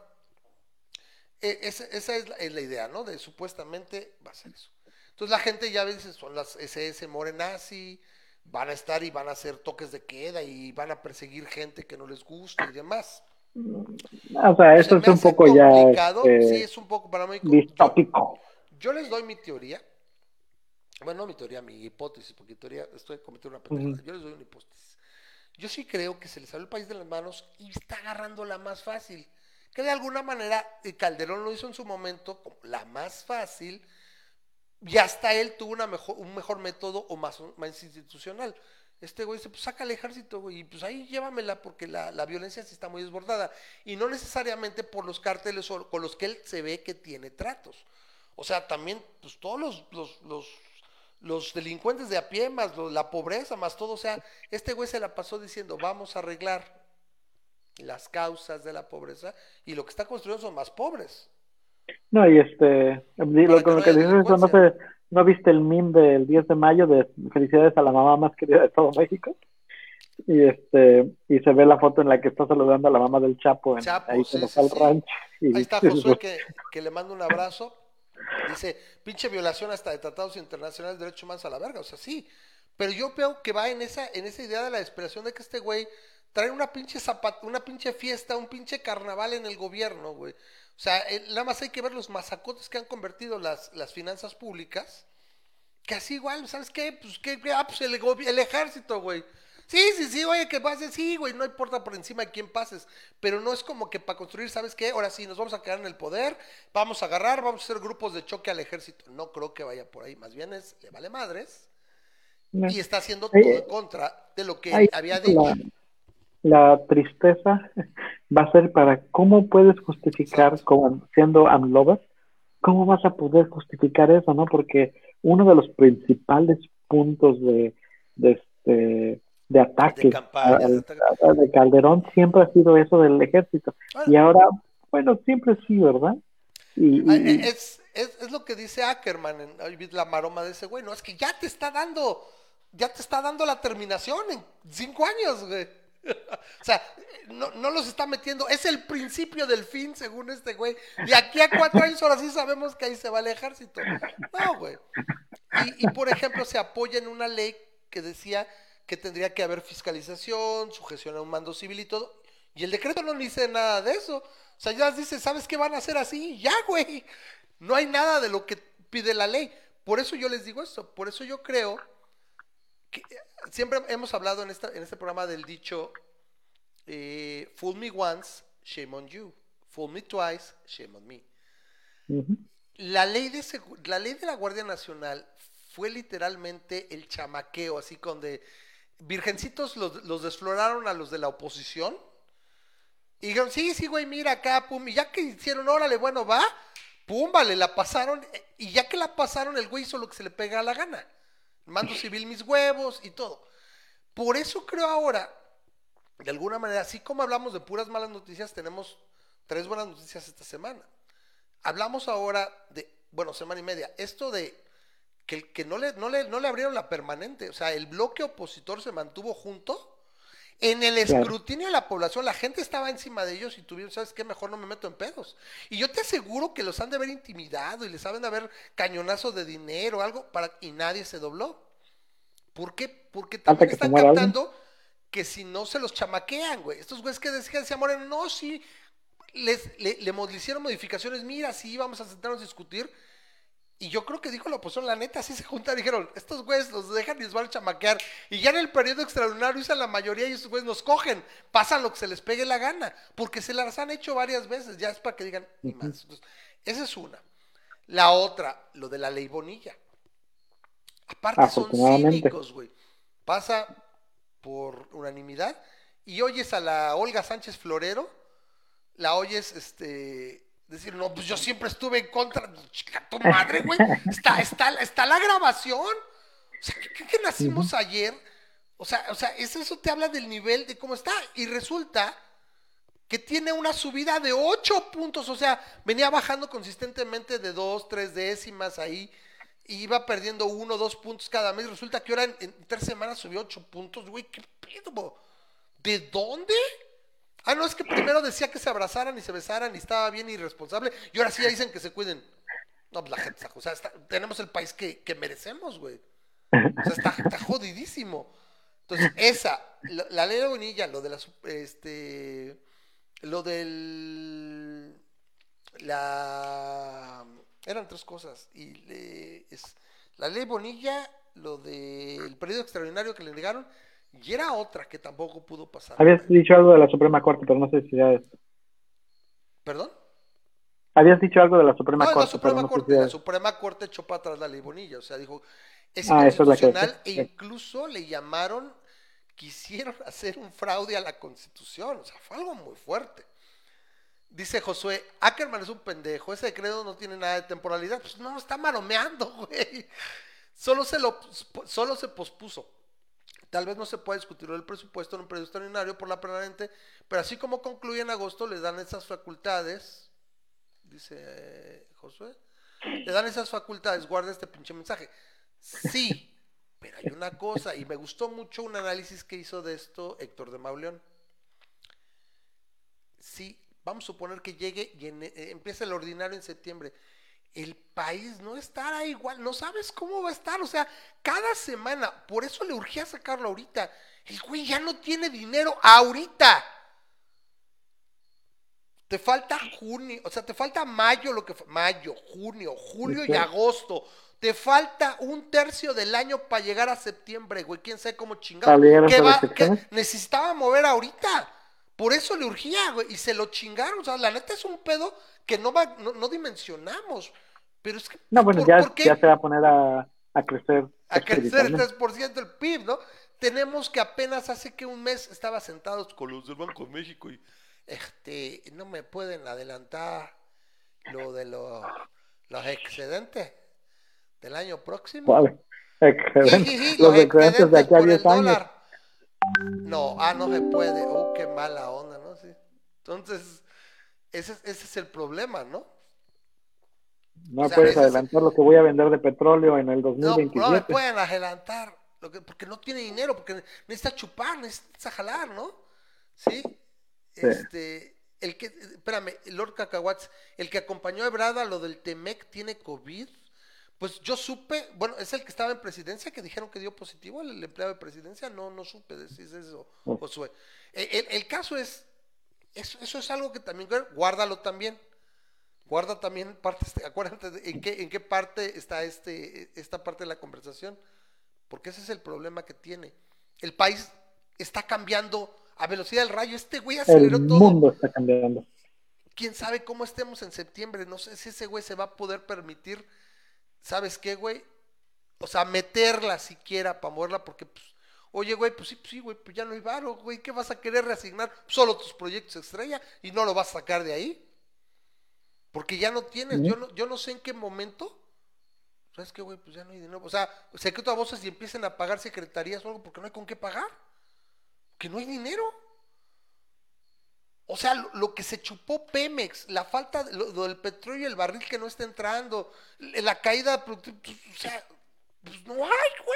esa es la idea, ¿no? De supuestamente va a ser eso. Entonces la gente ya dice, son las SS Morenazi, van a estar y van a hacer toques de queda y van a perseguir gente que no les gusta y demás. O sea, Se eso es me un hace poco ya complicado, sí es un poco paranoico. distópico. Yo les doy mi teoría, bueno, no mi teoría, mi hipótesis, porque teoría estoy cometiendo una pendejada. Ujú. Yo les doy una hipótesis. Yo sí creo que se les salió el país de las manos y está agarrando la más fácil. Que de alguna manera Calderón lo hizo en su momento como la más fácil y hasta él tuvo un mejor método o más institucional. Este güey dice, pues saca el ejército, güey, y pues ahí llévamela porque la violencia sí está muy desbordada. Y no necesariamente por los cárteles con los que él se ve que tiene tratos. O sea, también, pues todos los delincuentes de a pie, más la pobreza, más todo. O sea, este güey se la pasó diciendo, vamos a arreglar las causas de la pobreza y lo que está construyendo son más pobres No, y para que con no lo que haya dices eso, delincuencia. ¿no viste el meme del 10 de mayo de felicidades a la mamá más querida de todo México? Y se ve la foto en la que está saludando a la mamá del Chapo Chapo, ahí sí, cuando sí, fue al sí. rancho. Y Ahí está dices, Josué que le manda un abrazo. Dice, pinche violación hasta de tratados internacionales de derechos humanos a la verga. O sea, sí. Pero yo veo que va en esa idea de la desesperación de que este güey trae una pinche fiesta, un pinche carnaval en el gobierno, güey. O sea, nada más hay que ver los masacotes que han convertido las finanzas públicas. Que así igual, ¿sabes qué? Pues pues el ejército, güey. Sí, sí, sí, oye, que pases, sí, güey, no importa por encima de quién pases, pero no es como que para construir, ¿sabes qué? Ahora sí, nos vamos a quedar en el poder, vamos a agarrar, vamos a hacer grupos de choque al ejército. No creo que vaya por ahí, más bien le vale madres no. y está haciendo todo Ahí, en contra de lo que ahí él había la, dicho. la tristeza va a ser para cómo puedes justificar, Exacto. como siendo AMLOVER, cómo vas a poder justificar eso, ¿no? Porque uno de los principales puntos de De ataque campaña, de Calderón siempre ha sido eso del ejército. bueno, Y ahora, bueno, siempre sí, ¿verdad? Y es lo que dice Ackerman en la maroma de ese güey, no, es que ya te está dando la terminación en 5 años, güey. O sea, no los está metiendo, es el principio del fin, según este güey. De aquí a 4 años, ahora sí sabemos que ahí se va el ejército. No, güey. Y por ejemplo, se apoya en una ley que decía que tendría que haber fiscalización, sujeción a un mando civil y todo. Y el decreto no dice nada de eso. O sea, ya dice, ¿sabes qué van a hacer así? Ya, güey. No hay nada de lo que pide la ley. Por eso yo les digo esto. Por eso yo creo que siempre hemos hablado en este programa del dicho, fool me once, shame on you. Fool me twice, shame on me. ujú, La ley de la Guardia Nacional fue literalmente el chamaqueo, así con de virgencitos los desfloraron a los de la oposición y dijeron, sí, sí, güey, mira acá, pum, y ya que hicieron, órale, bueno, va, pum, vale, la pasaron, y ya que la pasaron, el güey hizo lo que se le pega a la gana. Mando civil mis huevos y todo. Por eso creo ahora, de alguna manera, así como hablamos de puras malas noticias, tenemos 3 buenas noticias esta semana. Hablamos ahora bueno, semana y media, esto de que no le abrieron la permanente, o sea, el bloque opositor se mantuvo junto. En el claro. escrutinio de la población, la gente estaba encima de ellos y tuvieron, ¿sabes qué? Mejor no me meto en pedos. Y yo te aseguro que los han de haber intimidado y les han de haber cañonazos de dinero, algo, y nadie se dobló. ¿Por qué? Porque Falta también que se están muera alguien. captando que si no se los chamaquean, güey. Estos güeyes que decían Moreno, no, sí, le hicieron modificaciones, mira, sí, vamos a sentarnos a discutir. Y yo creo que dijo la oposición, la neta, así se juntaron, dijeron, estos güeyes los dejan y les van a chamaquear. Y ya en el periodo extraordinario usan la mayoría y estos güeyes nos cogen, pasan lo que se les pegue la gana, porque se las han hecho varias veces, ya es para que digan, ni Ujú. más. Entonces, esa es una. La otra, lo de la ley Bonilla. Aparte son Afortunadamente. cínicos, güey. Pasa por unanimidad y oyes a la Olga Sánchez Florero, la oyes decir, no, pues yo siempre estuve en contra, chica, tu madre, güey, está la grabación. O sea, ¿qué Ujú. nacimos ayer? O sea, eso te habla del nivel de cómo está. Y resulta que tiene una subida de 8 puntos, o sea, venía bajando consistentemente de 2, 3 décimas ahí. iba perdiendo 1 o 2 puntos cada mes. Resulta que ahora en 3 semanas subió 8 puntos. Güey, ¿qué pedo? ¿De dónde? Ah, no, es que primero decía que se abrazaran y se besaran y estaba bien irresponsable. Y ahora sí ya dicen que se cuiden. No, pues la gente está, o sea, tenemos el país que merecemos, güey. O sea, está jodidísimo. Entonces, la ley de Bonilla, lo de las, lo del, la, eran tres cosas. La ley Bonilla, lo del periodo extraordinario que le negaron, y era otra que tampoco pudo pasar por Habías ahí. dicho algo de la Suprema Corte, pero no sé si ya es. ¿Perdón? Habías dicho algo de la Suprema No, es Corte, pero no sé si La ya es. Suprema Corte echó para atrás la ley Bonilla, o sea, dijo, es Ah, esa es la que decía. inconstitucional e incluso le llamaron, quisieron hacer un fraude a la Constitución, o sea, fue algo muy fuerte. Dice Josué, Ackerman es un pendejo, ese decreto no tiene nada de temporalidad, pues no, está maromeando, güey. Solo se, lo, solo se pospuso. Tal vez no se pueda discutir el presupuesto en un periodo extraordinario por la permanente, pero así como concluye en agosto, les dan esas facultades, dice Josué, le dan esas facultades, guarda este pinche mensaje. Sí, pero hay una cosa, y me gustó mucho un análisis que hizo de esto Héctor de Mauleón. Sí, vamos a suponer que llegue y empieza el ordinario en septiembre. El país no estará igual, no sabes cómo va a estar, o sea, cada semana, por eso le urgía sacarlo ahorita. El güey ya no tiene dinero ahorita. Te falta junio, o sea, te falta mayo, mayo, junio, julio y agosto. Te falta un tercio del año para llegar a septiembre, güey. Quién sabe cómo chingados. Para ligar ¿Qué esas va? ¿Qué? restricciones. Necesitaba mover ahorita. Por eso le urgía, güey. Y se lo chingaron. O sea, la neta es un pedo que no dimensionamos. Pero es que, No, pues, bueno, ¿por ya se qué? va a poner a crecer A crecer el exponencialmente. 3% el PIB, ¿no? Tenemos que apenas hace que un mes estaba sentados con los del Banco de México y no me pueden adelantar lo de los excedentes del año próximo. Vale. Excelente. Jijiji, los Los excedentes de excedentes aquí a por 10 el años. dólar. No, no se puede. Oh, qué mala onda, ¿no? Sí. Entonces, ese es el problema, ¿no? O No sea, puedes adelantar lo que voy a vender de petróleo en el no me 2027. pueden adelantar, porque no tiene dinero, porque necesita chupar, necesita jalar, ¿no? ¿Sí? Sí. Espérame, Lord Cacahuatz, el que acompañó a Ebrada a lo del Temec tiene COVID. Pues yo supe, bueno, es el que estaba en presidencia que dijeron que dio positivo, el empleado de presidencia, no supe decir eso, Josué. El caso es, eso es algo que también, guárdalo también. Guarda también parte, acuérdate en qué parte está esta parte de la conversación, porque ese es el problema que tiene. El país está cambiando a velocidad del rayo, este güey El aceleró todo. mundo está cambiando. Quién sabe cómo estemos en septiembre, no sé si ese güey se va a poder permitir, ¿sabes qué, güey? O sea, meterla siquiera para moverla, porque, pues, oye, güey, pues sí, güey, pues ya no hay varo, güey, ¿qué vas a querer reasignar? Solo tus proyectos estrella y no lo vas a sacar de ahí. Porque ya no tienes, ¿Mm? yo no sé en qué momento, ¿sabes qué, güey? Pues ya no hay dinero. O sea, secreto a voces y empiecen a pagar secretarías o algo porque no hay con qué pagar. Que no hay dinero. O sea, lo que se chupó Pemex, la falta lo del petróleo y el barril que no está entrando, la caída, pues, o sea, pues no hay, güey.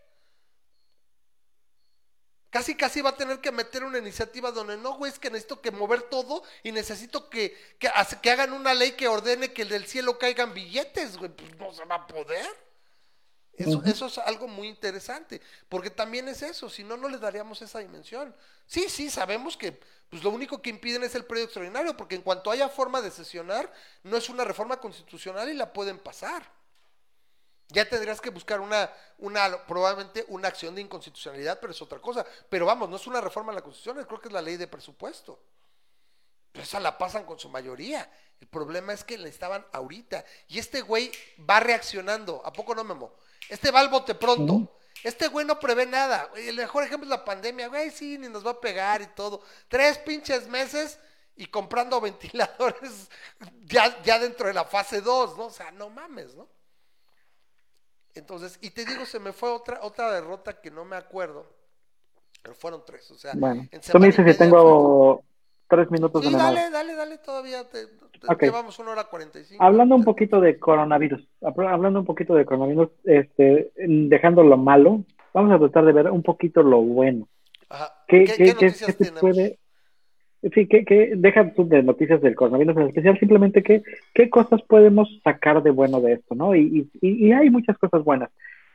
Casi va a tener que meter una iniciativa donde no, güey, es que necesito que mover todo y necesito que hagan una ley que ordene que del cielo caigan billetes, güey. Pues no se va a poder. Ujú. Eso es algo muy interesante, porque también es eso, si no, no les daríamos esa dimensión. Sí, sabemos que pues lo único que impiden es el periodo extraordinario, porque en cuanto haya forma de sesionar, no es una reforma constitucional y la pueden pasar. Ya tendrías que buscar probablemente una acción de inconstitucionalidad, pero es otra cosa. Pero vamos, no es una reforma a la Constitución, creo que es la ley de presupuesto. Pero esa la pasan con su mayoría. El problema es que le estaban ahorita. Y este güey va reaccionando. ¿A poco no, Memo? Este va al bote Ujú. pronto. Este güey no prevé nada. El mejor ejemplo es la pandemia. Güey, sí, ni nos va a pegar y todo. 3 pinches meses y comprando ventiladores ya dentro de la fase 2, ¿no? O sea, no mames, ¿no? Entonces, y te digo, se me fue otra derrota que no me acuerdo, pero fueron tres, o sea, Bueno, en tú me semana y dices si media fue todo. tengo 3 minutos de Sí, memado. dale, todavía Ok. llevamos 1 hora 45. Hablando un poquito de coronavirus, hablando un poquito de coronavirus, dejando lo malo, vamos a tratar de ver un poquito lo bueno. Ajá. ¿Qué, ¿Qué qué, qué, qué noticias se puede, tenemos? sí, deja tú de noticias del coronavirus en especial, simplemente qué cosas podemos sacar de bueno de esto, ¿no? Y hay muchas cosas buenas.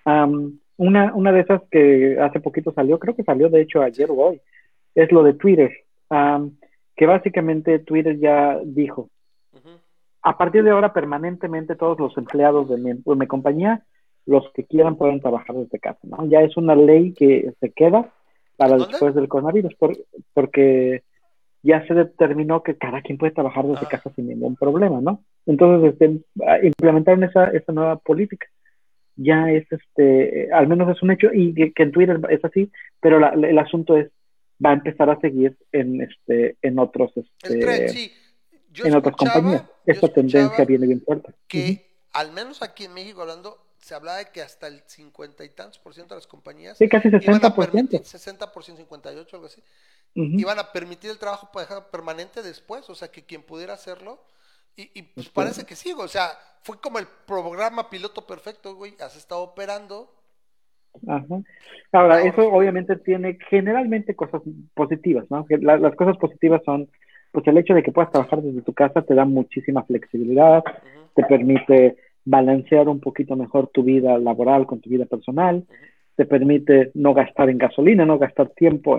Una de esas que hace poquito salió, creo que salió de hecho Sí. ayer o hoy, es lo de Twitter, que básicamente Twitter ya dijo, Ujú. a partir de ahora permanentemente todos los empleados de mi compañía, los que quieran pueden trabajar desde casa, ¿no? Ya es una ley que se queda ¿En para dónde? después del coronavirus, porque ya se determinó que cada quien puede trabajar desde Ajá. casa sin ningún problema, ¿no? Entonces, implementaron esa nueva política. Ya es, al menos es un hecho, y que en Twitter es así, pero el asunto es, va a empezar a seguir en otros, El tren, sí. en otras compañías. Yo Esta tendencia escuchaba viene bien fuerte. Uh-huh. que, al menos aquí en México hablando, se hablaba de que hasta el 50 y tantos por ciento de las compañías Sí, casi iban a 60%. permitir, 60%, 58%, algo así, Uh-huh. iban a permitir el trabajo permanente después, o sea, que quien pudiera hacerlo, y pues Este, parece que sí, o sea, fue como el programa piloto perfecto, güey, has estado operando, Ajá. Ahora, eso ahorras. obviamente tiene generalmente cosas positivas, ¿no? Que las cosas positivas son, pues el hecho de que puedas trabajar desde tu casa te da muchísima flexibilidad, Ujú, te permite balancear un poquito mejor tu vida laboral con tu vida personal, ujú. te permite no gastar en gasolina, no gastar tiempo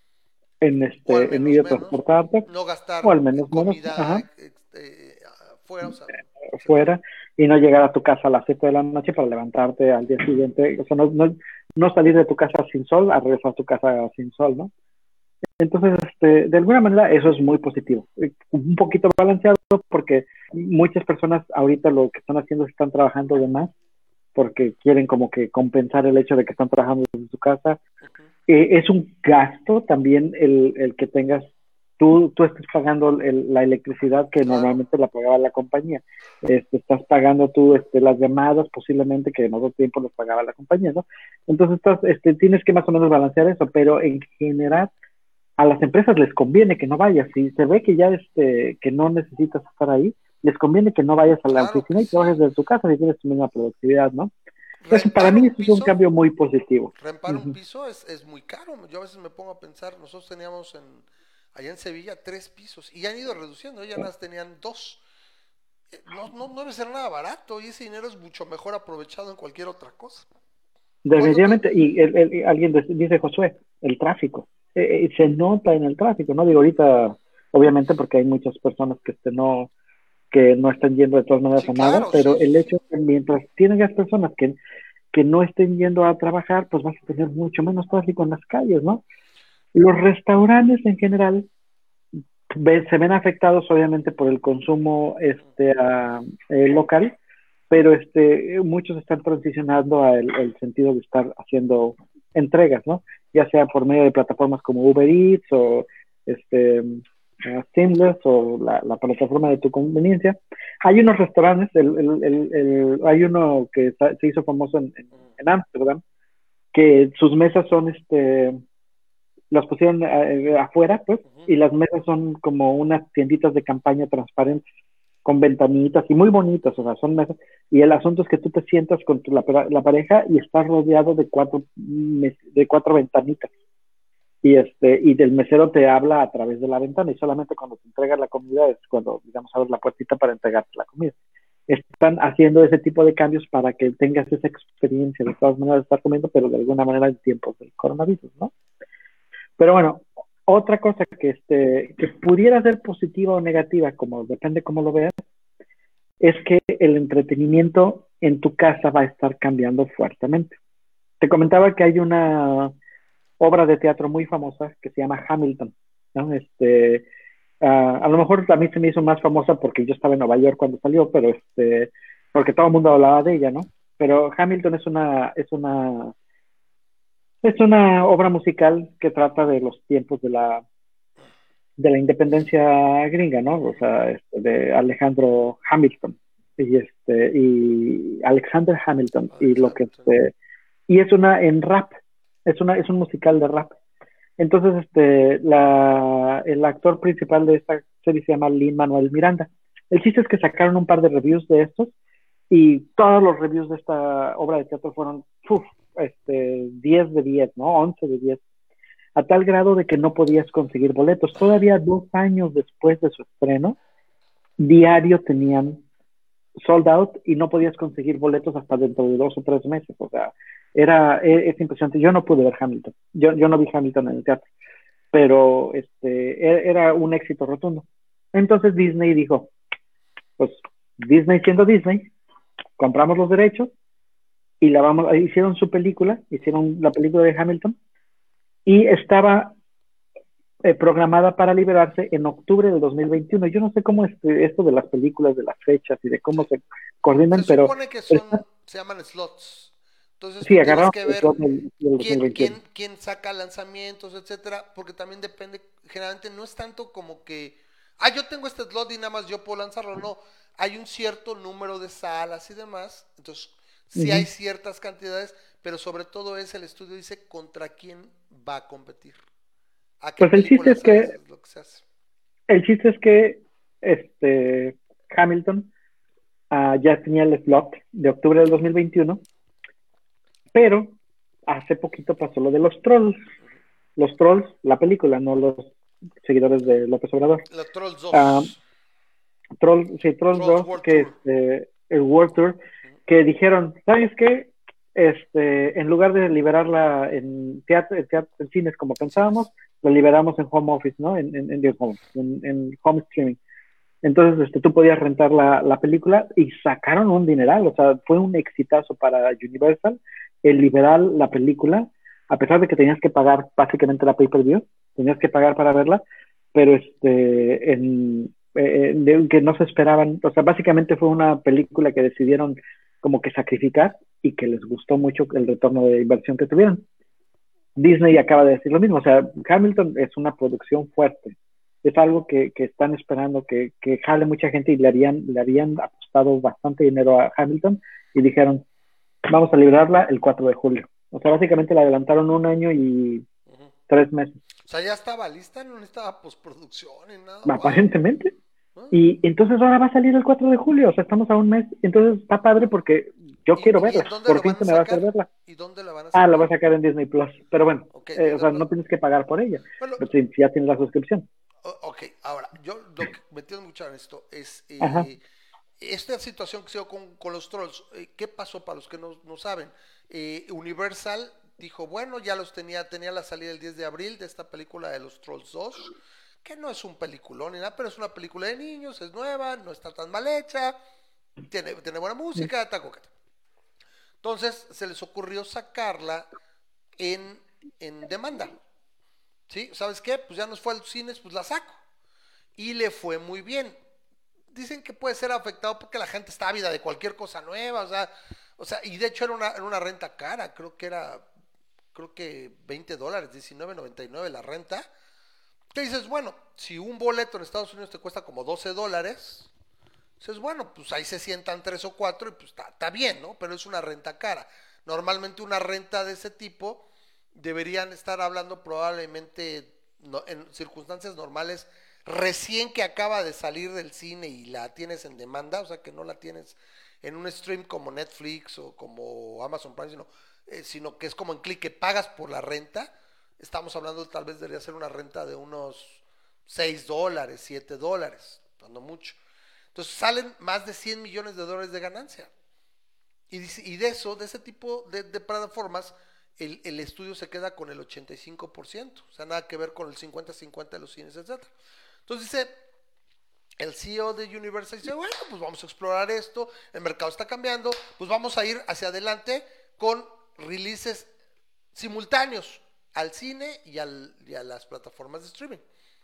O al en ir menos a menos, transportarte, no o al gastar en menos menos, comida ajá, afuera, o sea, etcétera. fuera, y no llegar a tu casa a las 7 de la noche para levantarte al día siguiente, o sea, no salir de tu casa sin sol, a regresar a tu casa sin sol, ¿no? Entonces, de alguna manera eso es muy positivo. Un poquito balanceado porque muchas personas ahorita lo que están haciendo es están trabajando de más porque quieren como que compensar el hecho de que están trabajando desde su casa. Ujú. Es un gasto también el que tengas, tú estés pagando la electricidad que Claro. normalmente la pagaba la compañía. Estás pagando tú las llamadas posiblemente que en otro tiempo los pagaba la compañía, ¿no? Entonces tienes que más o menos balancear eso, pero en general a las empresas les conviene que no vayas. Si se ve que ya que no necesitas estar ahí, les conviene que no vayas a la Claro que oficina y trabajes sí. desde tu casa si tienes tu misma productividad, ¿no? Eso para Rentar mí un eso es un piso, cambio muy positivo. rentar un Uh-huh. piso es muy caro. Yo a veces me pongo a pensar, nosotros teníamos allá en Sevilla 3 pisos y han ido reduciendo, ya nada más tenían 2. No debe ser nada barato y ese dinero es mucho mejor aprovechado en cualquier otra cosa. Cuando tú, Definitivamente, y alguien dice, Josué, el tráfico. Se nota en el tráfico, ¿no? Digo, ahorita, obviamente, porque hay muchas personas que no están yendo de todas maneras sí, a nada, claro, pero sí, el sí, sí. hecho es que mientras tienes personas que no estén yendo a trabajar, pues vas a tener mucho menos tráfico en las calles, ¿no? Los restaurantes en general se ven afectados obviamente por el consumo local, pero muchos están transicionando al el sentido de estar haciendo entregas, ¿no? Ya sea por medio de plataformas como Uber Eats o Seamless o la plataforma de tu conveniencia. Hay unos restaurantes, hay uno que se hizo famoso en Amsterdam, que sus mesas son las pusieron afuera, pues, Ujú. y las mesas son como unas tienditas de campaña transparentes, con ventanitas y muy bonitas, o sea, son mesas. Y el asunto es que tú te sientas con la pareja y estás rodeado de cuatro ventanitas. Y del mesero te habla a través de la ventana y solamente cuando te entrega la comida es cuando, digamos, abres la puertita para entregarte la comida. Están haciendo ese tipo de cambios para que tengas esa experiencia de todas maneras de estar comiendo, pero de alguna manera en tiempos del coronavirus, ¿no? Pero bueno, otra cosa que pudiera ser positiva o negativa, como depende cómo lo veas, es que el entretenimiento en tu casa va a estar cambiando fuertemente. Te comentaba que hay una obra de teatro muy famosa que se llama Hamilton, ¿no? A lo mejor a mí se me hizo más famosa porque yo estaba en Nueva York cuando salió, pero porque todo el mundo hablaba de ella, ¿no? Pero Hamilton es una obra musical que trata de los tiempos de la independencia gringa, ¿no? O Ujú. sea, de Alejandro Hamilton y Alexander Hamilton y lo que Alexander. y es en rap, es un musical de rap Entonces, el actor principal de esta serie se llama Lin-Manuel Miranda. El chiste es que sacaron un par de reviews de estos y todos los reviews de esta obra de teatro fueron 10 de 10, ¿no? 11 de 10, a tal grado de que no podías conseguir boletos. Todavía 2 años después de su estreno, diario tenían sold out y no podías conseguir boletos hasta dentro de 2 o 3 meses. O sea, es impresionante. Yo no pude ver Hamilton. Yo no vi Hamilton en el teatro, pero era un éxito rotundo. Entonces Disney dijo, pues Disney siendo Disney, compramos los derechos y hicieron su película, hicieron la película de Hamilton y estaba programada para liberarse en octubre de 2021. Yo no sé cómo es esto de las películas, de las fechas y de cómo Sí. se Se coordinan, pero supone que está, se llaman slots. Entonces sí, tú tienes agarraron que el ver slot del quién, 2021. quién, quién saca lanzamientos, etcétera, porque también depende, generalmente no es tanto como que, yo tengo este slot y nada más yo puedo lanzarlo, no, hay un cierto número de salas y demás, entonces sí hay Uh-huh. ciertas cantidades, pero sobre todo es el estudio dice contra quién va a competir, a qué Pues películas sales, es lo que se hace. el chiste es que este Hamilton ya tenía el slot de octubre del 2021, pero hace poquito pasó lo de los trolls. Los trolls, la película, no los seguidores de López Obrador. Los Trolls Ah, 2, Sí, Trolls Trolls 2, World que Tour. el World Tour, que dijeron, ¿sabes qué? En lugar de liberarla en cines como pensábamos, Cines. la liberamos en home office, ¿no? En home streaming. Entonces, tú podías rentar la película y sacaron un dineral, o sea, fue un exitazo para Universal el liberar la película, a pesar de que tenías que pagar básicamente la pay-per-view, tenías que pagar para verla, pero que no se esperaban, o sea, básicamente fue una película que decidieron como que sacrificar y que les gustó mucho el retorno de inversión que tuvieron. Disney acaba de decir lo mismo, o sea, Hamilton es una producción fuerte, es algo que están esperando que jale mucha gente y le habían apostado bastante dinero a Hamilton y dijeron, vamos a librarla el 4 de julio. O sea, básicamente la adelantaron 1 año y 3 meses, O sea, ya estaba lista, no necesitaba postproducción ni nada. Wow. aparentemente. Y entonces ahora va a salir el 4 de julio, o sea, estamos a un mes. Entonces está padre porque yo quiero ¿Y verla, en dónde por lo fin van a se me va a hacer sacar? verla. ¿Y dónde la van a Lo va sacar? a sacar en Disney Plus, pero bueno, Ok, o Disney sea, Plus. no tienes que pagar por ella, Bueno, pero si ya tienes la suscripción. ok, ahora, yo lo que me entiendo mucho en esto es Ajá. esta situación que se dio con los trolls. ¿Qué pasó para los que no saben? Universal dijo, bueno, ya tenía la salida el 10 de abril de esta película de los Trolls 2, que no es un peliculón ni nada, pero es una película de niños, es nueva, no está tan mal hecha, tiene buena música, está coqueta. Entonces se les ocurrió sacarla en, en demanda. ¿Sí? ¿Sabes qué? Pues ya nos fue a los cines, pues la saco. Y le fue muy bien. Dicen que puede ser afectado porque la gente está ávida de cualquier cosa nueva, y de hecho era una renta cara, creo que $20, $19.99 la renta. Te dices, bueno, si un boleto en Estados Unidos te cuesta como $12, dices, bueno, pues ahí se sientan tres o cuatro y pues está bien, ¿no? Pero es una renta cara. Normalmente una renta de ese tipo deberían estar hablando probablemente en circunstancias normales, recién que acaba de salir del cine y la tienes en demanda, o sea que no la tienes en un stream como Netflix o como Amazon Prime, sino que es como en clic que pagas por la renta. Estamos hablando, tal vez debería ser una renta de unos $6, $7, cuando mucho. Entonces salen más de $100 millones de ganancia. Y de ese tipo de plataformas, el estudio se queda con el 85%. O sea, nada que ver con el 50-50 de los cines, etcétera. Entonces dice, el CEO de Universal dice, bueno, pues vamos a explorar esto, el mercado está cambiando, pues vamos a ir hacia adelante con releases simultáneos al cine y a las plataformas de streaming.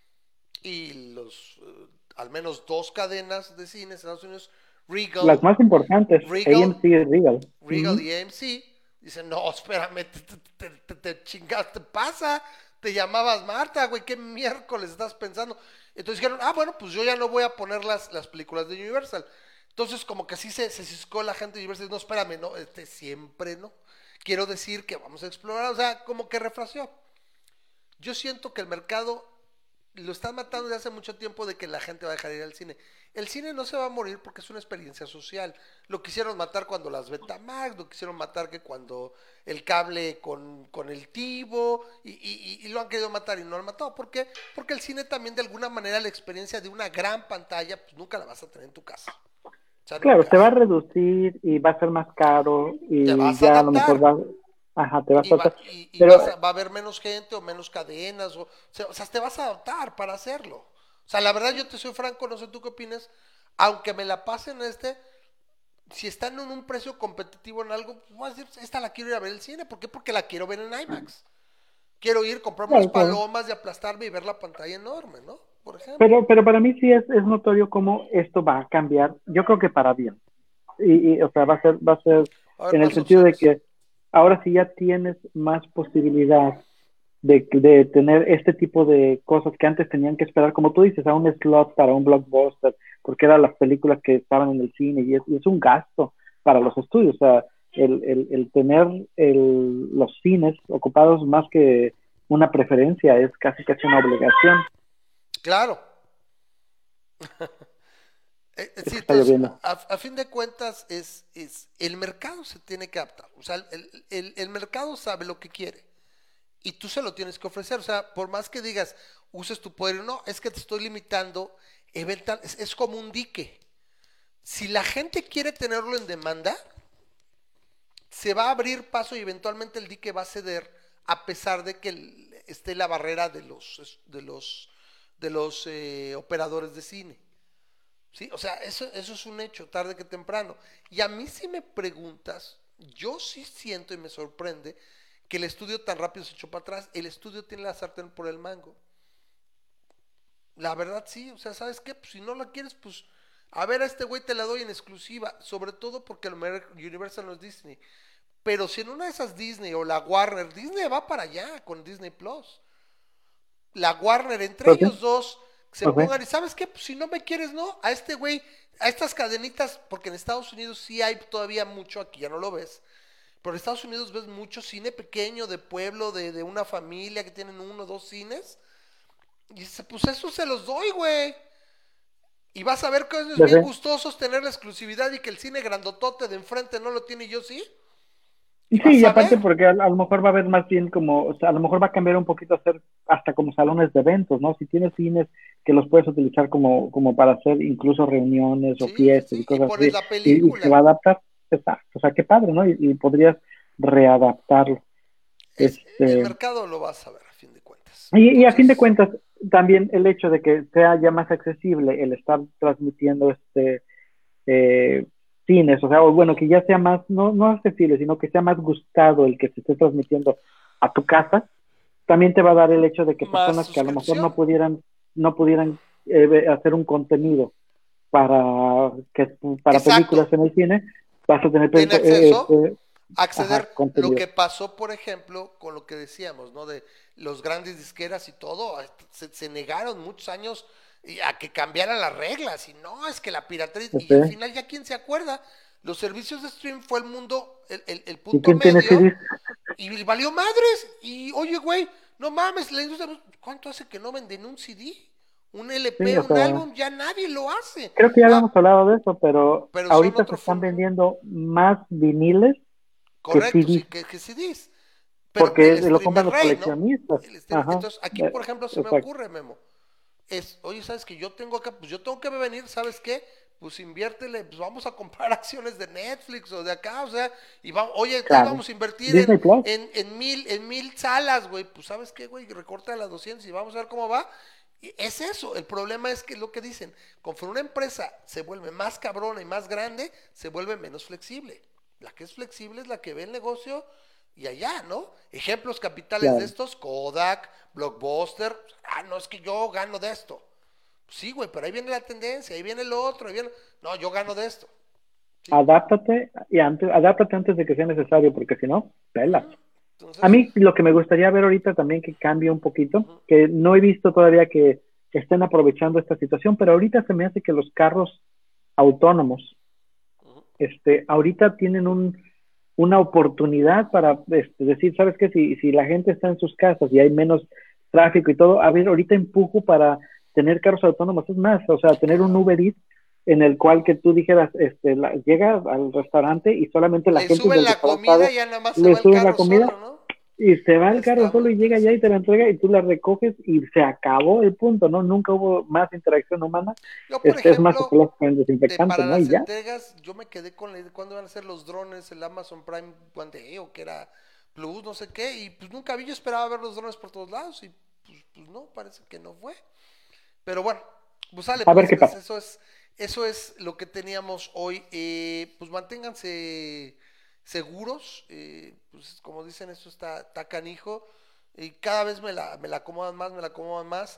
Y al menos dos cadenas de cine en Estados Unidos, Las Regal, más importantes, Regal, AMC y Regal. Regal y AMC, dicen, no, espérame, te chingaste, te pasa, te llamabas Marta, güey, ¿qué miércoles estás pensando? Entonces dijeron, bueno, pues yo ya no voy a poner las películas de Universal. Entonces como que así se ciscó la gente de Universal, no, espérame, no, siempre no. Quiero decir que vamos a explorar, o sea, como que refraseó. Yo siento que el mercado lo están matando desde hace mucho tiempo de que la gente va a dejar de ir al cine. El cine no se va a morir porque es una experiencia social. Lo quisieron matar cuando las Betamax, lo quisieron matar que cuando el cable con el Tivo, y lo han querido matar y no lo han matado. ¿Por qué? Porque el cine también de alguna manera la experiencia de una gran pantalla, pues nunca la vas a tener en tu casa. O sea, Claro, nunca. se va a reducir y va a ser más caro Te y vas a ya a lo mejor adaptar. va, ajá, te vas a adaptar. Y Pero, va a haber menos gente o menos cadenas, o sea, te vas a adaptar para hacerlo. O sea, la verdad yo te soy franco, no sé tú qué opinas, aunque me la pasen si están en un precio competitivo en algo, pues voy a decir, esta la quiero ir a ver el cine, ¿por qué? Porque la quiero ver en IMAX. Quiero ir, comprarme unas claro, claro. palomas y aplastarme y ver la pantalla enorme, ¿no? Por ejemplo. Pero para mí sí es notorio cómo esto va a cambiar. Yo creo que para bien. O sea, va a ser Va a haber en el más sentido de opciones. que ahora sí ya tienes más posibilidad de tener este tipo de cosas que antes tenían que esperar, como tú dices, a un slot para un blockbuster, porque eran las películas que estaban en el cine y es un gasto para los estudios. O sea, el tener los cines ocupados más que una preferencia es casi casi una obligación. Claro. Sí, Está entonces, lloviendo. a fin de cuentas, el mercado se tiene que adaptar. O sea, el mercado sabe lo que quiere y tú se lo tienes que ofrecer. O sea, por más que digas, uses tu poder, no, es que te estoy limitando, es como un dique. Si la gente quiere tenerlo en demanda, se va a abrir paso y eventualmente el dique va a ceder a pesar de que esté la barrera de los operadores de cine. ¿Sí? O sea, eso es un hecho, tarde que temprano. Y a mí si me preguntas, yo sí siento y me sorprende que el estudio tan rápido se echó para atrás. El estudio tiene la sartén por el mango. La verdad sí, o sea, ¿sabes qué? Pues si no la quieres, pues a ver, a este güey te la doy en exclusiva, sobre todo porque el Universal no es Disney. Pero si en una de esas Disney o la Warner, Disney va para allá con Disney Plus. La Warner, entre Pues sí, ellos dos, se pues sí. pongan y ¿sabes qué? Pues si no me quieres, no, a este güey, a estas cadenitas, porque en Estados Unidos sí hay todavía mucho, aquí ya no lo ves, pero en Estados Unidos ves mucho cine pequeño, de pueblo, de una familia que tienen uno o dos cines, y dice, pues eso se los doy, güey. Y vas a ver que es Pues bien sí. gustosos tener la exclusividad y que el cine grandotote de enfrente no lo tiene y yo sí. Y Sí, vas y a aparte ver. porque a lo mejor va a haber más bien como, o sea, a lo mejor va a cambiar un poquito a ser hasta como salones de eventos, ¿no? Si tienes cines que los puedes utilizar como para hacer incluso reuniones o Sí, sí, fiestas y sí. Y cosas pones así, la y se película. va a adaptar, exacto, o sea, qué padre, ¿no? Y podrías readaptarlo. El Este, mercado lo vas a ver a fin de cuentas. y a fin de Entonces, cuentas, también el hecho de que sea ya más accesible el estar transmitiendo eh, cines, o sea, o bueno, uh-huh. que ya sea más, no accesible, sino que sea más gustado el que se esté transmitiendo a tu casa, también te va a dar el hecho de que Más personas que a lo mejor suscripción. no pudieran hacer un contenido para para Exacto. películas en el cine, vas a tener Tiene acceso a ajá, acceder lo contenido. que pasó, por ejemplo, con lo que decíamos, ¿no? De los grandes disqueras y todo, se negaron muchos años a que cambiaran las reglas y no, es que la piratería, y al Este, final ya quién se acuerda, los servicios de stream fue el mundo, el ¿Y punto quién tiene medio CDs? y valió madres y oye güey, no mames, la industria, ¿cuánto hace que no venden un CD? Un Sí, LP, o un sea, álbum, ya nadie lo hace. creo que ya Ah, habíamos hablado de eso, pero pero son ahorita se otro están formato. vendiendo más viniles que Correcto, sí, CDs, que CDs. Pero porque el lo stream es compran los rey, ¿no? coleccionistas. Ajá, Entonces, aquí, por ejemplo, se me exacto. ocurre, Memo. Oye, ¿sabes que yo tengo acá? Pues yo tengo que venir, ¿sabes qué? Pues inviértele, pues vamos a comprar acciones de Netflix o de acá, o sea, y vamos, oye, ahí Claro. vamos a invertir Disney Plus. en mil salas, güey. Pues, ¿sabes qué, güey? Recorta a las 200 y vamos a ver cómo va. Y es eso, el problema es que lo que dicen, conforme una empresa se vuelve más cabrona y más grande, se vuelve menos flexible. La que es flexible es la que ve el negocio y allá, ¿no? Ejemplos capitales de Claro. estos, Kodak, Blockbuster. Ah, no, es que yo gano de esto. Sí, güey, pero ahí viene la tendencia, ahí viene lo otro, ahí viene... No, yo gano de esto. ¿Sí? Adáptate antes de que sea necesario, porque si no, pelas. Uh-huh. A Entonces, mí lo que me gustaría ver ahorita también que cambie un poquito, que no he visto todavía que estén aprovechando esta situación, pero ahorita se me hace que los carros autónomos, uh-huh. ahorita tienen una oportunidad para decir, ¿sabes qué? Si la gente está en sus casas y hay menos tráfico y todo, a ver, ahorita empujo para tener carros autónomos, es más, o sea, tener un Uber Eats en el cual que tú dijeras, llega al restaurante y solamente la Le gente suben del la restaurante comida sabe, y ya nada más se va le el suben la carro comida solo, ¿no? y se va el carro Está solo muy y llega allá y interesante. te la entrega y tú la recoges y se acabó el punto, ¿no? Nunca hubo más interacción humana, Yo, por es más, ejemplo, con el desinfectante, para ¿no? Y las ya. entregas, yo me quedé con la idea de cuándo iban a ser los drones, el Amazon Prime One Day, o que era Plus, no sé qué, y pues nunca vi, yo esperaba ver los drones por todos lados, y pues no, parece que no fue. Pero bueno, pues sale, A ver pues qué pasa. eso es lo que teníamos hoy. Pues manténganse seguros, pues como dicen, esto está canijo, y cada vez me la acomodan más, me la acomodan más.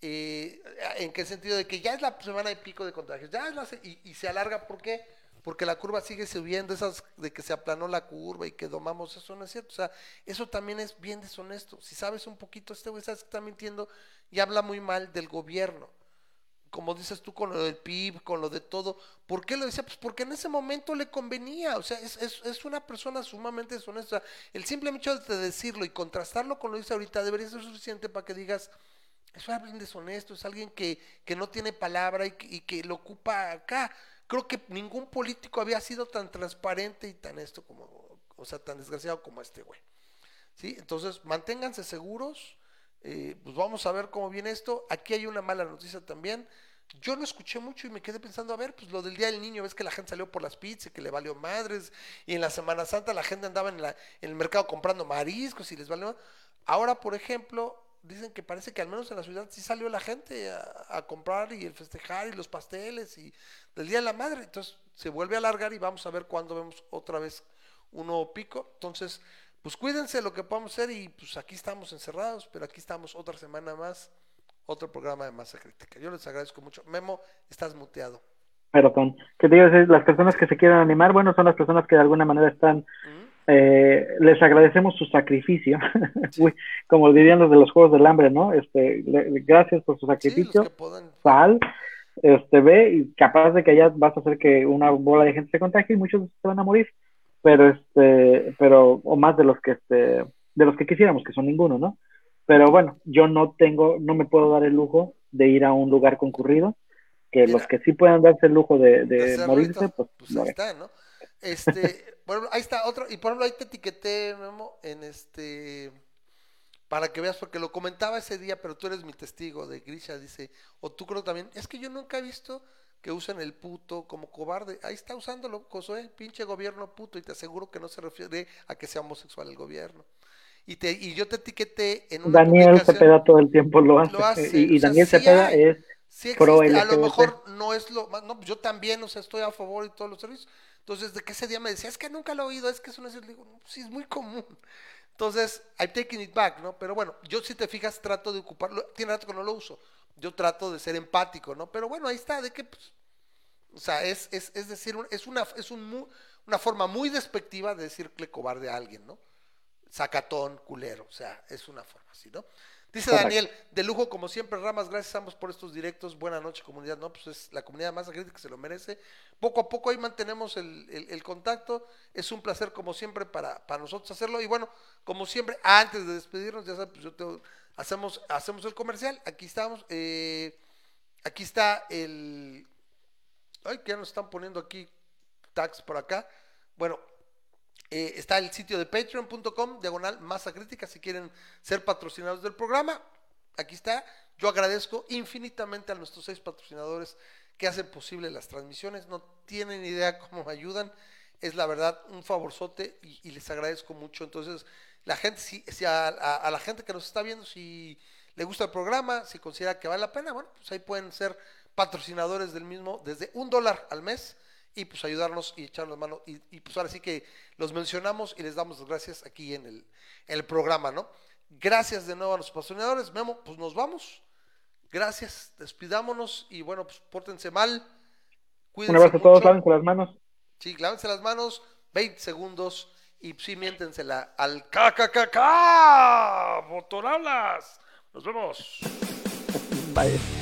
¿En qué sentido? De que ya es la semana y pico de contagios, ya es y se alarga, ¿por qué? Porque la curva sigue subiendo, esas de que se aplanó la curva y que domamos, eso no es cierto. O sea, eso también es bien deshonesto. Si sabes un poquito, este güey sabes que está mintiendo y habla muy mal del gobierno. Como dices tú con lo del PIB, con lo de todo. ¿Por qué lo decía? Pues porque en ese momento le convenía. O sea, es una persona sumamente deshonesta. El simple hecho de decirlo y contrastarlo con lo que dice ahorita debería ser suficiente para que digas, es alguien deshonesto, es alguien que no tiene palabra y que lo ocupa acá. Creo que ningún político había sido tan transparente y tan esto como, o sea, tan desgraciado como este güey. ¿Sí? Entonces, manténganse seguros. Pues vamos a ver cómo viene esto. Aquí hay una mala noticia también. Yo lo escuché mucho y me quedé pensando, a ver, pues lo del Día del Niño, ves que la gente salió por las pizzas y que le valió madres, y en la Semana Santa la gente andaba en el mercado comprando mariscos y les valió. Ahora, por ejemplo, dicen que parece que al menos en la ciudad sí salió la gente a comprar y el festejar y los pasteles y del Día de la Madre. Entonces se vuelve a alargar y vamos a ver cuándo vemos otra vez un nuevo pico. Entonces, pues cuídense lo que podamos hacer y pues aquí estamos encerrados, pero aquí estamos otra semana más, otro programa de Masa Crítica. Yo les agradezco mucho. Memo, estás muteado. Perdón. Que te digo, las personas que se quieran animar, bueno, son las personas que de alguna manera están, ¿Mm? les agradecemos su sacrificio, Sí, uy, como dirían los de los Juegos del Hambre, ¿no? Gracias por su sí, los que sacrificio, puedan. sal, ve, y capaz de que allá vas a hacer que una bola de gente se contagie y muchos se van a morir, o más de los de los que quisiéramos, que son ninguno, ¿no? Pero bueno, yo no me puedo dar el lujo de ir a un lugar concurrido, que los Mira, que sí puedan darse el lujo de de hacerlo y morirse, todo, pues pues lo ahí haré. está, ¿no? Bueno, ahí está otro, y por ejemplo ahí te etiqueté, Memo, para que veas, porque lo comentaba ese día, pero tú eres mi testigo de Grisha, dice, o tú creo también, es que yo nunca he visto que usen el puto como cobarde. Ahí está usándolo, Josué, pinche gobierno puto, y te aseguro que no se refiere a que sea homosexual el gobierno. Y yo te etiqueté en una Daniel publicación, Cepeda todo el tiempo lo lo hace, hace, o y sea, Daniel sí Cepeda hay, es sí pro existe, a lo LGBT. mejor no es lo más, no, pues yo también, o sea, estoy a favor de todos los servicios. Entonces, de que ese día me decía, es que nunca lo he oído, es que eso no es, le digo, no, pues sí es muy común. Entonces, I'm taking it back, ¿no? Pero bueno, yo si te fijas trato de ocuparlo, tiene rato que no lo uso, yo trato de ser empático, ¿no? Pero bueno, ahí está, de que, pues, o sea, es decir, una forma muy despectiva de decirle cobarde a alguien, ¿no? Sacatón, culero, o sea, es una forma así, ¿no? Dice Correcto. Daniel, de lujo como siempre, Ramas, gracias a ambos por estos directos, buena noche comunidad, ¿no? Pues es la comunidad más crítica que se lo merece. Poco a poco ahí mantenemos el contacto, es un placer como siempre para nosotros hacerlo y bueno, como siempre, antes de despedirnos, ya sabes, pues hacemos el comercial, aquí estamos, aquí está ay, que ya nos están poniendo aquí tags por acá, bueno, está el sitio de patreon.com, diagonal masa crítica, si quieren ser patrocinados del programa. Aquí está. Yo agradezco infinitamente a nuestros 6 patrocinadores que hacen posible las transmisiones. No tienen idea cómo me ayudan. Es la verdad un favorzote y les agradezco mucho. Entonces, la gente, si a la gente que nos está viendo, si le gusta el programa, si considera que vale la pena, bueno, pues ahí pueden ser patrocinadores del mismo desde $1 al mes y pues ayudarnos y echarnos mano y pues ahora sí que los mencionamos y les damos las gracias aquí en el programa, ¿no? Gracias de nuevo a los patrocinadores, Memo, pues nos vamos, gracias, despidámonos y bueno, pues pórtense mal, Un cuídense abrazo a todos, mucho, lávense las manos. sí, lávense las manos, 20 segundos y sí, miéntensela al KKKK, botonalas, nos vemos. Bye.